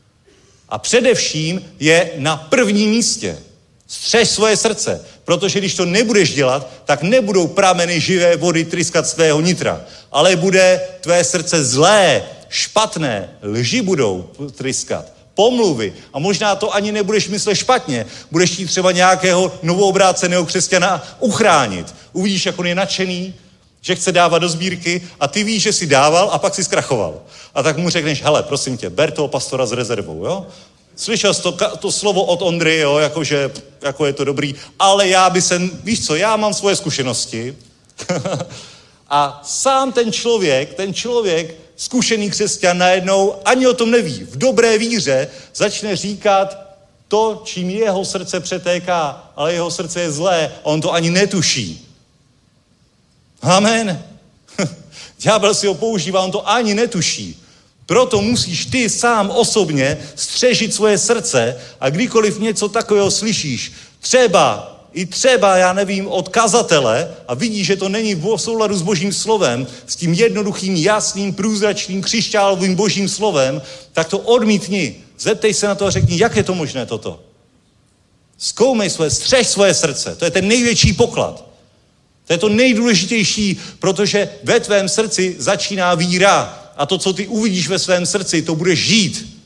A především je na prvním místě. Střež svoje srdce, protože když to nebudeš dělat, tak nebudou prameny živé vody tryskat z tvého nitra, ale bude tvé srdce zlé, špatné, lži budou tryskat, pomluvy a možná to ani nebudeš myslet špatně, budeš chtít třeba nějakého novoobráceného křesťana uchránit. Uvidíš, jak on je nadšený, že chce dávat do sbírky a ty víš, že si dával a pak si zkrachoval. A tak mu řekneš, hele, prosím tě, ber toho pastora s rezervou, jo? Slyšel jsi to, to slovo od Ondry, jo, jakože, jako je to dobrý, ale já by se, víš co, já mám svoje zkušenosti a sám ten člověk, ten člověk, zkušený křesťan najednou ani o tom neví. V dobré víře začne říkat to, čím jeho srdce přetéká, ale jeho srdce je zlé, on to ani netuší. Amen. Ďábel si ho používá, on to ani netuší. Proto musíš ty sám osobně střežit svoje srdce a kdykoliv něco takového slyšíš, třeba, i třeba, já nevím, od kazatele a vidíš, že to není v souladu s Božím slovem, s tím jednoduchým, jasným, průzračným, křišťálovým Božím slovem, tak to odmítni. Zeptej se na to a řekni, jak je to možné toto. Zkoumej svoje, střež svoje srdce. To je ten největší poklad. To je to nejdůležitější, protože ve tvém srdci začíná víra. A to, co ty uvidíš ve svém srdci, to budeš žít.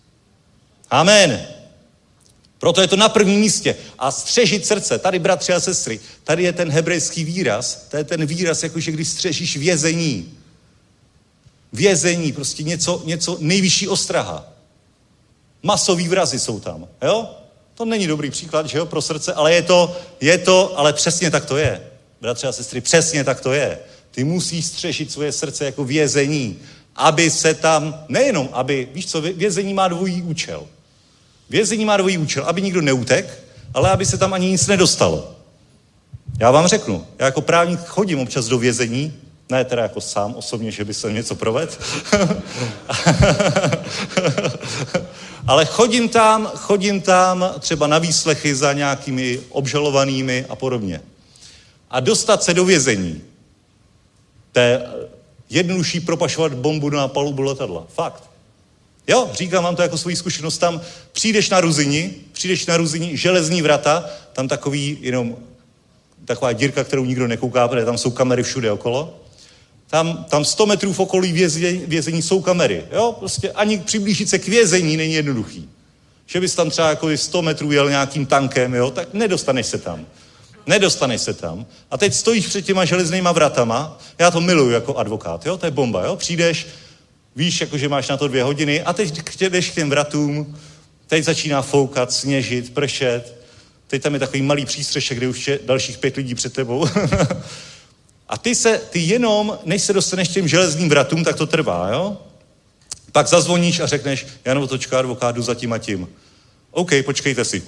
Amen. Proto je to na prvním místě. A střežit srdce, tady bratři a sestry, tady je ten hebrejský výraz, to je ten výraz, jakože když střežíš vězení. Vězení, prostě něco, něco nejvyšší ostraha. Masový vrazy jsou tam, jo? To není dobrý příklad, že jo, pro srdce, ale je to, je to, ale přesně tak to je. Bratři a sestry, přesně tak to je. Ty musíš střežit svoje srdce jako vězení, aby se tam, nejenom aby, víš co, vězení má dvojí účel. Vězení má dvojí účel, aby nikdo neutek, ale aby se tam ani nic nedostalo. Já vám řeknu, já jako právník chodím občas do vězení, ne teda jako sám osobně, že by se něco provedl, ale chodím tam, chodím tam třeba na výslechy za nějakými obžalovanými a podobně. A dostat se do vězení, to je jednodušší propašovat bombu na palubu letadla. Fakt. Jo, říkám vám to jako svoji zkušenost. Tam přijdeš na Ruzini, přijdeš na Ruzini, železní vrata, tam takový jenom taková dírka, kterou nikdo nekouká, protože tam jsou kamery všude okolo. Tam, tam sto metrů v okolí vězení, vězení jsou kamery. Jo, prostě ani přiblížit se k vězení není jednoduchý. Že bys tam třeba jako sto metrů jel nějakým tankem, jo, tak nedostaneš se tam. Nedostaneš se tam. A teď stojíš před těma železnýma vratama. Já to miluju jako advokát, jo, to je bomba, jo. Přijdeš, víš, jako, že máš na to dvě hodiny a teď jdeš k těm vratům, teď začíná foukat, sněžit, pršet. Teď tam je takový malý přístřešek, kde už je dalších pět lidí před tebou. A ty se, ty jenom, než se dostaneš k těm železným vratům, tak to trvá, jo? Pak zazvoníš a řekneš, Jan Votočka, advokát, jdu za tím a tím. OK, počkejte si.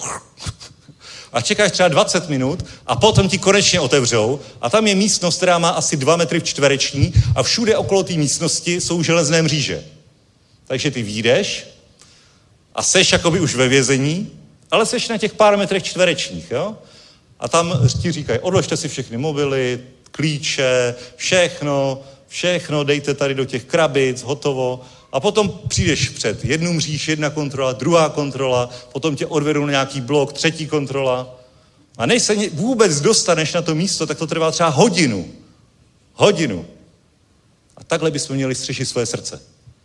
A čekáš třeba dvacet minut a potom ti konečně otevřou a tam je místnost, která má asi dva metry čtvereční a všude okolo té místnosti jsou železné mříže. Takže ty vyjdeš a seš jakoby už ve vězení, ale seš na těch pár metrech čtverečních, jo? A tam ti říkají, odložte si všechny mobily, klíče, všechno, všechno dejte tady do těch krabic, hotovo. A potom přijdeš před jednu mříž, jedna kontrola, druhá kontrola, potom tě odvedou na nějaký blok, třetí kontrola. A než se vůbec dostaneš na to místo, tak to trvá třeba hodinu. Hodinu. A takhle bychom měli střešit své srdce.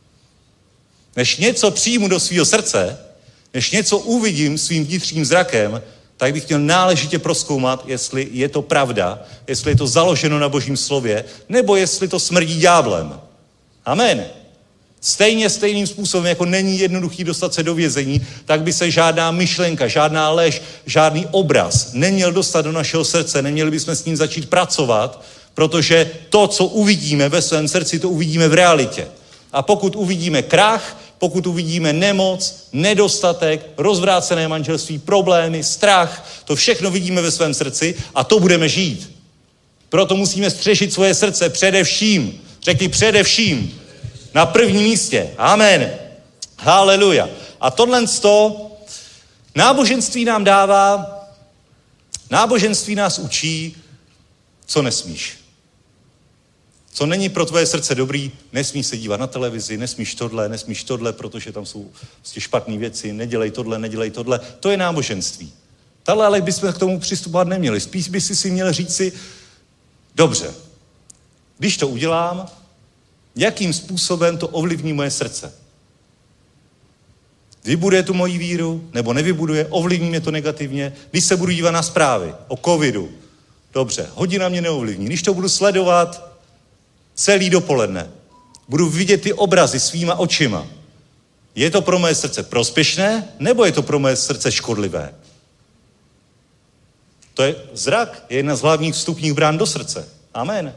Než něco přijmu do svého srdce, než něco uvidím svým vnitřním zrakem, tak bych měl náležitě prozkoumat, jestli je to pravda, jestli je to založeno na Božím slově, nebo jestli to smrdí ďáblem. Amen. Stejně stejným způsobem, jako není jednoduchý dostat se do vězení, tak by se žádná myšlenka, žádná lež, žádný obraz neměl dostat do našeho srdce, neměli bychom s ním začít pracovat, protože to, co uvidíme ve svém srdci, to uvidíme v realitě. A pokud uvidíme krach, pokud uvidíme nemoc, nedostatek, rozvrácené manželství, problémy, strach, to všechno vidíme ve svém srdci a to budeme žít. Proto musíme střešit svoje srdce především. Řekni především. Na prvním místě. Amen. Haleluja. A tohle sto náboženství nám dává, náboženství nás učí, co nesmíš. Co není pro tvoje srdce dobrý, nesmíš se dívat na televizi, nesmíš tohle, nesmíš tohle, protože tam jsou prostě špatné věci, nedělej tohle, nedělej tohle. To je náboženství. Tahle ale bychom k tomu přistupovat neměli. Spíš by si si měl říct si, dobře, když to udělám, jakým způsobem to ovlivní moje srdce. Vybuduje tu moji víru, nebo nevybuduje, ovlivní mě to negativně. Když se budu dívat na zprávy o covidu, dobře, hodina mě neovlivní. Když to budu sledovat celý dopoledne, budu vidět ty obrazy svýma očima. Je to pro moje srdce prospěšné, nebo je to pro moje srdce škodlivé? To je zrak, je jedna z hlavních vstupních brán do srdce. Amen.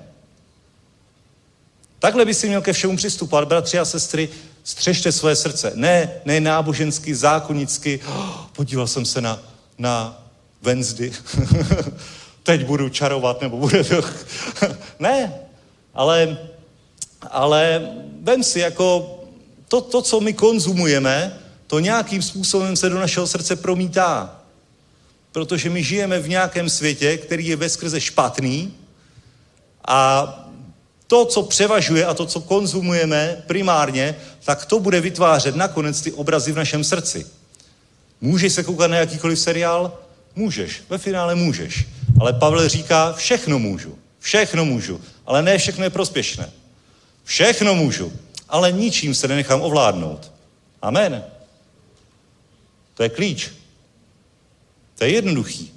Takhle by si měl ke všemu přistupovat, bratři a sestry, střežte své srdce. Ne, ne nábožensky, zákonicky, oh, podíval jsem se na, na Wednesday, teď budu čarovat, nebo bude to... Ne, ale, ale vem si, jako to, to, co my konzumujeme, to nějakým způsobem se do našeho srdce promítá. Protože my žijeme v nějakém světě, který je veskrze špatný a to, co převažuje a to, co konzumujeme primárně, tak to bude vytvářet nakonec ty obrazy v našem srdci. Můžeš se koukat na jakýkoliv seriál? Můžeš. Ve finále můžeš. Ale Pavel říká, všechno můžu. Všechno můžu. Ale ne všechno je prospěšné. Všechno můžu. Ale ničím se nenechám ovládnout. Amen. To je klíč. To je jednoduchý.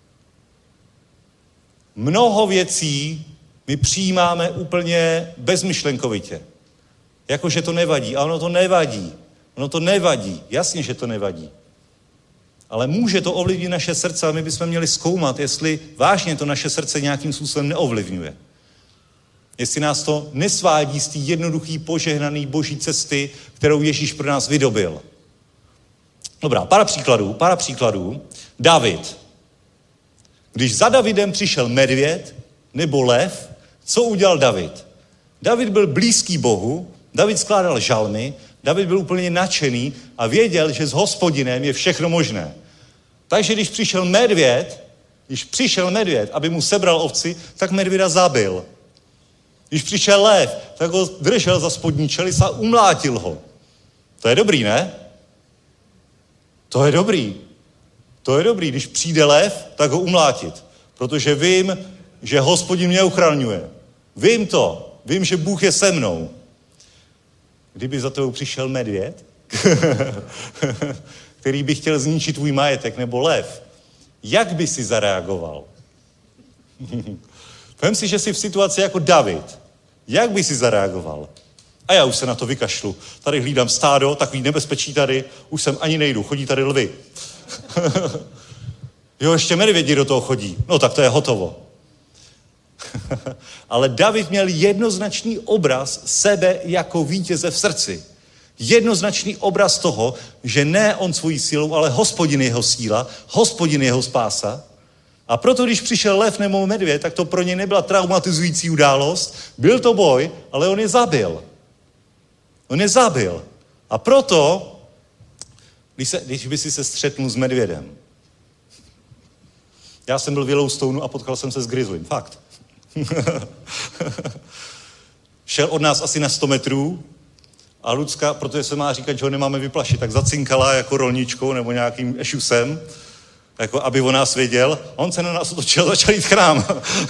Mnoho věcí my přijímáme úplně bezmyšlenkovitě. Jakože to nevadí. A ono to nevadí. Ono to nevadí. Jasně, že to nevadí. Ale může to ovlivnit naše srdce a my bychom měli zkoumat, jestli vážně to naše srdce nějakým způsobem neovlivňuje. Jestli nás to nesvádí z té jednoduché, požehnané boží cesty, kterou Ježíš pro nás vydobil. Dobrá, pár příkladů, pár příkladů. David. Když za Davidem přišel medvěd nebo lev, co udělal David? David byl blízký Bohu, David skládal žalmy, David byl úplně nadšený a věděl, že s Hospodinem je všechno možné. Takže když přišel medvěd, když přišel medvěd, aby mu sebral ovci, tak medvěda zabil. Když přišel lev, tak ho držel za spodní čelis a umlátil ho. To je dobrý, ne? To je dobrý. To je dobrý. Když přijde lev, tak ho umlátit. Protože vím, že Hospodin mě uchraňuje. Vím to. Vím, že Bůh je se mnou. Kdyby za tebou přišel medvěd, který by chtěl zničit tvůj majetek, nebo lev, jak by si zareagoval? Vem si, že jsi v situaci jako David. Jak by si zareagoval? A já už se na to vykašlu. Tady hlídám stádo, takový nebezpečí tady, už sem ani nejdu, chodí tady lvy. Jo, ještě medvědi do toho chodí. No tak to je hotovo. Ale David měl jednoznačný obraz sebe jako vítěze v srdci. Jednoznačný obraz toho, že ne on svojí sílou, ale Hospodin jeho síla, Hospodin jeho spása. A proto, když přišel lev nebo medvěd, tak to pro ně nebyla traumatizující událost. Byl to boj, ale on je zabil. On je zabil. A proto, když, se, když by si se střetnul s medvědem. Já jsem byl v Yellowstoneu a potkal jsem se s grizzlym. Fakt. Šel od nás asi na sto metrů a Lucka, protože se má říkat, že ho nemáme vyplašit, tak zacinkala jako rolničkou nebo nějakým ešusem, jako aby o nás věděl. A on se na nás otočil a začal jít k nám.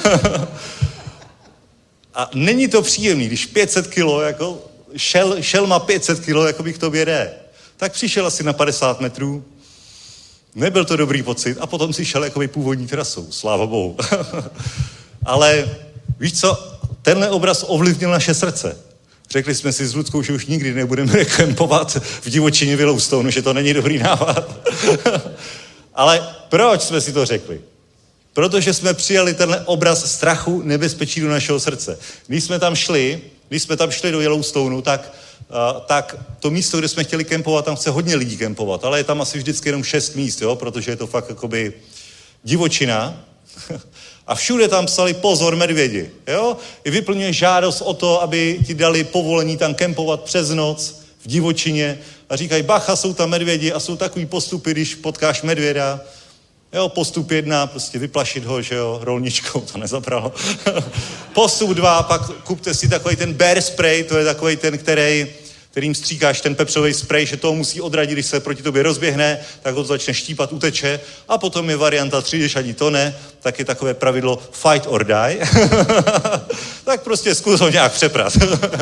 A není to příjemný, když pět set kilo, jako šel, šel má pět set kilo, jako by k tobě jde. Tak přišel asi na padesát metrů, nebyl to dobrý pocit a potom si šel jakoby původní trasou, sláva Bohu. Ale víš co, tenhle obraz ovlivnil naše srdce. Řekli jsme si s Luckou, že už nikdy nebudeme kempovat v divočině v Yellowstoneu, že to není dobrý nápad. Ale proč jsme si to řekli? Protože jsme přijali tenhle obraz strachu, nebezpečí do našeho srdce. Když jsme tam šli, když jsme tam šli do Yellowstoneu, tak, uh, tak to místo, kde jsme chtěli kempovat, tam chce hodně lidí kempovat, ale je tam asi vždycky jenom šest míst, jo? Protože je to fakt jakoby divočina. A všude tam psali pozor medvědi, jo? I vyplňuje žádost o to, aby ti dali povolení tam kempovat přes noc v divočině a říkají, bacha, jsou tam medvědi a jsou takový postupy, když potkáš medvěda. Jo, postup jedna, prostě vyplašit ho, že jo, rolničkou, to nezabralo. Postup dva, pak kupte si takový ten bear spray, to je takový ten, který, kterým stříkáš ten pepřový spray, že toho musí odradit, když se proti tobě rozběhne, tak ho to začne štípat, uteče. A potom je varianta tři, když ani to ne, tak je takové pravidlo fight or die. Tak prostě zkus ho nějak přeprat.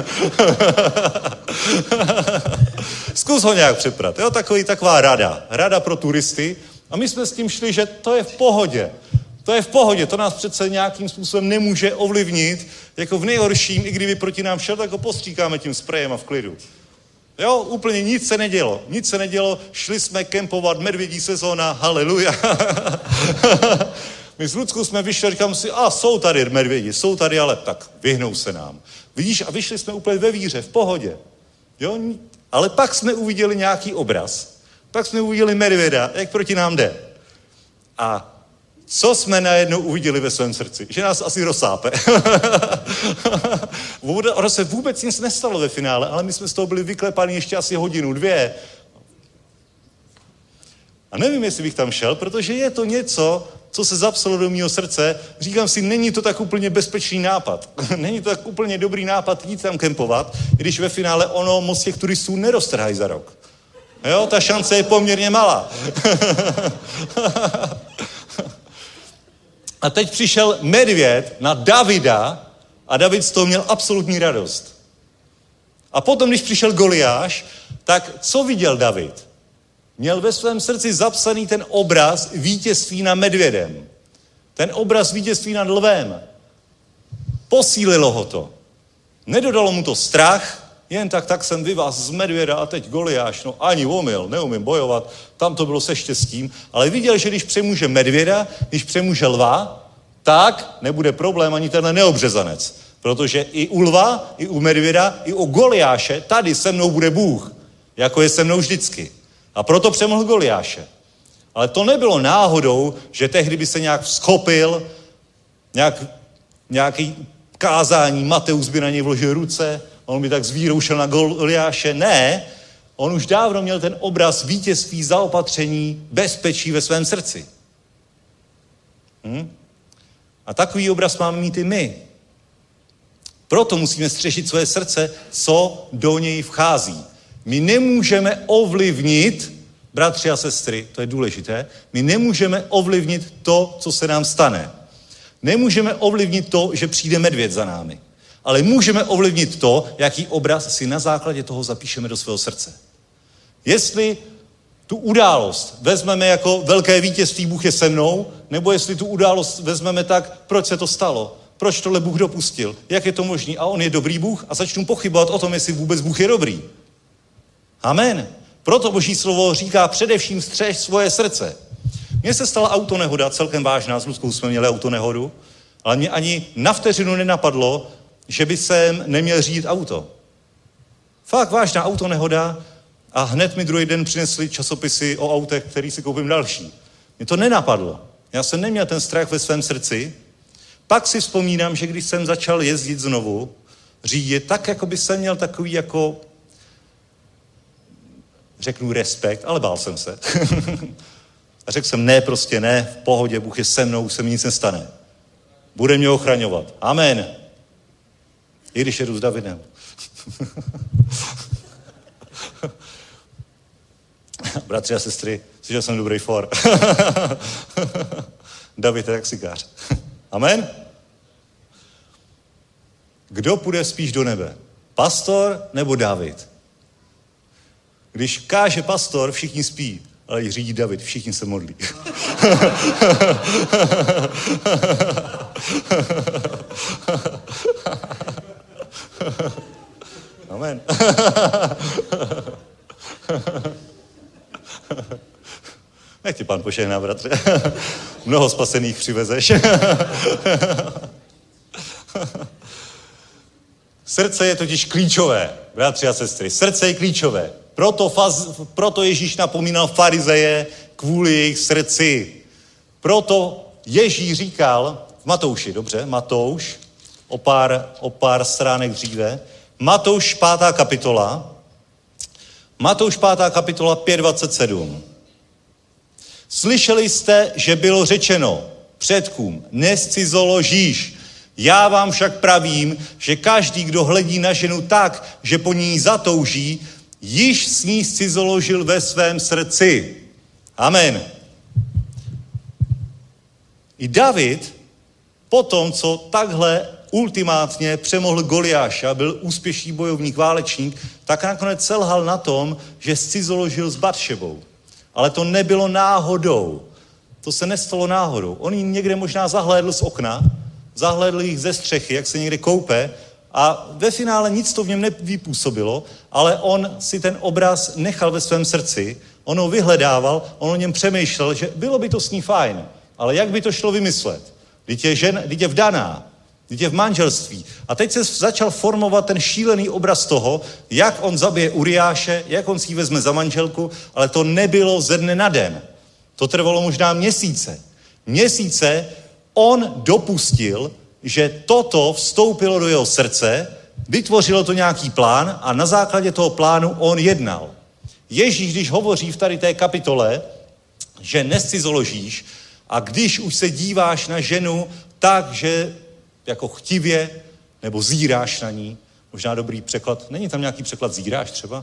Zkus ho nějak přeprat. Jo, takový, taková rada. Rada pro turisty. A my jsme s tím šli, že to je v pohodě. To je v pohodě, to nás přece nějakým způsobem nemůže ovlivnit. Jako v nejhorším, i kdyby proti nám šel, tak ho postříkáme tím sprejem a v klidu. Jo, úplně nic se nedělo. Nic se nedělo, šli jsme kempovat, medvědí sezóna, haleluja. My s Luckou jsme vyšli a říkám si, a jsou tady medvědi, jsou tady, ale tak vyhnou se nám. Vidíš, a vyšli jsme úplně ve víře, v pohodě. Jo, ale pak jsme uviděli nějaký obraz. Pak jsme uviděli medvěda, jak proti nám jde. A co jsme najednou uviděli ve svém srdci? Že nás asi rozsápe. Ono se vůbec nic nestalo ve finále, ale my jsme z toho byli vyklepaní ještě asi hodinu, dvě. A nevím, jestli bych tam šel, protože je to něco, co se zapsalo do mého srdce. Říkám si, není to tak úplně bezpečný nápad. Není to tak úplně dobrý nápad jít tam kempovat, když ve finále ono moc těch turistů neroztrhají za rok. Jo, ta šance je poměrně malá. A teď přišel medvěd na Davida a David z toho měl absolutní radost. A potom, když přišel Goliáš, tak co viděl David? Měl ve svém srdci zapsaný ten obraz vítězství nad medvědem. Ten obraz vítězství nad lvem. Posílilo ho to. Nedodalo mu to strach, jen tak, tak jsem vyvaz z medvěda a teď Goliáš, no ani omyl, neumím bojovat, tam to bylo se štěstím, ale viděl, že když přemůže medvěda, když přemůže lva, tak nebude problém ani tenhle neobřezanec, protože i u lva, i u medvěda, i u Goliáše, tady se mnou bude Bůh, jako je se mnou vždycky. A proto přemohl Goliáše. Ale to nebylo náhodou, že tehdy by se nějak vzchopil, nějak, nějaký kázání, Mateus by na něj vložil ruce, on by tak s vírou šel na Goliáše. Ne, on už dávno měl ten obraz vítězství, zaopatření, bezpečí ve svém srdci. Hm? A takový obraz máme mít i my. Proto musíme střežit své srdce, co do něj vchází. My nemůžeme ovlivnit, bratři a sestry, to je důležité, my nemůžeme ovlivnit to, co se nám stane. Nemůžeme ovlivnit to, že přijde medvěd za námi. Ale můžeme ovlivnit to, jaký obraz si na základě toho zapíšeme do svého srdce. Jestli tu událost vezmeme jako velké vítězství, Bůh je se mnou, nebo jestli tu událost vezmeme tak, proč se to stalo, proč tohle Bůh dopustil, jak je to možné a on je dobrý Bůh a začnu pochybovat o tom, jestli vůbec Bůh je dobrý. Amen. Proto Boží slovo říká především střež svoje srdce. Mně se stala autonehoda, celkem vážná, s Luckou jsme měli autonehodu, ale mě ani na vteřinu nenapadlo, že by jsem neměl řídit auto. Fakt vážná autonehoda a hned mi druhý den přinesli časopisy o autech, který si koupím další. Mě to nenapadlo. Já jsem neměl ten strach ve svém srdci. Pak si vzpomínám, že když jsem začal jezdit znovu, řídit, tak jako by jsem měl takový jako, řeknu respekt, ale bál jsem se. A řekl jsem, ne, prostě ne, v pohodě, Bůh je se mnou, se mi nic nestane. Bude mě ochraňovat. Amen. I když jedu s Davidem. Bratři a sestry, slyšel jsem dobrý for. David je taxikář. Amen? Kdo půjde spíš do nebe? Pastor nebo David? Když káže pastor, všichni spí, ale když řídí David, všichni se modlí. Amen. Nech ti Pán požehná, bratře. Mnoho spasených přivezeš. Srdce je totiž klíčové, bratři a sestry. Srdce je klíčové. Proto, faz, proto Ježíš napomínal farizeje kvůli jejich srdci. Proto Ježíš říkal v Matouši, dobře, Matouš, o pár, o pár stránek dříve, Matouš pátá kapitola, Matouš pátá kapitola pět dvacet sedm. Slyšeli jste, že bylo řečeno předkům, nescizoložíš. Já vám však pravím, že každý, kdo hledí na ženu tak, že po ní zatouží, již s ní scizoložil ve svém srdci. Amen. I David, po tom, co takhle ultimátně přemohl Goliáše a byl úspěšný bojovník, válečník, tak nakonec selhal na tom, že scizoložil s Batšebou. Ale to nebylo náhodou. To se nestalo náhodou. On ji někde možná zahlédl z okna, zahlédl jich ze střechy, jak se někde koupe, a ve finále nic to v něm nevypůsobilo, ale on si ten obraz nechal ve svém srdci, on ho vyhledával, on o něm přemýšlel, že bylo by to s ní fajn, ale jak by to šlo vymyslet? Vždyť je, žen, vždyť je vdaná, vždyť je v manželství. A teď se začal formovat ten šílený obraz toho, jak on zabije Uriáše, jak on si ji vezme za manželku, ale to nebylo ze dne na den. To trvalo možná měsíce. Měsíce on dopustil, že toto vstoupilo do jeho srdce, vytvořilo to nějaký plán a na základě toho plánu on jednal. Ježíš, když hovoří v tady té kapitole, že nescizoložíš a když už se díváš na ženu tak, že jako chtivě nebo zíráš na ní, možná dobrý překlad, není tam nějaký překlad zíráš třeba?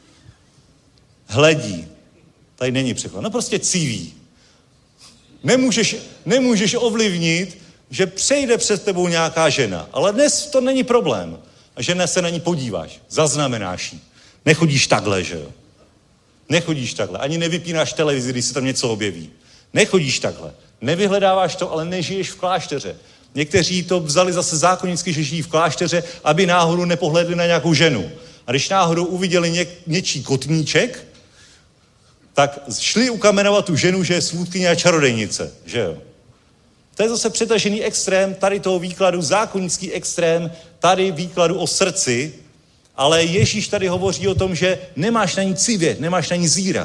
Hledí. Tady není překlad. No prostě cíví. Nemůžeš, nemůžeš ovlivnit, že přejde před tebou nějaká žena. Ale dnes to není problém. A žena se na ní podíváš, zaznamenáš ji. Nechodíš takhle, že jo? Nechodíš takhle. Ani nevypínáš televizi, když se tam něco objeví. Nechodíš takhle. Nevyhledáváš to, ale nežiješ v klášteře. Někteří to vzali zase zákonicky, že žijí v klášteře, aby náhodou nepohledli na nějakou ženu. A když náhodou uviděli ně, něčí kotníček, tak šli ukamenovat tu ženu, že je svůdkyně a čarodejnice, že jo? To je zase přetažený extrém tady toho výkladu, zákonický extrém tady výkladu o srdci, ale Ježíš tady hovoří o tom, že nemáš na ní civět, nemáš na ní zírat.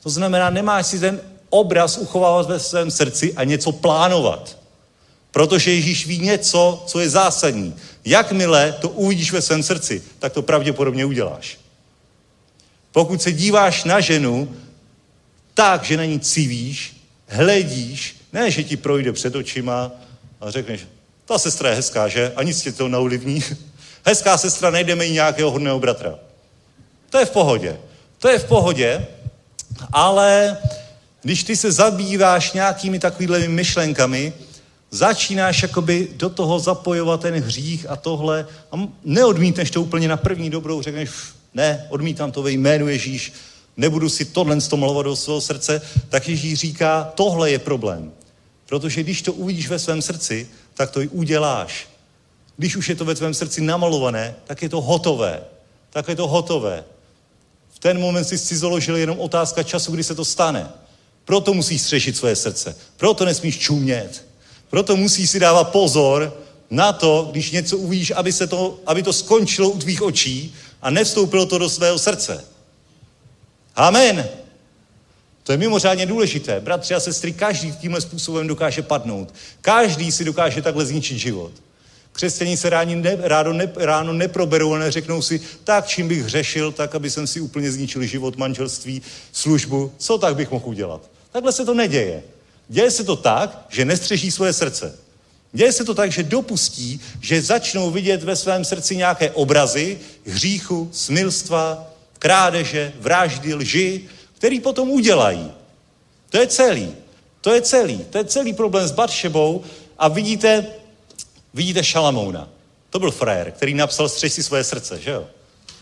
To znamená, nemáš si ten obraz uchovávat ve svém srdci a něco plánovat. Protože Ježíš ví něco, co je zásadní. Jakmile to uvidíš ve svém srdci, tak to pravděpodobně uděláš. Pokud se díváš na ženu tak, že na ní civíš, hledíš, ne, že ti projde před očima a řekneš, ta sestra je hezká, že? A nic tě to neulivní. Hezká sestra, najdeme jí nějakého hodného bratra. To je v pohodě. To je v pohodě, ale když ty se zabýváš nějakými takovými myšlenkami, začínáš jakoby do toho zapojovat ten hřích a tohle a neodmítneš to úplně na první dobrou, řekneš, ne, odmítám to ve jménu Ježíš, nebudu si tohle stomlovat do svého srdce, tak Ježíš říká, tohle je problém. Protože když to uvidíš ve svém srdci, tak to i uděláš. Když už je to ve tvém srdci namalované, tak je to hotové. Tak je to hotové. V ten moment si si založil jenom otázka času, kdy se to stane. Proto musíš střešit své srdce. Proto nesmíš čumět. Proto musíš si dávat pozor na to, když něco uvidíš, aby, se to, aby to skončilo u tvých očí a nevstoupilo to do svého srdce. Amen. To je mimořádně důležité. Bratři a sestry, každý tímhle způsobem dokáže padnout. Každý si dokáže takhle zničit život. Křesťaní se ráno, ne, ráno, ne, ráno neproberou a neřeknou si, tak čím bych hřešil, tak aby jsem si úplně zničil život, manželství, službu. Co tak bych mohl udělat? Takhle se to neděje. Děje se to tak, že nestřeží svoje srdce. Děje se to tak, že dopustí, že začnou vidět ve svém srdci nějaké obrazy hříchu, smilstva, krádeže, vraždy, lži, který potom udělají. To je celý. To je celý. To je celý problém s Batšebou a vidíte, vidíte Šalamouna. To byl frajer, který napsal Střež si svoje srdce, že jo?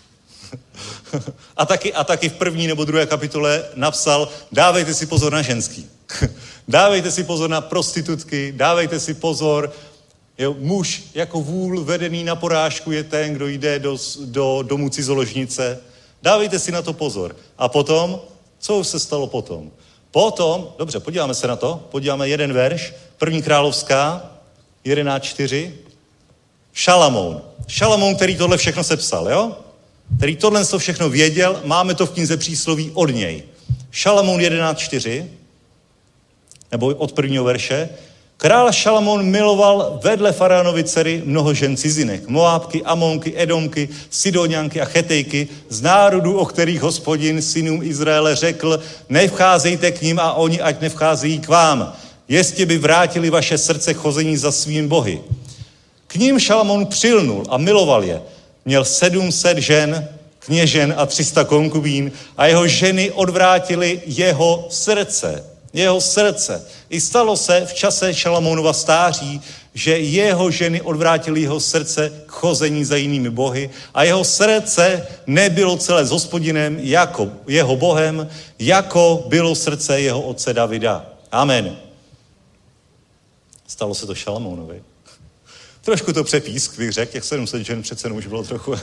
A taky, a taky v první nebo druhé kapitole napsal, dávejte si pozor na ženský. Dávejte si pozor na prostitutky, dávejte si pozor, jo, muž jako vůl vedený na porážku je ten, kdo jde do, do domu cizoložnice. Dávejte si na to pozor. A potom, co se stalo potom? Potom, dobře, podíváme se na to, podíváme jeden verš, první královská, jedenáct čtyři, Šalamoun. Šalamoun, který tohle všechno sepsal, jo? Který tohle to všechno věděl, máme to v knize přísloví od něj. Šalamoun jedenáct čtyři, nebo od prvního verše. Král Šalamoun miloval vedle faraonovy dcery mnoho žen cizinek. Moábky, Amonky, Edomky, Sidonianky a Chetejky z národů, o kterých Hospodin synům Izraele řekl, nevcházejte k ním a oni ať nevcházejí k vám. Jestli by vrátili vaše srdce chození za svým bohy. K ním Šalamoun přilnul a miloval je. Měl sedm set žen, kněžen a tři sta konkubín a jeho ženy odvrátily jeho srdce. Jeho srdce. I stalo se v čase Šalamounova stáří, že jeho ženy odvrátily jeho srdce k chození za jinými bohy a jeho srdce nebylo celé s Hospodinem jako jeho Bohem, jako bylo srdce jeho otce Davida. Amen. Stalo se to Šalamounovi. Trošku to přepísk, bych řekl, těch sedm set žen přece už bylo trochu.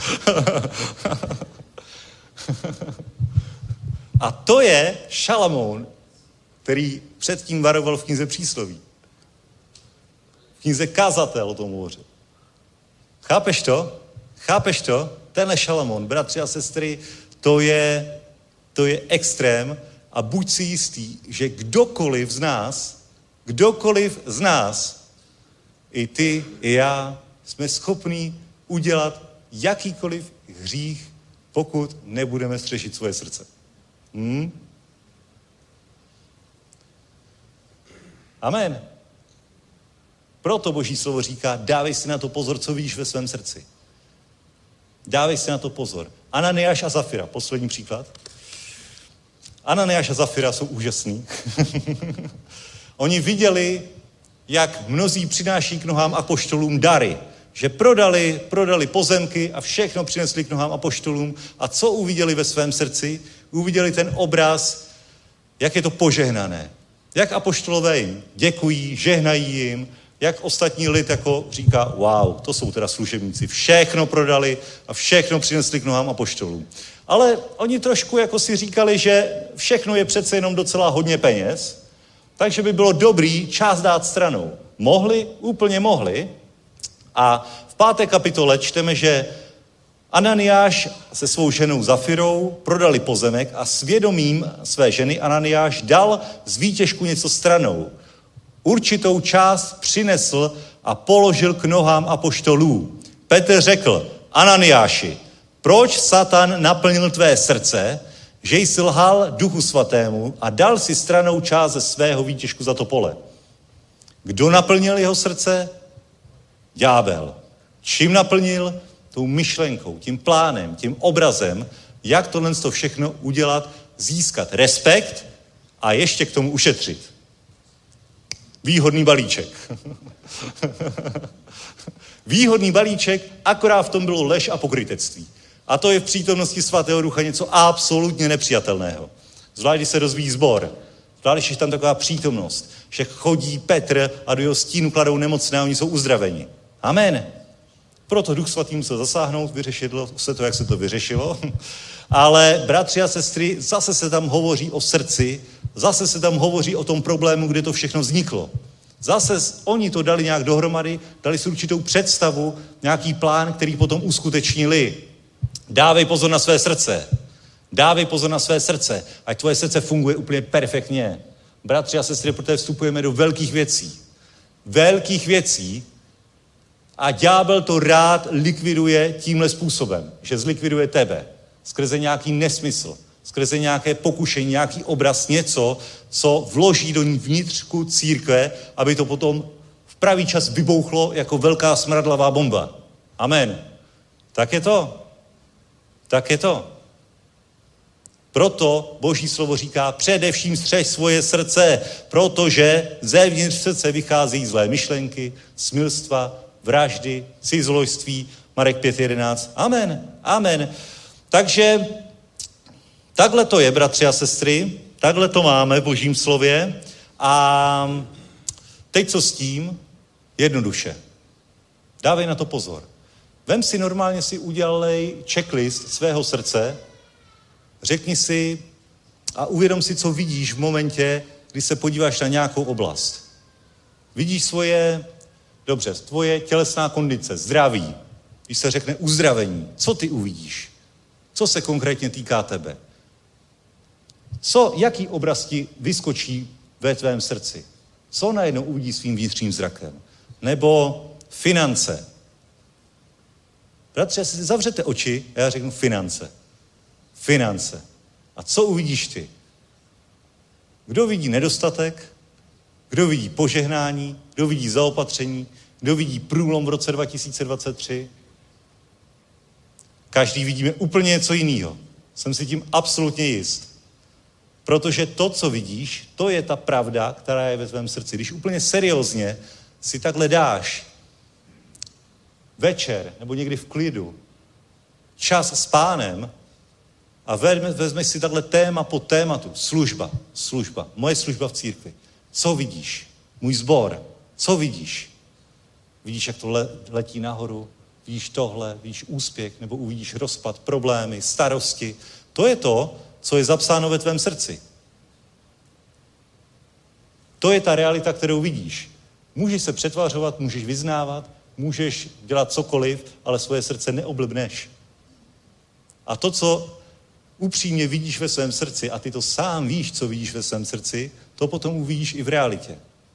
A to je Šalamoun, který předtím varoval v knize Přísloví. V knize Kazatel o tom hovořil. Chápeš to? Chápeš to? Tenhle Šalamoun, bratři a sestry, to je, to je extrém a buď si jistý, že kdokoliv z nás, kdokoliv z nás, i ty, i já, jsme schopní udělat jakýkoliv hřích, pokud nebudeme střešit svoje srdce. Hmm? Amen. Proto Boží slovo říká, dávej si na to pozor, co víš ve svém srdci. Dávej si na to pozor. Ananiáš a Zafira, poslední příklad. Ananiáš a Zafira jsou úžasní. Oni viděli, jak mnozí přináší k nohám apoštolům dary. Že prodali, prodali pozemky a všechno přinesli k nohám apoštolům. A co uviděli ve svém srdci? Uviděli ten obraz, jak je to požehnané. Jak apoštolové jim děkují, žehnají jim, jak ostatní lid jako říká, wow, to jsou teda služebníci. Všechno prodali a všechno přinesli k nohám apoštolům. Ale oni trošku jako si říkali, že všechno je přece jenom docela hodně peněz, takže by bylo dobrý část dát stranou. Mohli, úplně mohli. A v páté kapitole čteme, že Ananiáš se svou ženou Zafirou prodali pozemek a svědomím své ženy Ananiáš dal z výtěžku něco stranou. Určitou část přinesl a položil k nohám apoštolů. Petr řekl, Ananiáši, proč Satan naplnil tvé srdce, že jsi lhal Duchu Svatému a dal si stranou část ze svého výtěžku za to pole? Kdo naplnil jeho srdce? Ďábel. Čím naplnil? Tou myšlenkou, tím plánem, tím obrazem, jak tohle to všechno udělat, získat respekt a ještě k tomu ušetřit. Výhodný balíček. Výhodný balíček, akorát v tom bylo lež a pokrytectví. A to je v přítomnosti Svatého Ducha něco absolutně nepřijatelného. Zvlášť, když se rozvíjí sbor. Zvlášť, když je tam taková přítomnost, že chodí Petr a do jeho stínu kladou nemocné a oni jsou uzdraveni. Amen. Proto Duch Svatý musel zasáhnout, vyřešilo se to, jak se to vyřešilo. Ale bratři a sestry, zase se tam hovoří o srdci, zase se tam hovoří o tom problému, kde to všechno vzniklo. Zase oni to dali nějak dohromady, dali si určitou představu, nějaký plán, který potom uskutečnili. Dávej pozor na své srdce. Dávej pozor na své srdce, ať tvoje srdce funguje úplně perfektně. Bratři a sestry, protože vstupujeme do velkých věcí. Velkých věcí, a ďábel to rád likviduje tímhle způsobem, že zlikviduje tebe skrze nějaký nesmysl, skrze nějaké pokušení, nějaký obraz, něco, co vloží do vnitřku církve, aby to potom v pravý čas vybouchlo jako velká smradlavá bomba. Amen. Tak je to. Tak je to. Proto Boží slovo říká, především střež svoje srdce, protože zevnitř srdce vycházejí zlé myšlenky, smilstva, vraždy, cizolojství, Marek pět jedenáct. Amen, amen. Takže takhle to je, bratři a sestry, takhle to máme v Božím slově a teď co s tím? Jednoduše. Dávej na to pozor. Vem si normálně si udělej checklist svého srdce, řekni si a uvědom si, co vidíš v momentě, kdy se podíváš na nějakou oblast. Vidíš svoje Dobře, tvoje tělesná kondice, zdraví, když se řekne uzdravení, co ty uvidíš? Co se konkrétně týká tebe? Co, jaký obraz ti vyskočí ve tvém srdci? Co najednou uvidí svým vnitřním zrakem? Nebo finance. Bratře, si zavřete oči a já řeknu finance. Finance. A co uvidíš ty? Kdo vidí nedostatek? Kdo vidí požehnání? Kdo vidí zaopatření? Kdo vidí průlom v roce dva tisíce dvacet tři? Každý vidíme úplně něco jiného. Jsem si tím absolutně jist. Protože to, co vidíš, to je ta pravda, která je ve tvém srdci. Když úplně seriózně si takhle dáš večer nebo někdy v klidu čas s Pánem a vezmeš si takhle téma po tématu. Služba, služba, moje služba v církvi. Co vidíš? Můj sbor. Co vidíš? Vidíš, jak to letí nahoru? Vidíš tohle? Vidíš úspěch? Nebo uvidíš rozpad, problémy, starosti? To je to, co je zapsáno ve tvém srdci. To je ta realita, kterou vidíš. Můžeš se přetvařovat, můžeš vyznávat, můžeš dělat cokoliv, ale svoje srdce neoblbneš. A to, co upřímně vidíš ve svém srdci, a ty to sám víš, co vidíš ve svém srdci, to potom uvidíš i v realitě.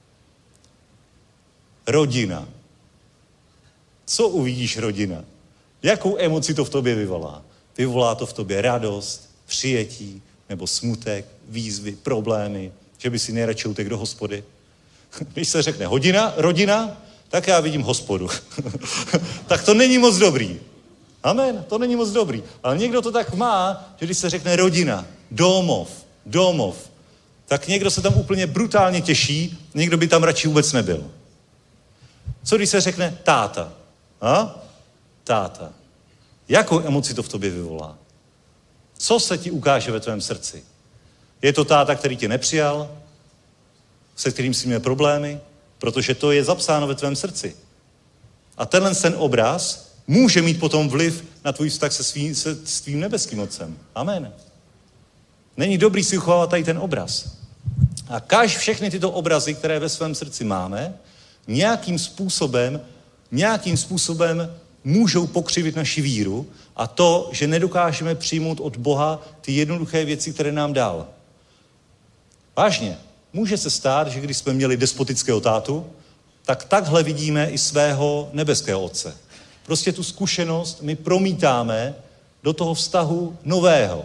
Rodina. Co uvidíš rodina? Jakou emoci to v tobě vyvolá? Vyvolá to v tobě radost, přijetí, nebo smutek, výzvy, problémy, že by si nejradši utekl do hospody? Když se řekne hodina, rodina, tak já vidím hospodu. Tak to není moc dobrý. Amen, to není moc dobrý. Ale někdo to tak má, že když se řekne rodina, domov, domov, tak někdo se tam úplně brutálně těší, někdo by tam radši vůbec nebyl. Co když se řekne táta? A? Táta. Jakou emoci to v tobě vyvolá? Co se ti ukáže ve tvém srdci? Je to táta, který tě nepřijal, se kterým jsi měl problémy, protože to je zapsáno ve tvém srdci. A tenhle ten obraz může mít potom vliv na tvůj vztah se svým, se, s tvým nebeským otcem. Amen. Není dobrý si uchovávat tady ten obraz. A kaž všechny tyto obrazy, které ve svém srdci máme, nějakým způsobem, nějakým způsobem můžou pokřivit naši víru a to, že nedokážeme přijmout od Boha ty jednoduché věci, které nám dal. Vážně, může se stát, že když jsme měli despotického tátu, tak takhle vidíme i svého nebeského otce. Prostě tu zkušenost my promítáme do toho vztahu nového.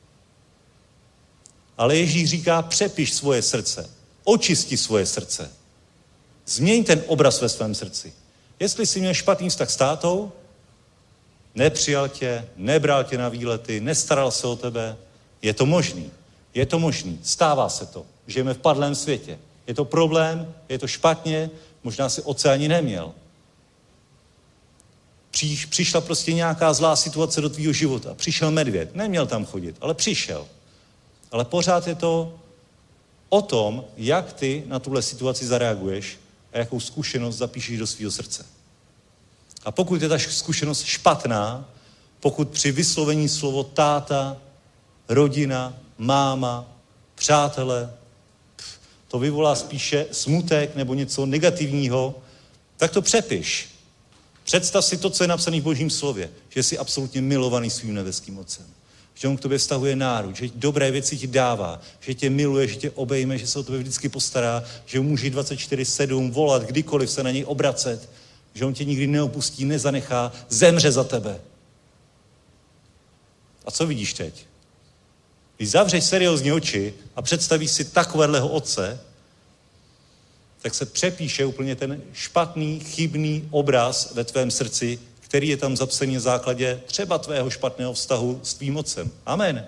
Ale Ježíš říká, přepiš svoje srdce, očisti svoje srdce. Změň ten obraz ve svém srdci. Jestli jsi měl špatný vztah s tátou, nepřijal tě, nebral tě na výlety, nestaral se o tebe, je to možný. Je to možný. Stává se to. Žijeme v padlém světě. Je to problém, je to špatně, možná si otce ani neměl. Příš, přišla prostě nějaká zlá situace do tvýho života. Přišel medvěd. Neměl tam chodit, ale přišel. Ale pořád je to o tom, jak ty na tuhle situaci zareaguješ a jakou zkušenost zapíšeš do svého srdce. A pokud je ta zkušenost špatná, pokud při vyslovení slovo táta, rodina, máma, přátelé, to vyvolá spíše smutek nebo něco negativního, tak to přepiš. Představ si to, co je napsané v Božím slově, že jsi absolutně milovaný svým nebeským otcem. Že on k tobě vztahuje náruč, že dobré věci ti dává, že tě miluje, že tě obejme, že se o tebe vždycky postará, že může dvacet čtyři sedm volat, kdykoliv se na něj obracet, že on tě nikdy neopustí, nezanechá, zemře za tebe. A co vidíš teď? Když zavřeš seriózní oči a představíš si takového otce, tak se přepíše úplně ten špatný, chybný obraz ve tvém srdci, který je tam zapsaný na základě třeba tvého špatného vztahu s tvým otcem. Amen.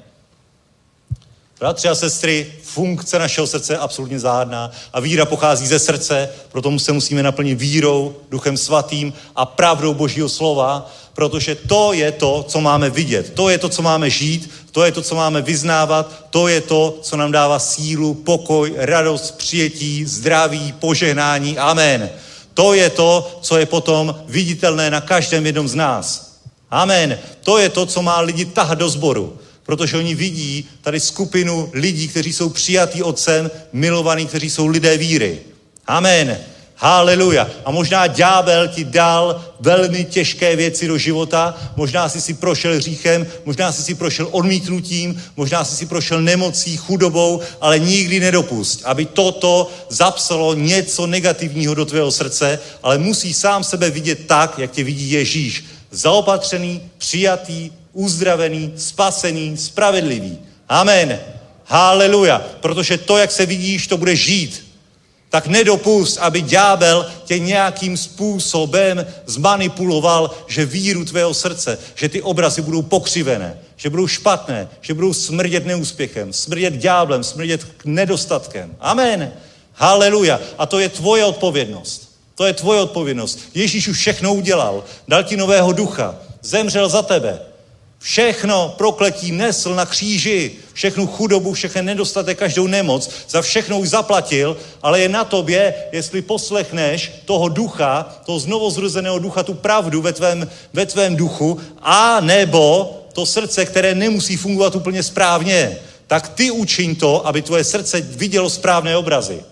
Bratři a sestry, funkce našeho srdce je absolutně záhadná a víra pochází ze srdce, proto se musíme naplnit vírou, Duchem Svatým a pravdou Božího slova, protože to je to, co máme vidět, to je to, co máme žít, to je to, co máme vyznávat, to je to, co nám dává sílu, pokoj, radost, přijetí, zdraví, požehnání. Amen. To je to, co je potom viditelné na každém jednom z nás. Amen. To je to, co má lidi tahat do sboru, protože oni vidí tady skupinu lidí, kteří jsou přijatí otcem, milovaní, kteří jsou lidé víry. Amen. Haleluja. A možná ďábel ti dal velmi těžké věci do života, možná jsi si prošel hříchem, možná jsi si prošel odmítnutím, možná jsi si prošel nemocí, chudobou, ale nikdy nedopusť, aby toto zapsalo něco negativního do tvého srdce, ale musíš sám sebe vidět tak, jak tě vidí Ježíš. Zaopatřený, přijatý, uzdravený, spasený, spravedlivý. Amen. Haleluja. Protože to, jak se vidíš, to bude žít. Tak nedopust, aby ďábel tě nějakým způsobem zmanipuloval, že víru tvého srdce, že ty obrazy budou pokřivené, že budou špatné, že budou smrdět neúspěchem, smrdět ďáblem, smrdět nedostatkem. Amen. Haleluja. A to je tvoje odpovědnost. To je tvoje odpovědnost. Ježíš už všechno udělal. Dal ti nového ducha. Zemřel za tebe. Všechno prokletí nesl na kříži, všechnu chudobu, všechny nedostatek, každou nemoc, za všechno už zaplatil, ale je na tobě, jestli poslechneš toho ducha, toho znovuzrozeného ducha, tu pravdu ve tvém, ve tvém duchu, a nebo to srdce, které nemusí fungovat úplně správně, tak ty učiň to, aby tvoje srdce vidělo správné obrazy.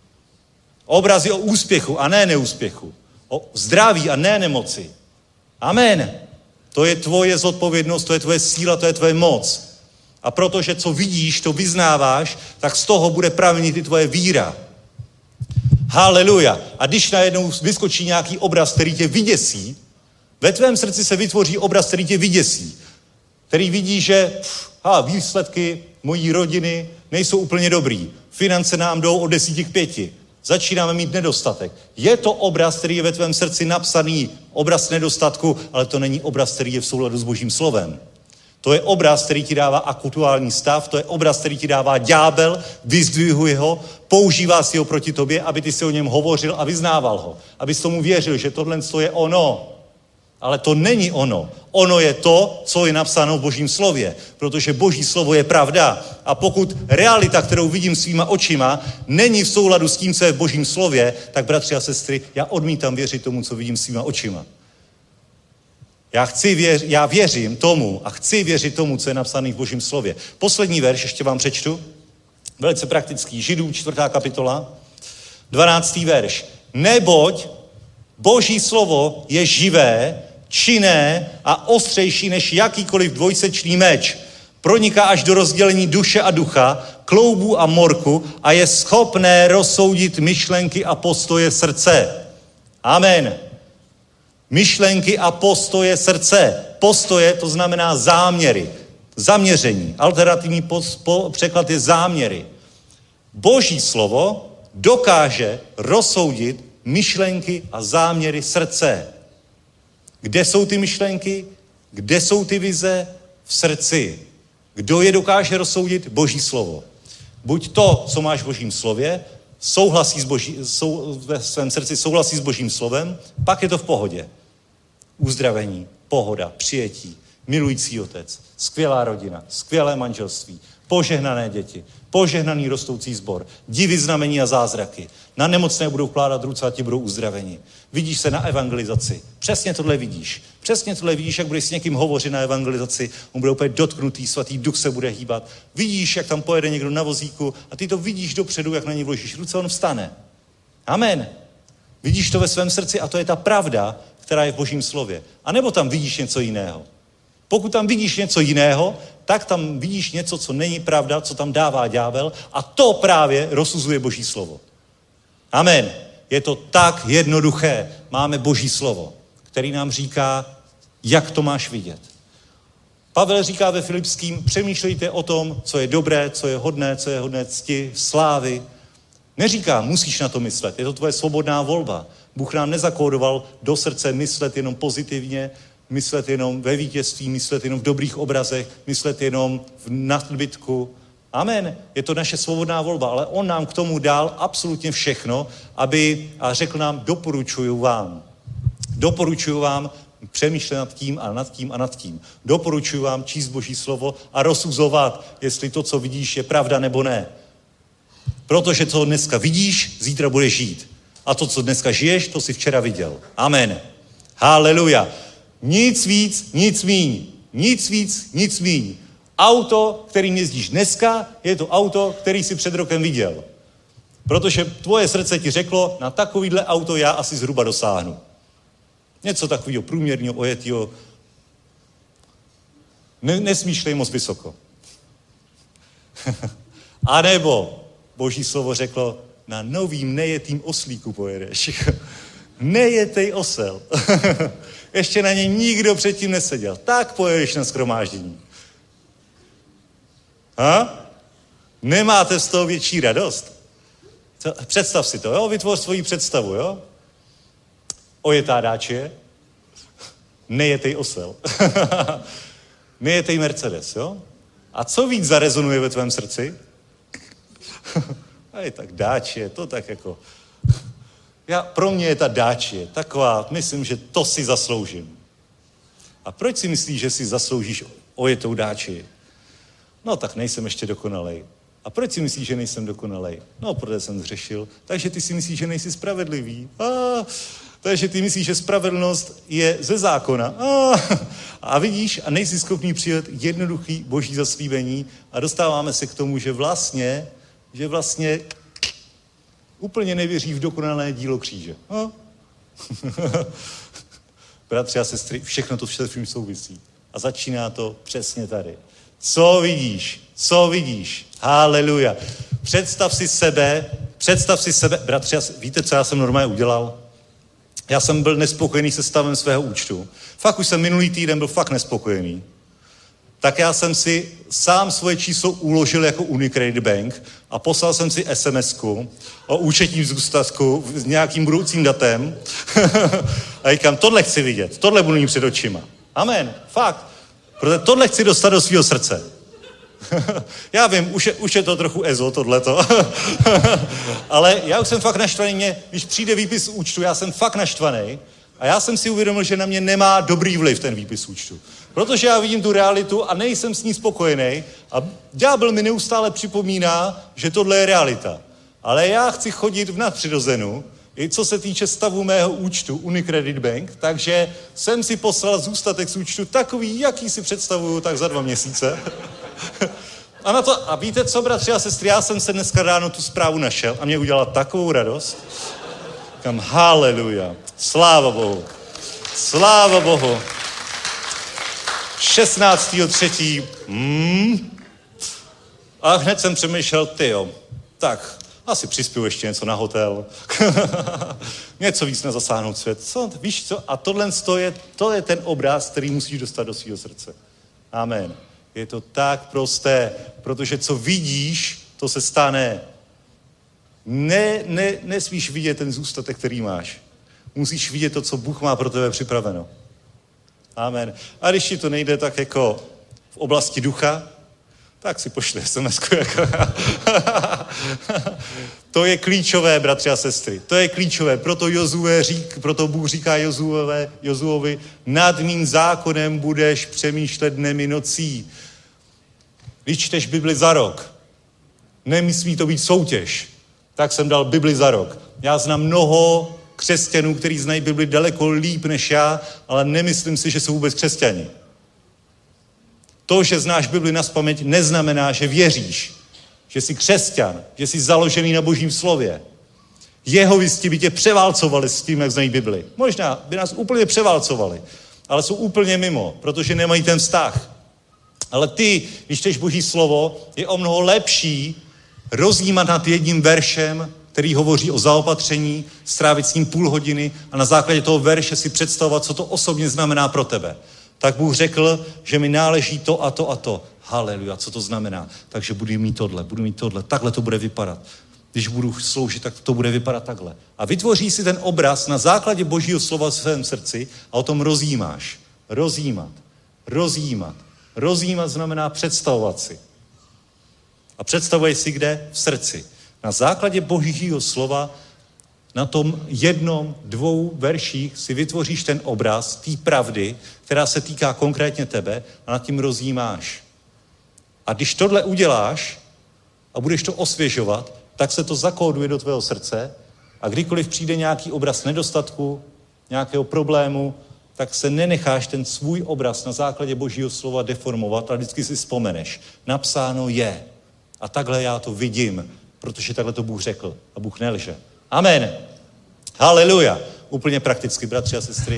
Obrazy o úspěchu a ne neúspěchu. O zdraví a ne nemoci. Amen. To je tvoje zodpovědnost, to je tvoje síla, to je tvoje moc. A protože co vidíš, to vyznáváš, tak z toho bude pramenit i tvoje víra. Haleluja. A když najednou vyskočí nějaký obraz, který tě vyděsí, ve tvém srdci se vytvoří obraz, který tě vyděsí. Který vidí, že pff, ha, výsledky mojí rodiny nejsou úplně dobrý. Finance nám jdou od desíti k pěti. Začínáme mít nedostatek. Je to obraz, který je ve tvém srdci napsaný, obraz nedostatku, ale to není obraz, který je v souladu s Božím slovem. To je obraz, který ti dává aktuální stav, to je obraz, který ti dává ďábel, vyzdvihuje ho, používá si ho proti tobě, aby ty si o něm hovořil a vyznával ho. Abys tomu věřil, že tohle je ono. Ale to není ono. Ono je to, co je napsáno v Božím slově. Protože Boží slovo je pravda. A pokud realita, kterou vidím svýma očima, není v souladu s tím, co je v Božím slově, tak bratři a sestry, já odmítám věřit tomu, co vidím svýma očima. Já, chci věř, já věřím tomu a chci věřit tomu, co je napsané v Božím slově. Poslední verš, ještě vám přečtu. Velice praktický. Židů, čtvrtá kapitola, dvanáctý verš. Neboť Boží slovo je živé, činné a ostřejší než jakýkoliv dvojsečný meč. Proniká až do rozdělení duše a ducha, kloubů a morku a je schopné rozsoudit myšlenky a postoje srdce. Amen. Myšlenky a postoje srdce. Postoje to znamená záměry, zaměření. Alternativní pos, po, překlad je záměry. Boží slovo dokáže rozsoudit myšlenky a záměry srdce. Kde jsou ty myšlenky? Kde jsou ty vize? V srdci. Kdo je dokáže rozsoudit? Boží slovo. Buď to, co máš v Božím slově, souhlasí s Boží, sou, ve svém srdci souhlasí s Božím slovem, pak je to v pohodě. Uzdravení, pohoda, přijetí, milující otec, skvělá rodina, skvělé manželství, požehnané děti, požehnaný rostoucí sbor, divy, znamení a zázraky. Na nemocné budou vkládat ruce a ti budou uzdraveni. Vidíš se na evangelizaci. Přesně tohle vidíš. Přesně tohle vidíš, jak budeš s někým hovořit na evangelizaci. On bude úplně dotknutý, svatý duch se bude hýbat. Vidíš, jak tam pojede někdo na vozíku a ty to vidíš dopředu, jak na něj vložíš ruce, on vstane. Amen. Vidíš to ve svém srdci a to je ta pravda, která je v Božím slově. A nebo tam vidíš něco jiného. Pokud tam vidíš něco jiného, tak tam vidíš něco, co není pravda, co tam dává ďábel a to právě rozsuzuje Boží slovo. Amen. Je to tak jednoduché. Máme Boží slovo, který nám říká, jak to máš vidět. Pavel říká ve Filipským, přemýšlejte o tom, co je dobré, co je hodné, co je hodné cti, slávy. Neříká, musíš na to myslet, je to tvoje svobodná volba. Bůh nám nezakódoval do srdce myslet jenom pozitivně, myslet jenom ve vítězství, myslet jenom v dobrých obrazech, myslet jenom v nadbytku. Amen. Je to naše svobodná volba, ale on nám k tomu dal absolutně všechno, aby a řekl nám, doporučuju vám. Doporučuju vám přemýšlet nad tím a nad tím a nad tím. Doporučuju vám číst Boží slovo a rozsuzovat, jestli to, co vidíš, je pravda nebo ne. Protože co dneska vidíš, zítra budeš žít. A to, co dneska žiješ, to si včera viděl. Amen. Haleluja. Nic víc, nic míň. Nic víc, nic míň. Auto, kterým jezdíš dneska, je to auto, který si před rokem viděl. Protože tvoje srdce ti řeklo, na takovýhle auto já asi zhruba dosáhnu. Něco takového průměrného, ojetýho. Ne, nesmýšlej moc vysoko. A nebo Boží slovo řeklo, na novým nejetým oslíku pojedeš. Nejetej osel. Ještě na něj nikdo předtím neseděl. Tak pojedeš na shromáždění. Ha? Nemáte z toho větší radost? Představ si to, jo? Vytvoř svoji představu, jo? Ojetá dáčie, nejetej osel. Nejetej Mercedes, jo? A co víc zarezonuje ve tvém srdci? Aj tak dáčie, to tak jako... Já, pro mě je ta dáčie taková, myslím, že to si zasloužím. A proč si myslíš, že si zasloužíš ojetou dáčii? No tak nejsem ještě dokonalej. A proč si myslíš, že nejsem dokonalej? No, protože jsem zřešil. Takže ty si myslíš, že nejsi spravedlivý. A, takže ty myslíš, že spravedlnost je ze zákona. A, a vidíš, a nejsi schopný přijat jednoduchý Boží zaslíbení a dostáváme se k tomu, že vlastně, že vlastně úplně nevěří v dokonalé dílo kříže. A? Bratři a sestry, všechno to všem souvisí. A začíná to přesně tady. Co vidíš? Co vidíš? Haleluja. Představ si sebe, představ si sebe, bratři, víte, co já jsem normálně udělal? Já jsem byl nespokojený se stavem svého účtu. Fakt už jsem minulý týden byl fakt nespokojený. Tak já jsem si sám svoje číslo uložil jako Unicredit Bank a poslal jsem si SMSku o účetním zůstatku s nějakým budoucím datem a říkám, tohle chci vidět, tohle budu mít před očima. Amen, fakt. Protože tohle chci dostat do svého srdce. Já vím, už je, už je to trochu ezo, tohleto. Ale já už jsem fakt naštvaný. Mě, když přijde výpis účtu, já jsem fakt naštvaný. A já jsem si uvědomil, že na mě nemá dobrý vliv ten výpis účtu. Protože já vidím tu realitu a nejsem s ní spokojený. A ďábel mi neustále připomíná, že tohle je realita. Ale já chci chodit v nadpřirozenu, i co se týče stavu mého účtu Unicredit Bank, takže jsem si poslal zůstatek z účtu takový, jaký si představuju tak za dva měsíce. A, na to, a víte co, bratři a sestry, já jsem se dneska ráno tu zprávu našel a mě udělala takovou radost. Říkám, haleluja, sláva Bohu. Sláva Bohu. šestnáctého třetího Hmm. A hned jsem přemýšlel, tyjo, tak asi přispěju ještě něco na hotel. Něco víc na zasáhnout svět. Co, víš co? A tohle je, to je ten obraz, který musíš dostat do svého srdce. Amen. Je to tak prosté, protože co vidíš, to se stane. Ne, ne, nesmíš vidět ten zůstatek, který máš. Musíš vidět to, co Bůh má pro tebe připraveno. Amen. A když ti to nejde tak jako v oblasti ducha, tak si pošli es em esku. Jako. To je klíčové, bratři a sestry. To je klíčové. Proto, Jozue řík, proto Bůh říká Jozuovi, Jozuovi, nad mým zákonem budeš přemýšlet dnem i nocí. Když čteš Bibli za rok, nemyslí to být soutěž, tak jsem dal Bibli za rok. Já znám mnoho křesťanů, kteří znají Bibli daleko líp než já, ale nemyslím si, že jsou vůbec křesťani. To, že znáš Bibli nazpaměť, neznamená, že věříš, že jsi křesťan, že jsi založený na Božím slově. Jehovisti by tě převálcovali s tím, jak znají Bibli. Možná by nás úplně převálcovali, ale jsou úplně mimo, protože nemají ten vztah. Ale ty, když čteš Boží slovo, je o mnoho lepší rozjímat nad jedním veršem, který hovoří o zaopatření, strávit s ním půl hodiny a na základě toho verše si představovat, co to osobně znamená pro tebe. Tak Bůh řekl, že mi náleží to a to a to. Haleluja, co to znamená? Takže budu mít tohle, budu mít tohle, takhle to bude vypadat. Když budu sloužit, tak to bude vypadat takhle. A vytvoří si ten obraz na základě Božího slova v svém srdci a o tom rozjímáš. Rozjímat, rozjímat. Rozjímat znamená představovat si. A představuješ si kde? V srdci. Na základě Božího slova na tom jednom, dvou verších si vytvoříš ten obraz té pravdy, která se týká konkrétně tebe a nad tím rozjímáš. A když tohle uděláš a budeš to osvěžovat, tak se to zakóduje do tvého srdce a kdykoliv přijde nějaký obraz nedostatku, nějakého problému, tak se nenecháš ten svůj obraz na základě Božího slova deformovat a vždycky si vzpomeneš. Napsáno je. A takhle já to vidím, protože takhle to Bůh řekl a Bůh nelže. Amen. Haleluja. Úplně prakticky, bratři a sestry.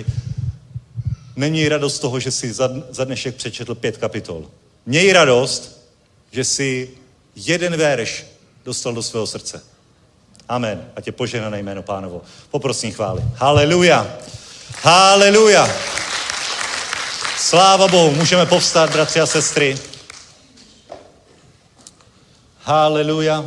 Není radost toho, že jsi za, za dnešek přečetl pět kapitol. Měj radost, že jsi jeden verš dostal do svého srdce. Amen. A tě požehnané jméno Pánovo. Poprosím chvály. Haleluja. Haleluja. Sláva Bohu. Můžeme povstát, bratři a sestry. Haleluja.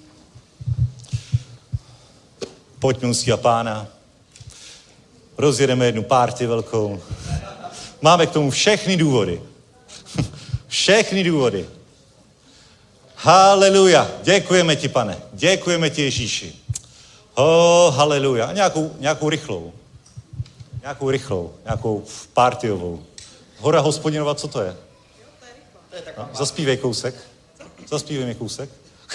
Pojďme uctívat Pána. Rozjedeme jednu párty velkou. Máme k tomu všechny důvody. Všechny důvody. Haleluja. Děkujeme ti, Pane. Děkujeme ti, Ježíši. Oh, haleluja. A nějakou, nějakou rychlou. Nějakou rychlou. Nějakou partyovou. Hora Hospodinova, co to je? No, zaspívej kousek. Zaspívej mi kousek.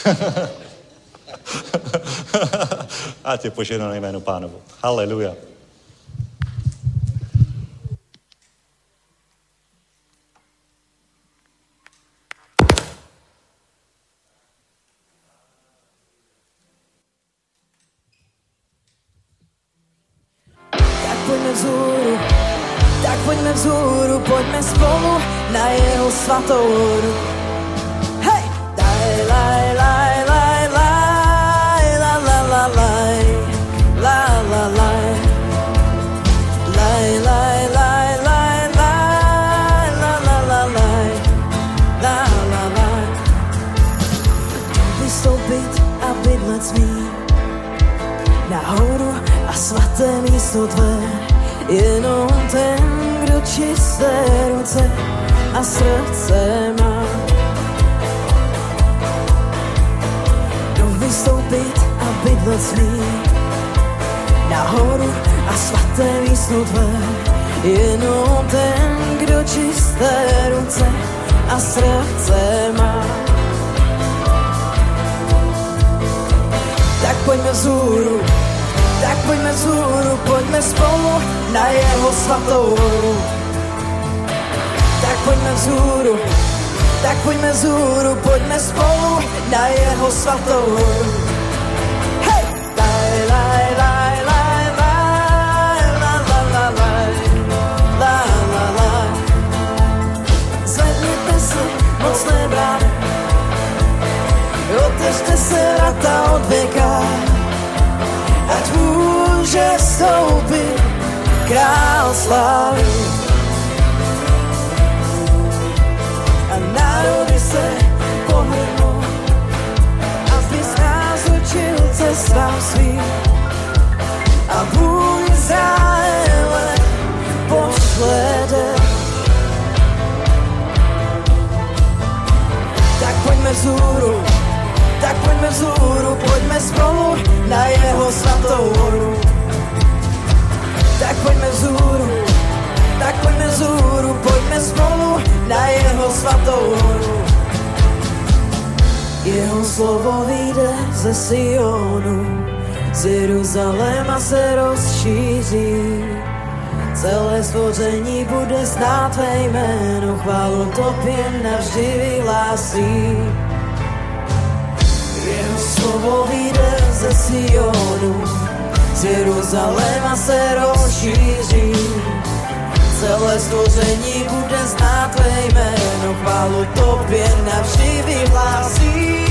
A tě požehnané jméno Pánovo. Haleluja. Tak pojďme vzhůru, tak pojďme vzhůru, pojďme spolu na jeho svatou horu. Hej! Daj, laj, laj, laj, laj, la, la, la, laj, la, la, laj. Laj, laj, laj, laj, laj, la, la, la, laj, la, la, laj. Vystoupit a bydlet smí nahoru a svaté místo tvé, jenom ten, kdo čisté ruce a srdce má. Kdo vystoupit a bydlet smí nahoru a svaté místo tvé, jenom ten, kdo čisté ruce a srdce má. Tak pojďme vzhůru, tak pojďme vzhůru, pojďme spolu na jeho svatou horu. Tak pojďme vzhůru, tak pojďme vzhůru, pojďme spolu na jeho svatou horu. Hej! Laj, laj, laj, laj, laj, la, la, la, laj. sláví. A národy se pohrnou, aby z nás učil cestám svým. A Bůh Izraele pošle den. Tak pojďme vzhůru, tak pojďme vzhůru, pojďme spolu na jeho svatou horu. Tak pojďme vzhůru, tak pojďme vzhůru, pojďme spolu na jeho svatou horu. Jeho slovo vyjde ze Sionu, z Jeruzaléma se rozšíří. Celé stvoření bude znát tvé jméno, chválu tobě navždy vyhlásí. Jeho slovo vyjde ze Sionu, z Jeruzaléma se rozšíří. Celé stvoření bude znát tvé jméno, chválu tobě navždy vyhlásí.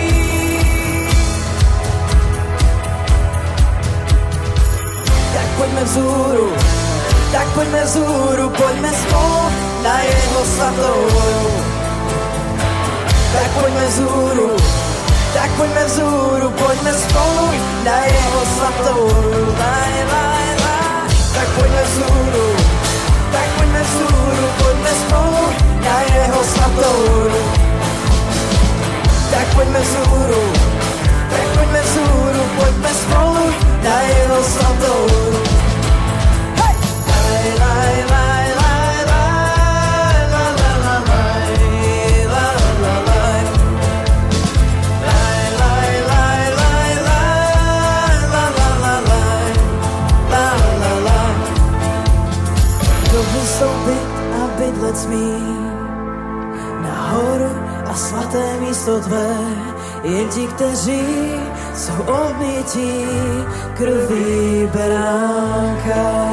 Tak pojďme vzhůru, tak pojďme vzhůru, pojďme spolu na jeho svatou horu. Tak pojďme vzhůru, tak pojďme vzhůru, pojďme spolu na jeho svatou horu. Laj, laj, laj. Tak pojďme vzhůru, tak pojďme vzhůru, pojďme spolu na jeho svatou horu. Tak pojďme vzhůru, tak pojďme vzhůru, pojďme spolu na jeho svatou horu. Hej! Laj, laj, laj, laj, laj, la, la, la, laj, la, la, laj. Laj, laj, laj, laj, laj, la, la, la, laj, la, la, laj. Kdo vystoupit a bydlet smí nahoru a svaté místo tvé, jen ti, kteří jsou obmytí krví beránka.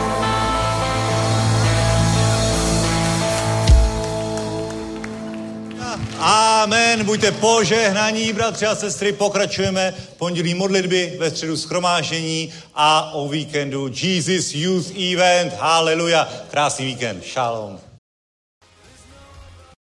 Amen, buďte požehnaní, bratři a sestry, pokračujeme pondělí modlitby, ve středu shromáždění a o víkendu Jesus Youth Event, haleluja, krásný víkend, šalom.